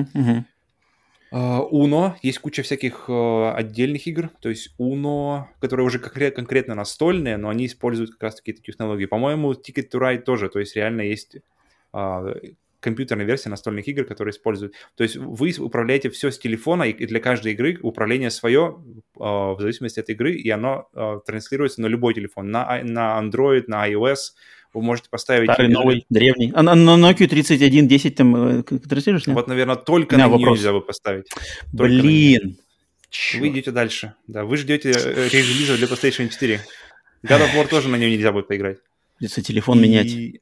Uno, есть куча всяких отдельных игр, то есть Uno, которые уже конкретно настольные, но они используют как раз-таки эти технологии. По-моему, Ticket to Ride тоже, то есть реально есть компьютерная версия настольных игр, которые используют. То есть вы управляете все с телефона, и для каждой игры управление свое в зависимости от игры, и оно транслируется на любой телефон, на Android, на iOS. Вы можете поставить... Старый, новый, древний. А на Nokia 3110 там транслируешь? Вот, наверное, только на нее нельзя бы поставить. Блин. Вы идете дальше. Да, вы ждете релиза для PlayStation 4. God of War тоже на нее нельзя будет поиграть. Придется телефон менять.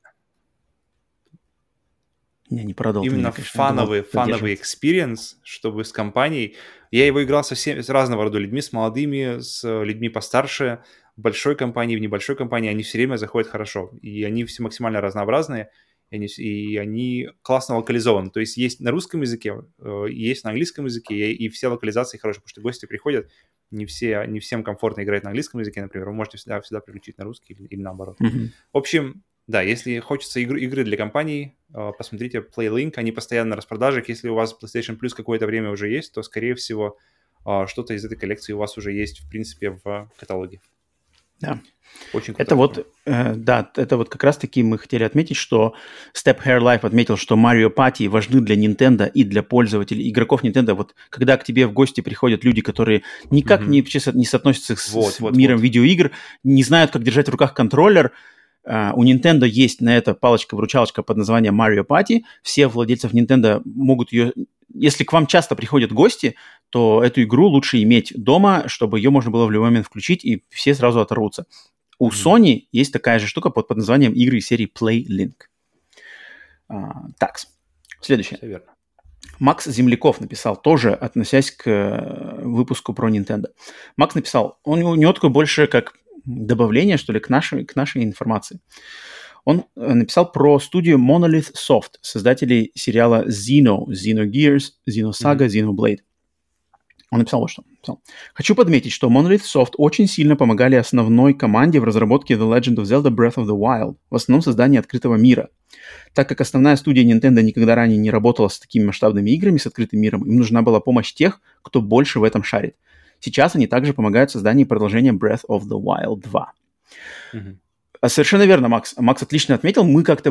Не продал. Именно фановый experience, чтобы с компанией... Я его играл с разного рода людьми, с молодыми, с людьми постарше, в большой компании, в небольшой компании. Они все время заходят хорошо. И они все максимально разнообразные, и они классно локализованы. То есть есть на русском языке, есть на английском языке, и все локализации хорошие, потому что гости приходят, не всем комфортно играть на английском языке, например. Вы можете всегда переключить на русский или наоборот. В общем... Да, если хочется игры для компаний, посмотрите PlayLink, они постоянно на распродажах. Если у вас PlayStation Plus какое-то время уже есть, то, скорее всего, что-то из этой коллекции у вас уже есть, в принципе, в каталоге. Да. Очень круто. Это вот, да, это вот как раз-таки мы хотели отметить, что Step Hair Life отметил, что Mario Party важны для Nintendo и для пользователей, игроков Nintendo. Вот когда к тебе в гости приходят люди, которые никак не соотносятся с миром видеоигр, не знают, как держать в руках контроллер, у Nintendo есть на это палочка-выручалочка под названием Mario Party. Все владельцев Nintendo могут ее... Если к вам часто приходят гости, то эту игру лучше иметь дома, чтобы ее можно было в любой момент включить, и все сразу оторвутся. У Sony есть такая же штука под названием игры серии PlayLink. Так, следующее. Все верно. Макс Земляков написал, тоже относясь к выпуску про Nintendo. Макс написал, у него такое больше как добавление, что ли, к нашей информации. Он написал про студию Monolith Soft, создателей сериала Xenogears, Xenosaga, Xenoblade. Он написал вот что. Хочу подметить, что Monolith Soft очень сильно помогали основной команде в разработке The Legend of Zelda Breath of the Wild, в основном создании открытого мира. Так как основная студия Nintendo никогда ранее не работала с такими масштабными играми с открытым миром, им нужна была помощь тех, кто больше в этом шарит. Сейчас они также помогают в создании продолжения Breath of the Wild 2. Совершенно верно, Макс. Макс отлично отметил. Мы как-то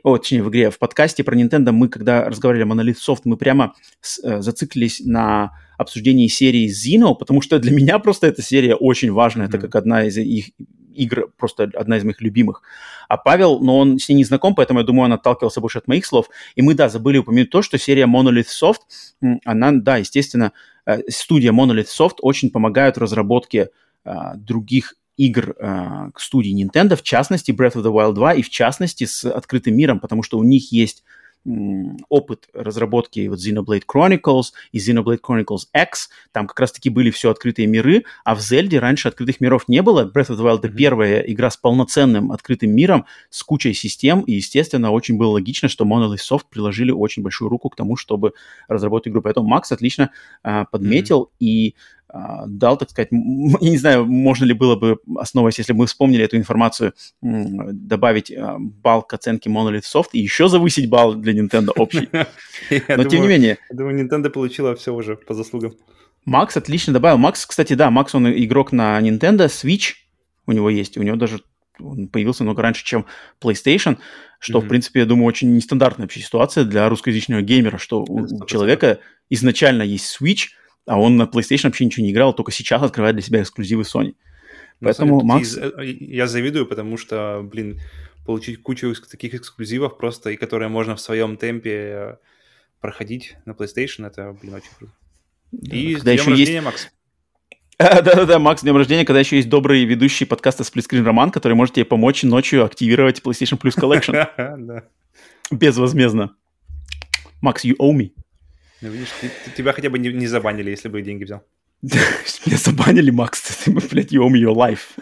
в подкасте про Nintendo, мы когда разговаривали о Monolith Soft, мы прямо зациклились на обсуждении серии Xeno, потому что для меня просто эта серия очень важна. Это как одна из их игр, просто одна из моих любимых. А Павел, но он с ней не знаком, поэтому я думаю, он отталкивался больше от моих слов. И мы, забыли упомянуть то, что серия Monolith Soft, она, естественно, студия Monolith Soft очень помогает в разработке других игр к студии Nintendo, в частности Breath of the Wild 2 и в частности с открытым миром, потому что у них есть опыт разработки вот Xenoblade Chronicles и Xenoblade Chronicles X, там как раз-таки были все открытые миры, а в Зельде раньше открытых миров не было. Breath of the Wild — это первая игра с полноценным открытым миром, с кучей систем, и, естественно, очень было логично, что Monolith Soft приложили очень большую руку к тому, чтобы разработать игру. Поэтому Макс отлично подметил и дал, так сказать, я не знаю, можно ли было бы, основываясь, если бы мы вспомнили эту информацию, добавить балл к оценке Monolith Soft и еще завысить балл для Nintendo общий. Но тем не менее... Я думаю, Nintendo получила все уже по заслугам. Макс отлично добавил. Макс, кстати, да, Макс, он игрок на Nintendo, Switch у него есть, у него даже он появился много раньше, чем PlayStation, что, в принципе, я думаю, очень нестандартная вообще ситуация для русскоязычного геймера, что у человека изначально есть Switch, а он на PlayStation вообще ничего не играл, только сейчас открывает для себя эксклюзивы Sony. Поэтому Макс... Я завидую, потому что, получить кучу таких эксклюзивов просто, и которые можно в своем темпе проходить на PlayStation, это, очень круто. И с днем рождения, Макс. Да-да-да, Макс, с днем рождения, когда еще есть добрый ведущий подкаста «Сплитскрин Роман», который может тебе помочь ночью активировать PlayStation Plus Collection. Безвозмездно. Макс, you owe me. Ну, видишь, тебя хотя бы не забанили, если бы деньги взял. Меня забанили, Макс. Ты, блядь, you owe me your life.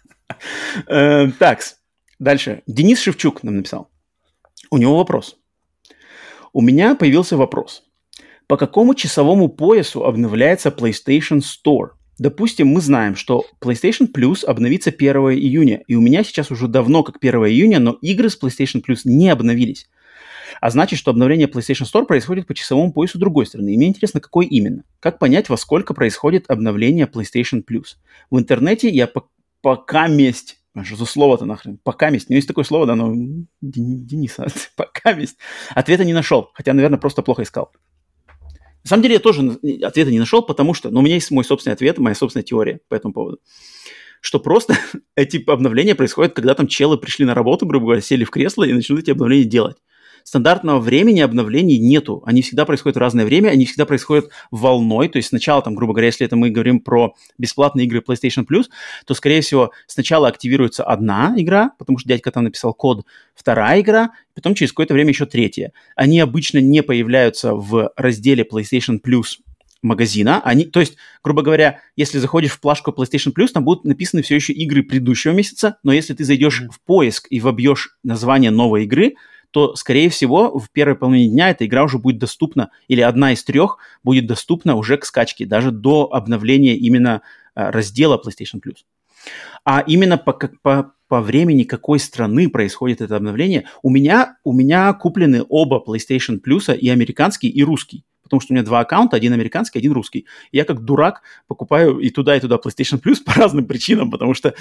Так, дальше. Денис Шевчук нам написал. У него вопрос. У меня появился вопрос. По какому часовому поясу обновляется PlayStation Store? Допустим, мы знаем, что PlayStation Plus обновится 1 июня, и у меня сейчас уже давно как 1 июня, но игры с PlayStation Plus не обновились. А значит, что обновление PlayStation Store происходит по часовому поясу другой стороны. И мне интересно, какой именно. Как понять, во сколько происходит обновление PlayStation Plus? В интернете я покаместь... Что за слово-то нахрен? Покаместь. У него есть такое слово, да, но... Дениса, покаместь. Ответа не нашел. Хотя, наверное, просто плохо искал. На самом деле, я тоже ответа не нашел, потому что... Но у меня есть мой собственный ответ, моя собственная теория по этому поводу. Что просто эти обновления происходят, когда там челы пришли на работу, грубо говоря, сели в кресло и начнут эти обновления делать. Стандартного времени обновлений нету. Они всегда происходят в разное время, они всегда происходят волной. То есть сначала, там, грубо говоря, если это мы говорим про бесплатные игры PlayStation Plus, то, скорее всего, сначала активируется одна игра, потому что дядька там написал код, вторая игра, потом через какое-то время еще третья. Они обычно не появляются в разделе PlayStation Plus магазина. То есть, грубо говоря, если заходишь в плашку PlayStation Plus, там будут написаны все еще игры предыдущего месяца, но если ты зайдешь в поиск и вобьешь название новой игры, то, скорее всего, в первой половине дня эта игра уже будет доступна, или одна из 3 будет доступна уже к скачке, даже до обновления именно раздела PlayStation Plus. А именно по по времени какой страны происходит это обновление. У меня куплены оба PlayStation Plus, и американский, и русский. Потому что у меня два аккаунта, один американский, один русский. Я как дурак покупаю и туда PlayStation Plus по разным причинам, потому что,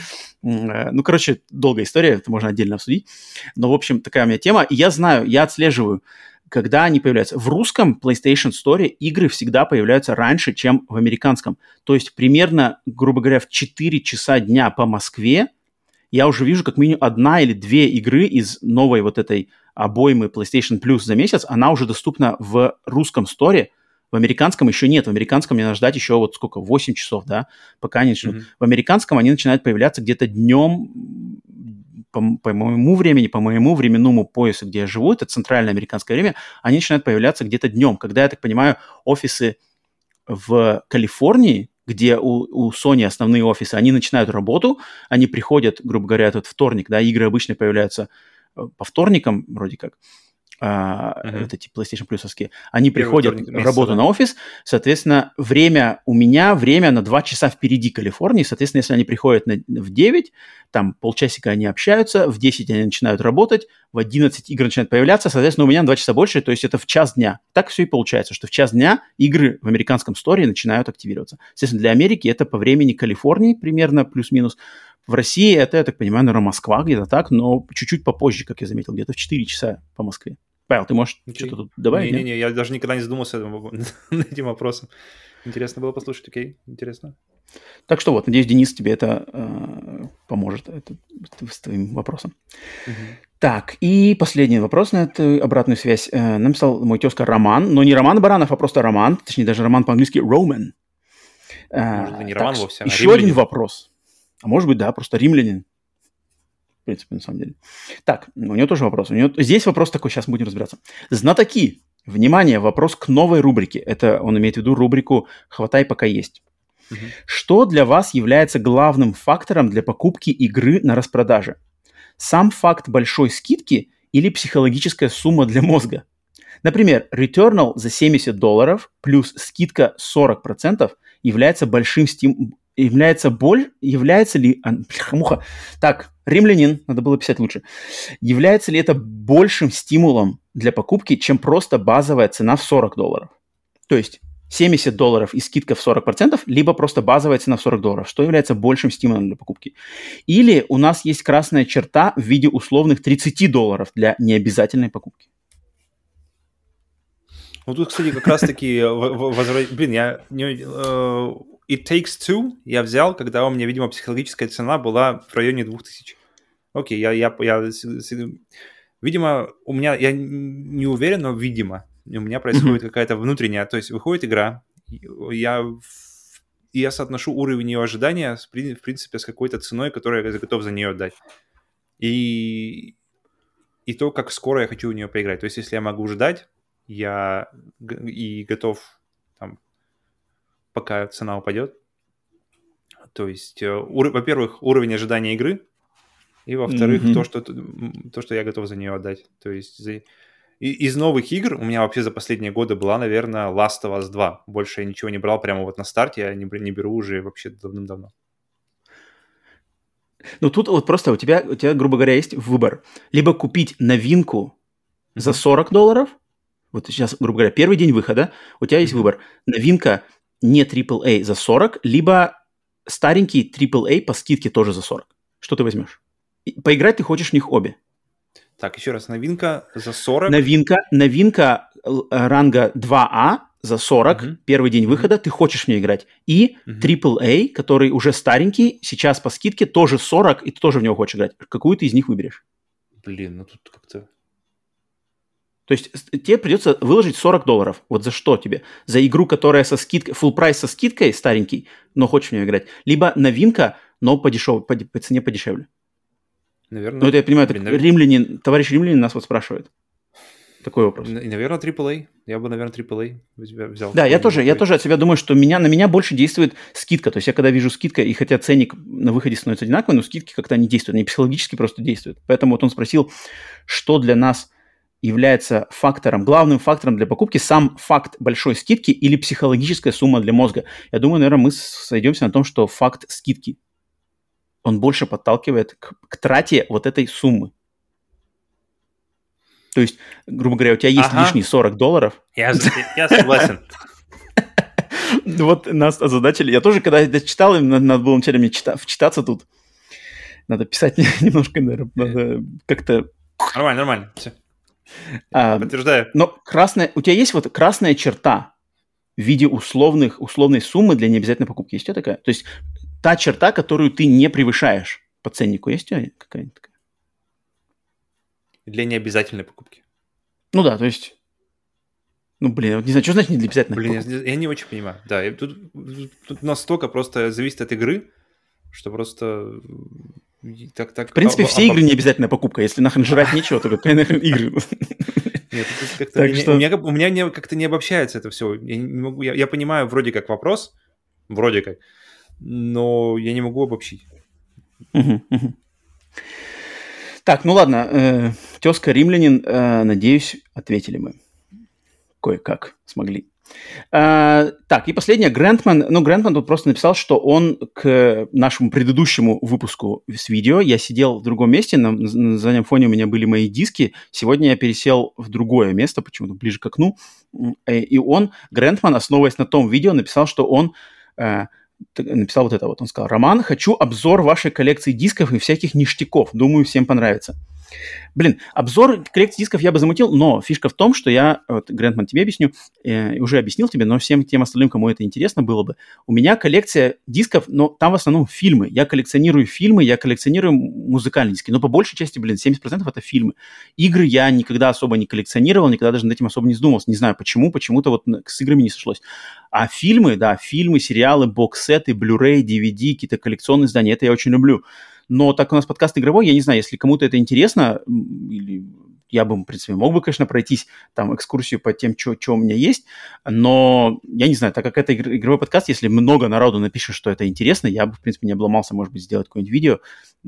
долгая история, это можно отдельно обсудить. Но, в общем, такая у меня тема. И я знаю, я отслеживаю, когда они появляются. В русском PlayStation Store игры всегда появляются раньше, чем в американском. То есть примерно, грубо говоря, в 4 часа дня по Москве я уже вижу как минимум 1 или 2 игры из новой вот этой обоймы PlayStation Plus за месяц, она уже доступна в русском сторе, в американском еще нет. В американском мне надо ждать еще 8 часов, да, пока они начнут. В американском они начинают появляться где-то днем, по моему времени, по моему временному поясу, где я живу, это центральное американское время, они начинают появляться где-то днем. Когда, я так понимаю, офисы в Калифорнии, где у Sony основные офисы, они начинают работу, они приходят, грубо говоря, этот вторник, да, игры обычно появляются по вторникам, вроде как, вот эти PlayStation Plus-овские, они приходят в работу на офис, соответственно, время на 2 часа впереди Калифорнии, соответственно, если они приходят в 9, там полчасика они общаются, в 10 они начинают работать, в 11 игры начинают появляться, соответственно, у меня на 2 часа больше, то есть это в час дня. Так все и получается, что в час дня игры в американском сторе начинают активироваться. Естественно, для Америки это по времени Калифорнии примерно, плюс-минус. В России это, я так понимаю, наверное, Москва где-то так, но чуть-чуть попозже, как я заметил, где-то в 4 часа по Москве. Павел, ты можешь что-то тут добавить? Не, я даже никогда не задумывался над этим вопросом. Интересно было послушать, окей, интересно. Так что вот, надеюсь, Денис, тебе это поможет с твоим вопросом. Так, и последний вопрос на эту обратную связь. Нам писал мой тезка Роман, но не Роман Баранов, а просто Роман, точнее, даже Роман по-английски Roman. Может, не Роман вовсе, а еще римлянин. один вопрос. А может быть, да, просто римлянин. В принципе, на самом деле. Так, у него тоже вопрос. Здесь вопрос такой, сейчас будем разбираться. Знатоки. Внимание, вопрос к новой рубрике. Это он имеет в виду рубрику «Хватай, пока есть». Что для вас является главным фактором для покупки игры на распродаже? Сам факт большой скидки или психологическая сумма для мозга? Например, Returnal за $70 плюс скидка 40% является большим стимулом. Является ли... Так, римлянин, надо было писать лучше. Является ли это большим стимулом для покупки, чем просто базовая цена в $40? То есть $70 и скидка в 40%, либо просто базовая цена в $40. Что является большим стимулом для покупки? Или у нас есть красная черта в виде условных $30 для необязательной покупки? Ну, тут, кстати, как раз-таки... It Takes Two я взял, когда у меня, видимо, психологическая цена была в районе 2000. Окей, видимо, у меня, я не уверен, но, видимо, у меня происходит какая-то внутренняя, то есть выходит игра, я соотношу уровень ее ожидания, в принципе, с какой-то ценой, которую я готов за нее отдать. И то, как скоро я хочу в нее поиграть. То есть, если я могу ждать, я и готов там, пока цена упадет. То есть, во-первых, уровень ожидания игры, и, во-вторых, то, что я готов за нее отдать. То есть, из новых игр у меня вообще за последние годы была, наверное, Last of Us 2. Больше я ничего не брал прямо вот на старте, я не беру уже вообще давным-давно. Ну, тут вот просто у тебя, грубо говоря, есть выбор. Либо купить новинку за $40, вот сейчас, грубо говоря, первый день выхода, у тебя есть выбор. Новинка не AAA за 40, либо старенький AAA по скидке тоже за 40. Что ты возьмешь? Поиграть ты хочешь в них обе. Так, еще раз, новинка за 40. Новинка ранга 2А за 40, первый день выхода, ты хочешь в нее играть. И AAA, который уже старенький, сейчас по скидке тоже 40, и ты тоже в него хочешь играть. Какую ты из них выберешь? Блин, ну тут как-то... То есть тебе придется выложить $40. Вот за что тебе? За игру, которая со скидкой, full прайс со скидкой, старенький, но хочешь в нее играть. Либо новинка, но по цене подешевле. Наверное. Ну, это я понимаю, товарищ римлянин нас вот спрашивает. Такой вопрос. И, наверное, AAA. Я бы, наверное, AAA взял. Да, я тоже от себя думаю, что на меня больше действует скидка. То есть я когда вижу скидка, и хотя ценник на выходе становится одинаковый, но скидки как-то не действуют. Они психологически просто действуют. Поэтому вот он спросил, что для нас является фактором, главным фактором для покупки, сам факт большой скидки или психологическая сумма для мозга. Я думаю, наверное, мы сойдемся на том, что факт скидки. он больше подталкивает к трате вот этой суммы. То есть, грубо говоря, у тебя есть лишние $40. Я согласен. Вот нас озадачили. Я тоже, когда это читал, надо было вначале мне вчитаться тут. Надо писать немножко, наверное, надо как-то... Нормально, все. Подтверждаю. Но у тебя есть вот красная черта в виде условной суммы для необязательной покупки. Есть у тебя такая? То есть та черта, которую ты не превышаешь по ценнику. Есть у тебя какая-нибудь такая? Для необязательной покупки. Ну да, то есть... Ну, блин, вот не знаю, что значит не для обязательной покупки? Я не очень понимаю. Да, тут настолько просто зависит от игры, что просто... Так, в принципе, все игры не обязательная покупка. Если нахрен жрать нечего, то какая нахрен игры? Нет, как-то у меня как-то не обобщается это все. Я не могу, я понимаю вроде как вопрос, но я не могу обобщить. Так, ну ладно, тезка римлянин, надеюсь, ответили мы. Кое-как смогли. Так, и последнее, Грэнтман. Ну, Грэнтман тут просто написал, что он к нашему предыдущему выпуску с видео, я сидел в другом месте, на заднем фоне у меня были мои диски, сегодня я пересел в другое место, почему-то ближе к окну, и Грэнтман, основываясь на том видео, написал, что он написал вот это вот, он сказал: «Роман, хочу обзор вашей коллекции дисков и всяких ништяков, думаю, всем понравится». Блин, обзор коллекции дисков я бы замутил, но фишка в том, что Грэнтман, тебе объясню, уже объяснил тебе, но всем тем остальным, кому это интересно было бы. У меня коллекция дисков, но там в основном фильмы. Я коллекционирую фильмы, я коллекционирую музыкальные диски, но по большей части, 70% это фильмы. Игры я никогда особо не коллекционировал, никогда даже над этим особо не задумывался. Не знаю почему, почему-то вот с играми не сошлось. А фильмы, сериалы, бокс-сеты, Blu-ray, DVD, какие-то коллекционные издания, это я очень люблю. Но так у нас подкаст игровой, я не знаю, если кому-то это интересно, или я бы, в принципе, мог бы, конечно, пройтись там экскурсию по тем, что у меня есть, но я не знаю, так как это игровой подкаст, если много народу напишет, что это интересно, я бы, в принципе, не обломался, может быть, сделать какое-нибудь видео,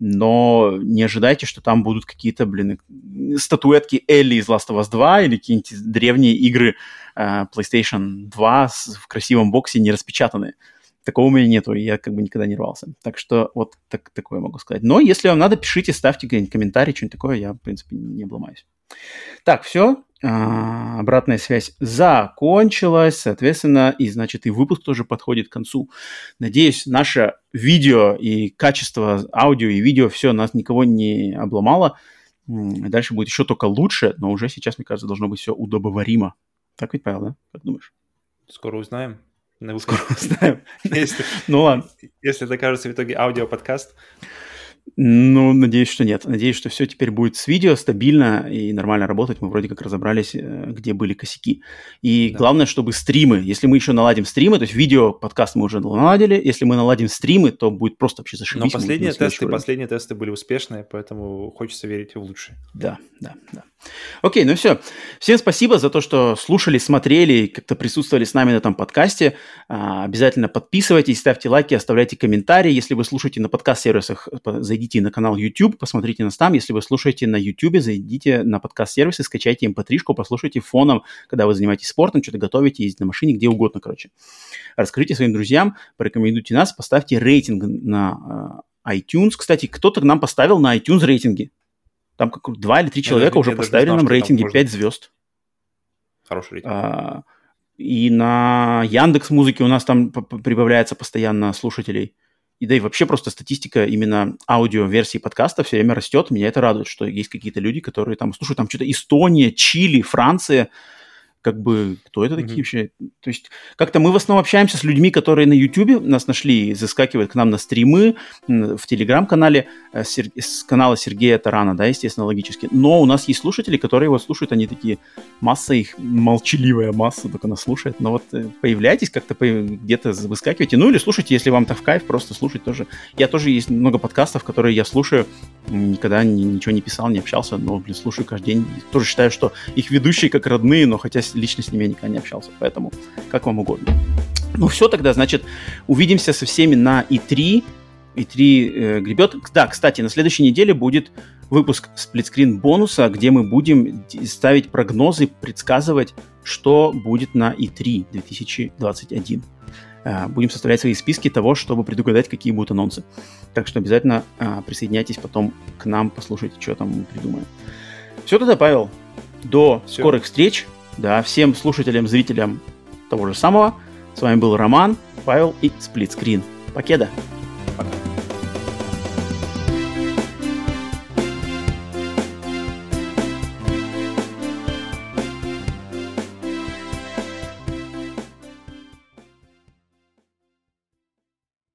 но не ожидайте, что там будут какие-то, статуэтки Элли из Last of Us 2 или какие-нибудь древние игры PlayStation 2 в красивом боксе не распечатанные. Такого у меня нету, и я никогда не рвался. Так что вот такое могу сказать. Но если вам надо, пишите, ставьте какие-нибудь комментарии, что-нибудь такое, я, в принципе, не обломаюсь. Так, все. Обратная связь закончилась, соответственно, и, значит, и выпуск тоже подходит к концу. Надеюсь, наше видео и качество аудио и видео, все, нас никого не обломало. Дальше будет еще только лучше, но уже сейчас, мне кажется, должно быть все удобоваримо. Так ведь, Павел, да? Как думаешь? Скоро узнаем. Скоро узнаем. Ну ладно. Если это окажется в итоге аудиоподкаст. Ну, надеюсь, что нет. Надеюсь, что все теперь будет с видео, стабильно и нормально работать. Мы вроде как разобрались, где были косяки. И главное, чтобы стримы, если мы еще наладим стримы, то есть видео-подкаст мы уже наладили, если мы наладим стримы, то будет просто вообще зашибись. Но последние тесты были успешные, поэтому хочется верить в лучшее. Да. Окей, ну все. Всем спасибо за то, что слушали, смотрели, как-то присутствовали с нами на этом подкасте. Обязательно подписывайтесь, ставьте лайки, оставляйте комментарии. Если вы слушаете на подкаст-сервисах, зайдите на канал YouTube, посмотрите нас там. Если вы слушаете на YouTube, зайдите на подкаст-сервисы, скачайте MP3-шку, послушайте фоном, когда вы занимаетесь спортом, что-то готовите, ездите на машине, где угодно, короче. Расскажите своим друзьям, порекомендуйте нас, поставьте рейтинг на iTunes. Кстати, кто-то нам поставил на iTunes рейтинги. Там 2 или 3 человека уже поставили нам рейтинги 5 звезд. Хороший рейтинг. И на Яндекс.Музыке у нас там прибавляется постоянно слушателей. И да и вообще просто статистика именно аудиоверсии подкаста все время растет. Меня это радует, что есть какие-то люди, которые там слушают. Там что-то Эстония, Чили, Франция. Кто это такие вообще? То есть как-то мы в основном общаемся с людьми, которые на YouTube нас нашли, заскакивают к нам на стримы, в Телеграм-канале с канала Сергея Тарана, да, естественно, логически. Но у нас есть слушатели, которые его слушают, они такие, масса их, молчаливая масса только нас слушает. Но вот появляйтесь, как-то где-то выскакивайте. Ну или слушайте, если вам так в кайф, просто слушать тоже. Я тоже, есть много подкастов, которые я слушаю, никогда ничего не писал, не общался, но, слушаю каждый день. Тоже считаю, что их ведущие как родные, но хотя лично с ними я никогда не общался, поэтому как вам угодно. Ну все тогда, значит, увидимся со всеми на E3. E3 гребет. Да, кстати, на следующей неделе будет выпуск сплитскрин бонуса, где мы будем ставить прогнозы, предсказывать, что будет на E3 2021. будем составлять свои списки того, чтобы предугадать, какие будут анонсы. Так что обязательно присоединяйтесь потом к нам, послушайте, что там мы придумаем. Все тогда, Павел. До скорых встреч. Да, всем слушателям, зрителям того же самого. С вами был Роман, Павел и Сплитскрин. Покеда!